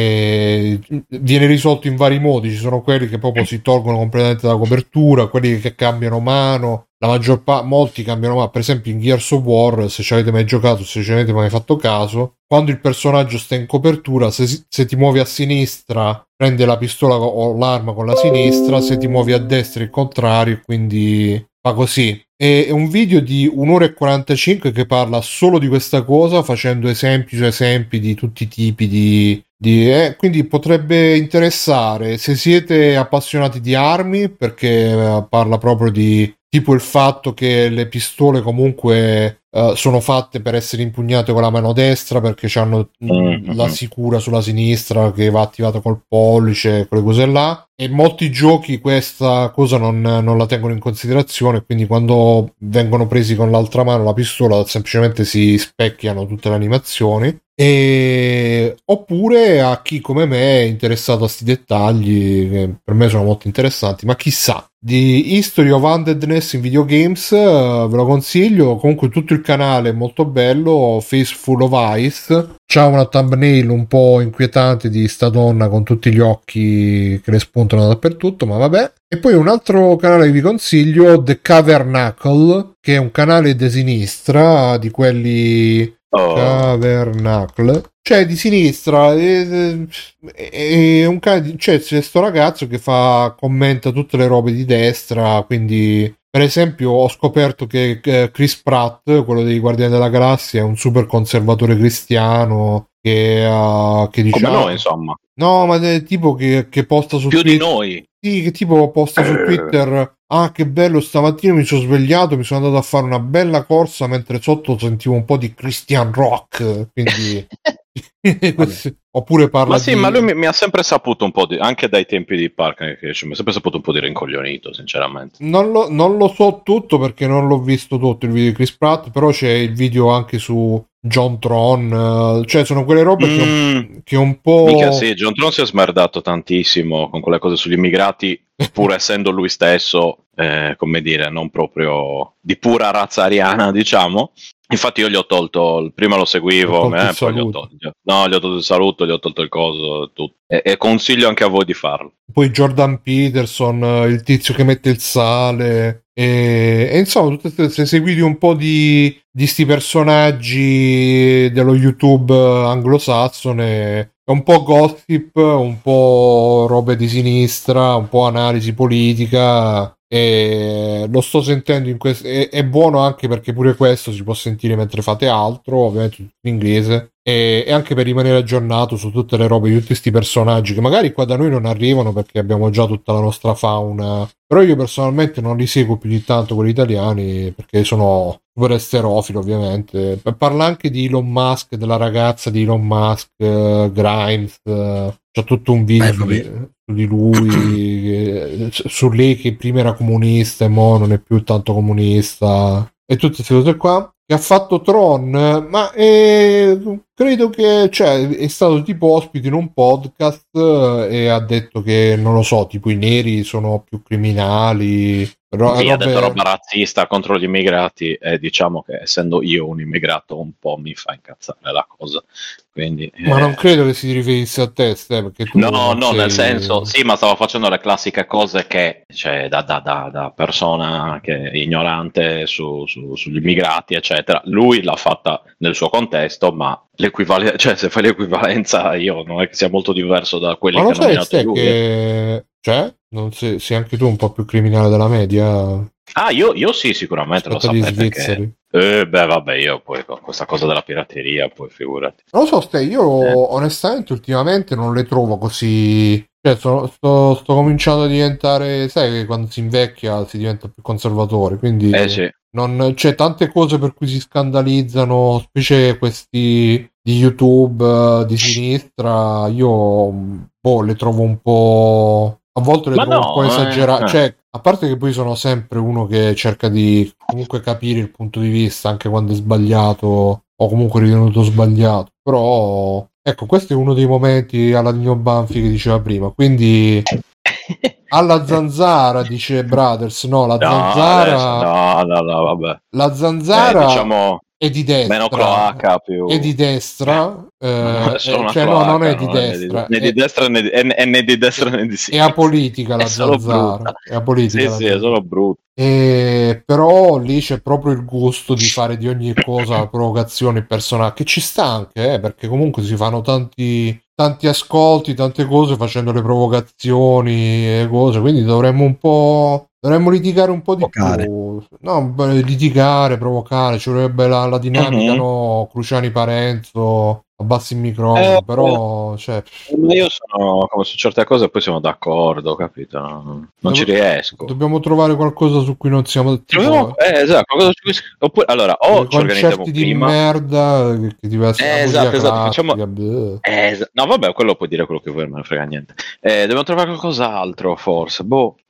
e viene risolto in vari modi. Ci sono quelli che proprio si tolgono completamente dalla copertura, quelli che cambiano mano. La maggior parte, molti cambiano mano. Per esempio in Gears of War, se ci avete mai giocato, se ci avete mai fatto caso, quando il personaggio sta in copertura, se, si- se ti muovi a sinistra prende la pistola co- o l'arma con la sinistra, se ti muovi a destra il contrario, quindi fa così. È un video di un'ora e quarantacinque che parla solo di questa cosa, facendo esempi su esempi di tutti i tipi di... di eh, quindi potrebbe interessare se siete appassionati di armi, perché eh, parla proprio di tipo il fatto che le pistole comunque eh, sono fatte per essere impugnate con la mano destra perché hanno Mm-hmm. la sicura sulla sinistra che va attivata col pollice, quelle cose là. E molti giochi questa cosa non, non la tengono in considerazione, quindi quando vengono presi con l'altra mano la pistola semplicemente si specchiano tutte le animazioni. E... oppure a chi come me è interessato a questi dettagli che per me sono molto interessanti, ma chissà. Di History of Undeadness in Videogames uh, ve lo consiglio, comunque tutto il canale è molto bello, Faceful of Ice, c'ha una thumbnail un po' inquietante di sta donna con tutti gli occhi che le spuntano dappertutto, ma vabbè. E poi un altro canale che vi consiglio, The Cavernacle, che è un canale di sinistra, di quelli... Oh. Cavernacle, cioè di sinistra, è, è, è un canale, cioè c'è sto ragazzo che fa, commenta tutte le robe di destra, quindi per esempio ho scoperto che eh, Chris Pratt, quello dei Guardiani della Galassia, è un super conservatore cristiano che, uh, che dice... Come noi, insomma. No, ma è tipo che, che posta su Più Twitter... di noi. Sì, che tipo posta su Twitter: ah, che bello, stamattina mi sono svegliato, mi sono andato a fare una bella corsa mentre sotto sentivo un po' di Christian rock, quindi oppure parla ma sì, di... ma lui mi, mi ha sempre saputo un po' di, anche dai tempi di Park Education, mi ha sempre saputo un po' di rincoglionito, sinceramente. Non lo, non lo so tutto perché non l'ho visto tutto il video di Chris Pratt, però c'è il video anche su John Tron, cioè sono quelle robe mm. che, un, che un po'... Mica sì, John Tron si è smerdato tantissimo con quelle cose sugli immigrati, pur essendo lui stesso, eh, come dire, non proprio di pura razza ariana, diciamo. Infatti io gli ho tolto, prima lo seguivo, eh, poi gli ho tolto, no, gli ho tolto il saluto, gli ho tolto il coso, tutto. E, e consiglio anche a voi di farlo. Poi Jordan Peterson, il tizio che mette il sale, e, e insomma, se seguiti un po' di, di sti personaggi dello YouTube anglosassone, è un po' gossip, un po' robe di sinistra, un po' analisi politica. E lo sto sentendo in questo, è, è buono anche perché pure questo si può sentire mentre fate altro, ovviamente in inglese, e, e anche per rimanere aggiornato su tutte le robe di tutti questi personaggi che magari qua da noi non arrivano perché abbiamo già tutta la nostra fauna, però io personalmente non li seguo più di tanto quelli italiani perché sono super esterofilo, ovviamente. Parla anche di Elon Musk, della ragazza di Elon Musk, uh, Grimes, uh, c'è tutto un video eh, su, di, su di lui, su lei che prima era comunista e mo non è più tanto comunista, e tutte queste cose qua. Che ha fatto Tron, ma è, credo che, cioè, è stato tipo ospite in un podcast e ha detto che, non lo so, tipo i neri sono più criminali. Ro- sì, robe... ha detto roba razzista contro gli immigrati e diciamo che essendo io un immigrato un po' mi fa incazzare la cosa. Quindi, ma eh... non credo che si riferisse a te, Ste, perché tu no, no, sei... nel senso, sì, ma stavo facendo le classiche cose che, cioè, da, da, da, da persona che è ignorante su, su, sugli immigrati, eccetera. Lui l'ha fatta nel suo contesto, ma l'equivalenza, cioè, se fai l'equivalenza, io non è che sia molto diverso da quelli ma che hanno nominato lui. Che... Cioè, non sei, sei anche tu un po' più criminale della media? Ah, io, io sì, sicuramente lo sapete che... Eh, beh, vabbè, io poi con questa cosa della pirateria, poi figurati. Non lo so, Ste, io eh. onestamente ultimamente non le trovo così... Cioè, sto, sto, sto cominciando a diventare... Sai che quando si invecchia si diventa più conservatore, quindi... Eh sì. Non, c'è tante cose per cui si scandalizzano, specie questi di YouTube di sinistra, io boh, le trovo un po'... A volte le Ma trovo no, un po' esagerate, eh. cioè, a parte che poi sono sempre uno che cerca di comunque capire il punto di vista anche quando è sbagliato o comunque ritenuto sbagliato, però ecco, questo è uno dei momenti alla Nino Banfi che diceva prima, quindi alla zanzara dice Brothers, no, la no, zanzara adesso, no, no, no, vabbè. La zanzara eh, diciamo... è di destra, meno cloaca, più... è di destra, eh, eh, cioè cloaca, no, non è di non destra, è di, né di destra né di, è, è né di destra né di sinistra. È apolitica la è solo zanzara, brutta. è apolitica. Sì, la sì, è solo brutta. E però lì c'è proprio il gusto di fare di ogni cosa provocazioni personali, che ci sta anche, eh, perché comunque si fanno tanti tanti ascolti, tante cose facendo le provocazioni e cose, quindi dovremmo un po' dovremmo litigare un po' di provocare. più, no, litigare, provocare, ci vorrebbe la, la dinamica, uh-huh. no, Cruciani Parenzo, abbassi il microfono, eh, però cioè... io sono come su certe cose poi siamo d'accordo, capito? Non, non ci riesco. Dobbiamo trovare qualcosa su cui non siamo tipo, Dobbiamo, eh, esatto, qualcosa su cui... Oppure, allora, o ci organizziamo di prima merda che ti va eh, esatto, esatto, facciamo... eh, es- no vabbè, quello puoi dire quello che vuoi, non me ne frega niente. Eh, dobbiamo trovare qualcos'altro forse, boh,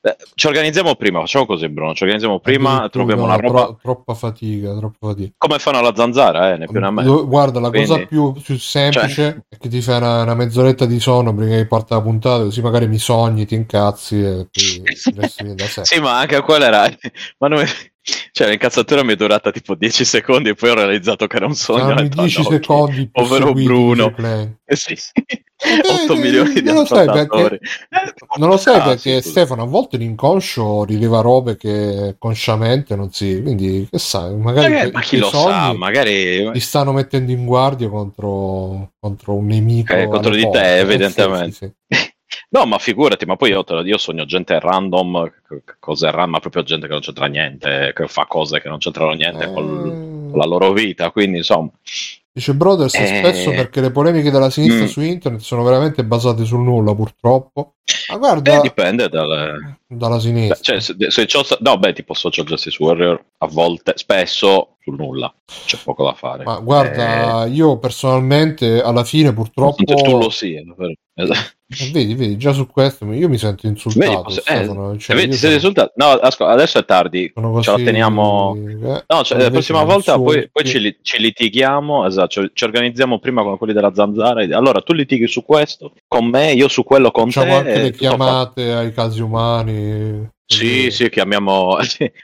Beh, ci organizziamo prima, facciamo così Bruno, ci organizziamo prima, troviamo una roba... Tro- troppa fatica, troppa fatica. Come fanno alla zanzara, eh, né più né meno. Guarda, la Quindi... cosa più, più semplice cioè... è che ti fai una, una mezz'oretta di sonno prima che parta la puntata, così magari mi sogni, ti incazzi e poi adesso viene da sé. Sì, ma anche quella era... ma non... cioè l'incazzatura mi è durata tipo dieci secondi e poi ho realizzato che era un sogno. Saranno dieci secondi più povero Bruno. Eh sì, sì. otto milioni di non lo sai perché, eh, non lo sai ah, perché sì, Stefano a volte l'inconscio rileva robe che consciamente non si, quindi che sai, magari eh, ma chi lo sa, magari ti stanno mettendo in guardia contro, contro un nemico eh, contro di porte. te eh, evidentemente sì, sì, sì. No, ma figurati, ma poi io, te lo, io sogno gente random, cose random, ma proprio gente che non c'entra niente, che fa cose che non c'entrano niente eh... con, con la loro vita, quindi insomma. Dice Brothers eh... spesso perché le polemiche della sinistra mm. su internet sono veramente basate sul nulla, purtroppo. Ma guarda, eh, dipende dalle... dalla sinistra. Beh, cioè, se, se c'ho, no, beh, tipo Social Justice Warrior, a volte, spesso sul nulla, c'è poco da fare. Ma guarda, eh... io personalmente alla fine purtroppo tu lo sia, esatto. Eh, vedi, vedi, già su questo io mi sento insultato. Vedi, Stefano, eh, cioè, vedi, sono... insultato. No, ascolta, adesso è tardi, così... ce la teniamo. Eh, no, cioè, la prossima volta poi, poi ci, ci litighiamo, esatto, ci organizziamo prima con quelli della zanzara. Allora tu litighi su questo con me, io su quello con Facciamo te. Facciamo anche le chiamate fa... ai casi umani. Sì, sì, chiamiamo.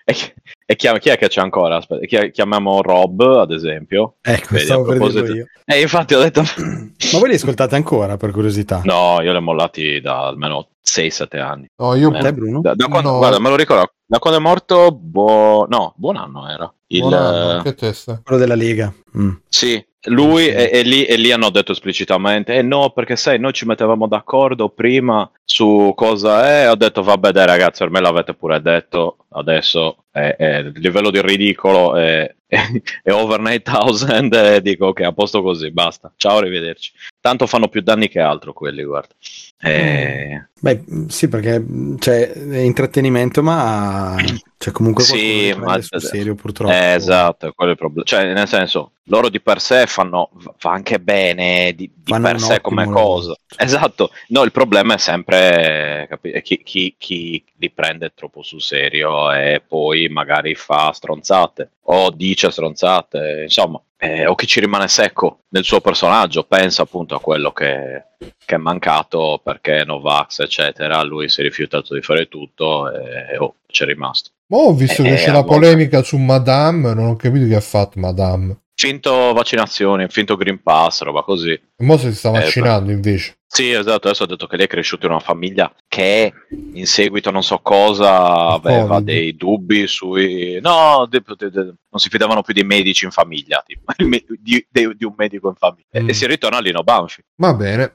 E chiam- chi è che c'è ancora? Aspetta, chiamiamo Rob, ad esempio. Ecco, vedi, stavo per dirlo io. E infatti ho detto... Ma voi li ascoltate ancora, per curiosità? No, io li ho mollati da almeno sei sette anni. No, io... Te, Bruno? Da, da quando, no. Guarda, me lo ricordo. Da quando è morto, buo... no, buon anno era. Il... Buon anno, che testa? Quello della Lega. Mm. Sì, lui e, e, lì, e lì hanno detto esplicitamente eh no, perché sai, noi ci mettevamo d'accordo prima su cosa è. Ho detto vabbè dai ragazzi, per me l'avete pure detto, adesso è, è, il livello di ridicolo è, è, è over novemila e dico ok, a posto così, basta, ciao, arrivederci. Tanto fanno più danni che altro quelli, guarda. E... Beh, sì, perché cioè, è intrattenimento, ma c'è comunque sì, ma sul serio, purtroppo. Eh, esatto, quello è il problema. Cioè, nel senso, loro di per sé fanno fa anche bene di, di per sé come cosa. Cioè. Esatto. No, il problema è sempre capi- chi, chi, chi li prende troppo sul serio e poi magari fa stronzate o dice stronzate, insomma. Eh, o chi ci rimane secco nel suo personaggio, pensa appunto a quello che, che è mancato perché Novax eccetera, lui si è rifiutato di fare tutto e oh, c'è rimasto. Ma ho visto eh, che c'è la polemica su Madame, non ho capito che ha fatto Madame. Finto vaccinazioni, finto Green Pass, roba così. E mo si sta vaccinando eh, invece. Sì, esatto, adesso ha detto che lei è cresciuta in una famiglia che in seguito a non so cosa aveva Covid. Dei dubbi sui... No, de, de, de, non si fidavano più dei medici in famiglia, tipo, di, de, di un medico in famiglia. Mm. E si ritorna a Lino Banfi. Va bene.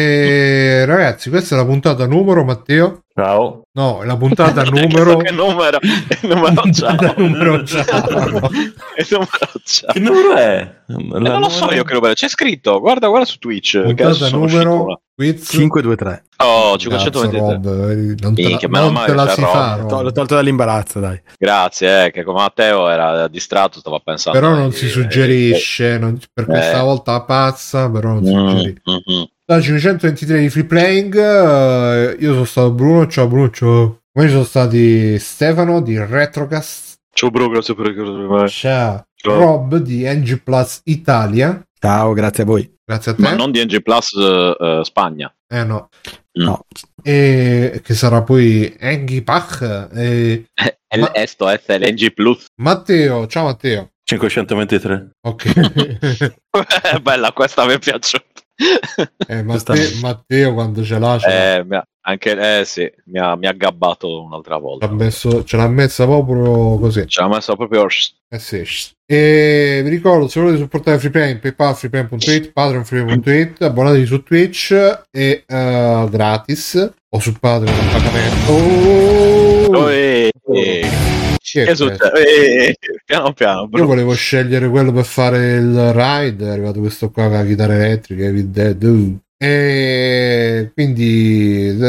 E, ragazzi, questa è la puntata numero, Matteo? Ciao. No, è la puntata numero... Che numero? Il numero ciao. numero ciao. Il numero ciao. Che numero è? Eh, non lo so io che numero è. C'è scritto, guarda, guarda su Twitch. Puntata numero... cinque due tre. Oh, cinquecentoventitré. Rob, non te la, Minchia, non te la si Rob. fa, Rob. L'ho tolto dall'imbarazzo, dai. Grazie, eh, che come Matteo era distratto, stava pensando. Però non si suggerisce, eh, non, per questa eh. volta pazza, però non si mm, suggerisce. Mm-hmm. Da cinquecentoventitré di Free Playing, uh, io sono stato Bruno, ciao Bruno, ciao. Poi ci sono stati Stefano di Retrocast. Ciao Bruno, grazie per il ciao. ciao. Rob di N G Plus Italia. Ciao, grazie a voi. Grazie a te. Ma non di N G Plus uh, Spagna. Eh no. No. E che sarà poi N G Pach. E... Ma... Esto è l'N G Plus. Matteo, ciao Matteo. cinquecentoventitré. Ok. Bella, questa mi è piaciuta. Eh, Matteo, Matteo quando ce l'ha, ce l'ha. Eh, anche eh, sì, mi ha, mi ha gabbato un'altra volta. L'ha messo, ce l'ha messa proprio così. Ce l'ha messa proprio. Eh sì. E vi ricordo, se volete supportare FreePlay, PayPal, freeplay punto it, Patreon, freeplay punto it, abbonatevi su Twitch e uh, gratis o su Patreon a pagamento. Oh! Oh, eh, eh. Che è successo? Eh, piano piano. Bro. Io volevo scegliere quello per fare il ride, è arrivato questo qua con la chitarra elettrica, Evil Dead. Uh. E quindi eh,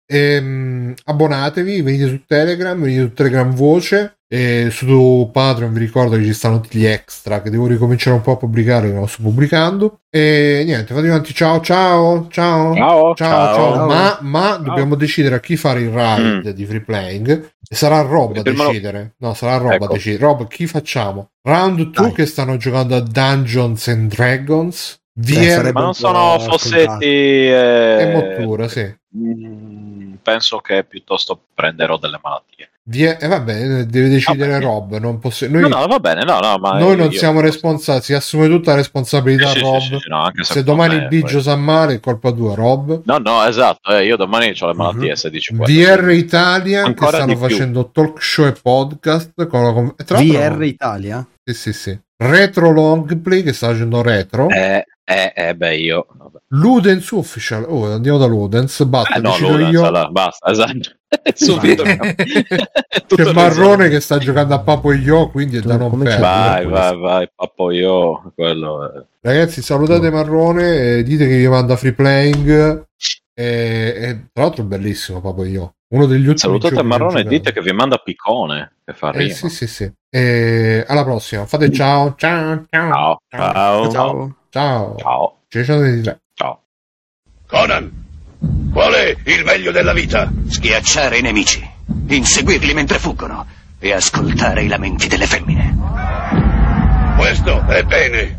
ehm, abbonatevi, venite su Telegram, venite su Telegram Voce, e su Patreon vi ricordo che ci stanno tutti gli extra che devo ricominciare un po' a pubblicare, che non sto pubblicando. E niente, fate avanti, ciao ciao ciao Ciao, ciao, ciao. ciao. ma, ma dobbiamo decidere a chi fare il raid Mm. di Free Playing, e sarà Rob a Prima lo- decidere. No, sarà Rob Ecco. a decidere. Rob, chi facciamo? Round due Dai. che stanno giocando a Dungeons and Dragons, Eh, V R sarebbe Ma non un sono po' Fossetti e e... Mottura, sì. Mm, penso che piuttosto prenderò delle malattie. V R, e vabbè, deve decidere Vabbè. Rob. Non posso, noi No, no, va bene, no, no, ma noi non io- siamo responsabili, si assume tutta la responsabilità Sì, sì, Rob. sì, sì, sì, no, anche Se secondo domani me, Biggio poi- sa male è colpa tua, Rob. No, no, esatto, eh, io domani ho le malattie Mhm. sedici V R Italia che Ancora stanno di più. facendo talk show e podcast con la con- e tra V l'altro- R Italia? sì, sì, sì. Retro Longplay che sta facendo retro. Eh, eh, eh, beh, io... vabbè. Ludens Official. Oh, andiamo da Ludens. Basta, Eh, no, decido Ludens, io. allora, basta, esatto. Subito. Tutto C'è Marrone risolto. che sta giocando a Papo Io, quindi è da non Come c'è? perdere. Vai, vai, vai, pappo io, quello è... Ragazzi, salutate Marrone e dite che vi manda Free Playing. E, e tra l'altro è bellissimo Papo Io. Uno degli ultimi Salutate giochi Marrone e che ho dite che vi manda Piccone, che fa Eh, rima. sì, sì, sì. E alla prossima. Fate ciao. Ciao. Ciao. Ciao, Ciao. Ciao. Ciao. ciao, Ciao. ciao. Conan, qual è il meglio della vita? Schiacciare i nemici, inseguirli mentre fuggono e ascoltare i lamenti delle femmine. Questo è bene.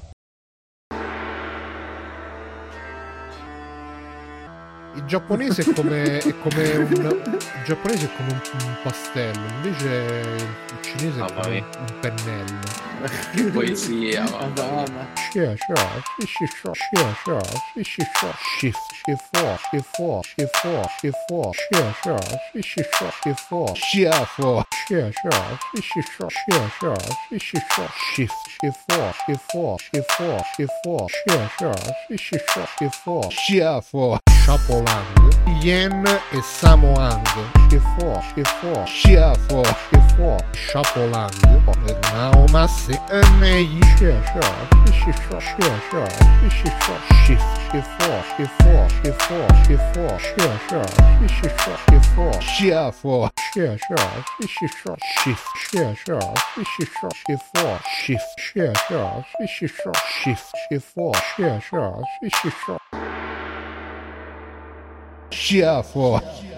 Il giapponese è come, è come un il giapponese è come un, un pastello, invece il cinese è Mamma come mia. un pennello. Che poesia, mamma mia. Shia, shia, shi, shi, shia, shia, shia, shi, shi, shia, shift, shift, four, shift, four, shift, four, shift, four, shia, shia, shi, shi, shia, shift, four, shia, four, shia, shia, shi, shi, shia, shia, shia, shi, shi, shia, shift, shift, four, shift, four, shift, four, shift, four, shia, shia, shi, shi, shia, shift, four, shia, four, Chapolang, Yen e Samoang, shift, four, shift, four, shia, four, shift, four, Chapolang, Naomase, Nei, shia, shia, shi, shi, shia, shia, shia, shi, shi, shia, shift, shift, four, shift, four, shift, four, shift, four, shia, shia, shi, shi, shia, shift, four, shia, four, shia, shia, shi, shi, shia, shift, shia, shia, shi, shi, shia, shift, four, shift, shia, shia, shi, shi, shia, shift, shift, four, shia, shia, shi, shi, shia, shia, four.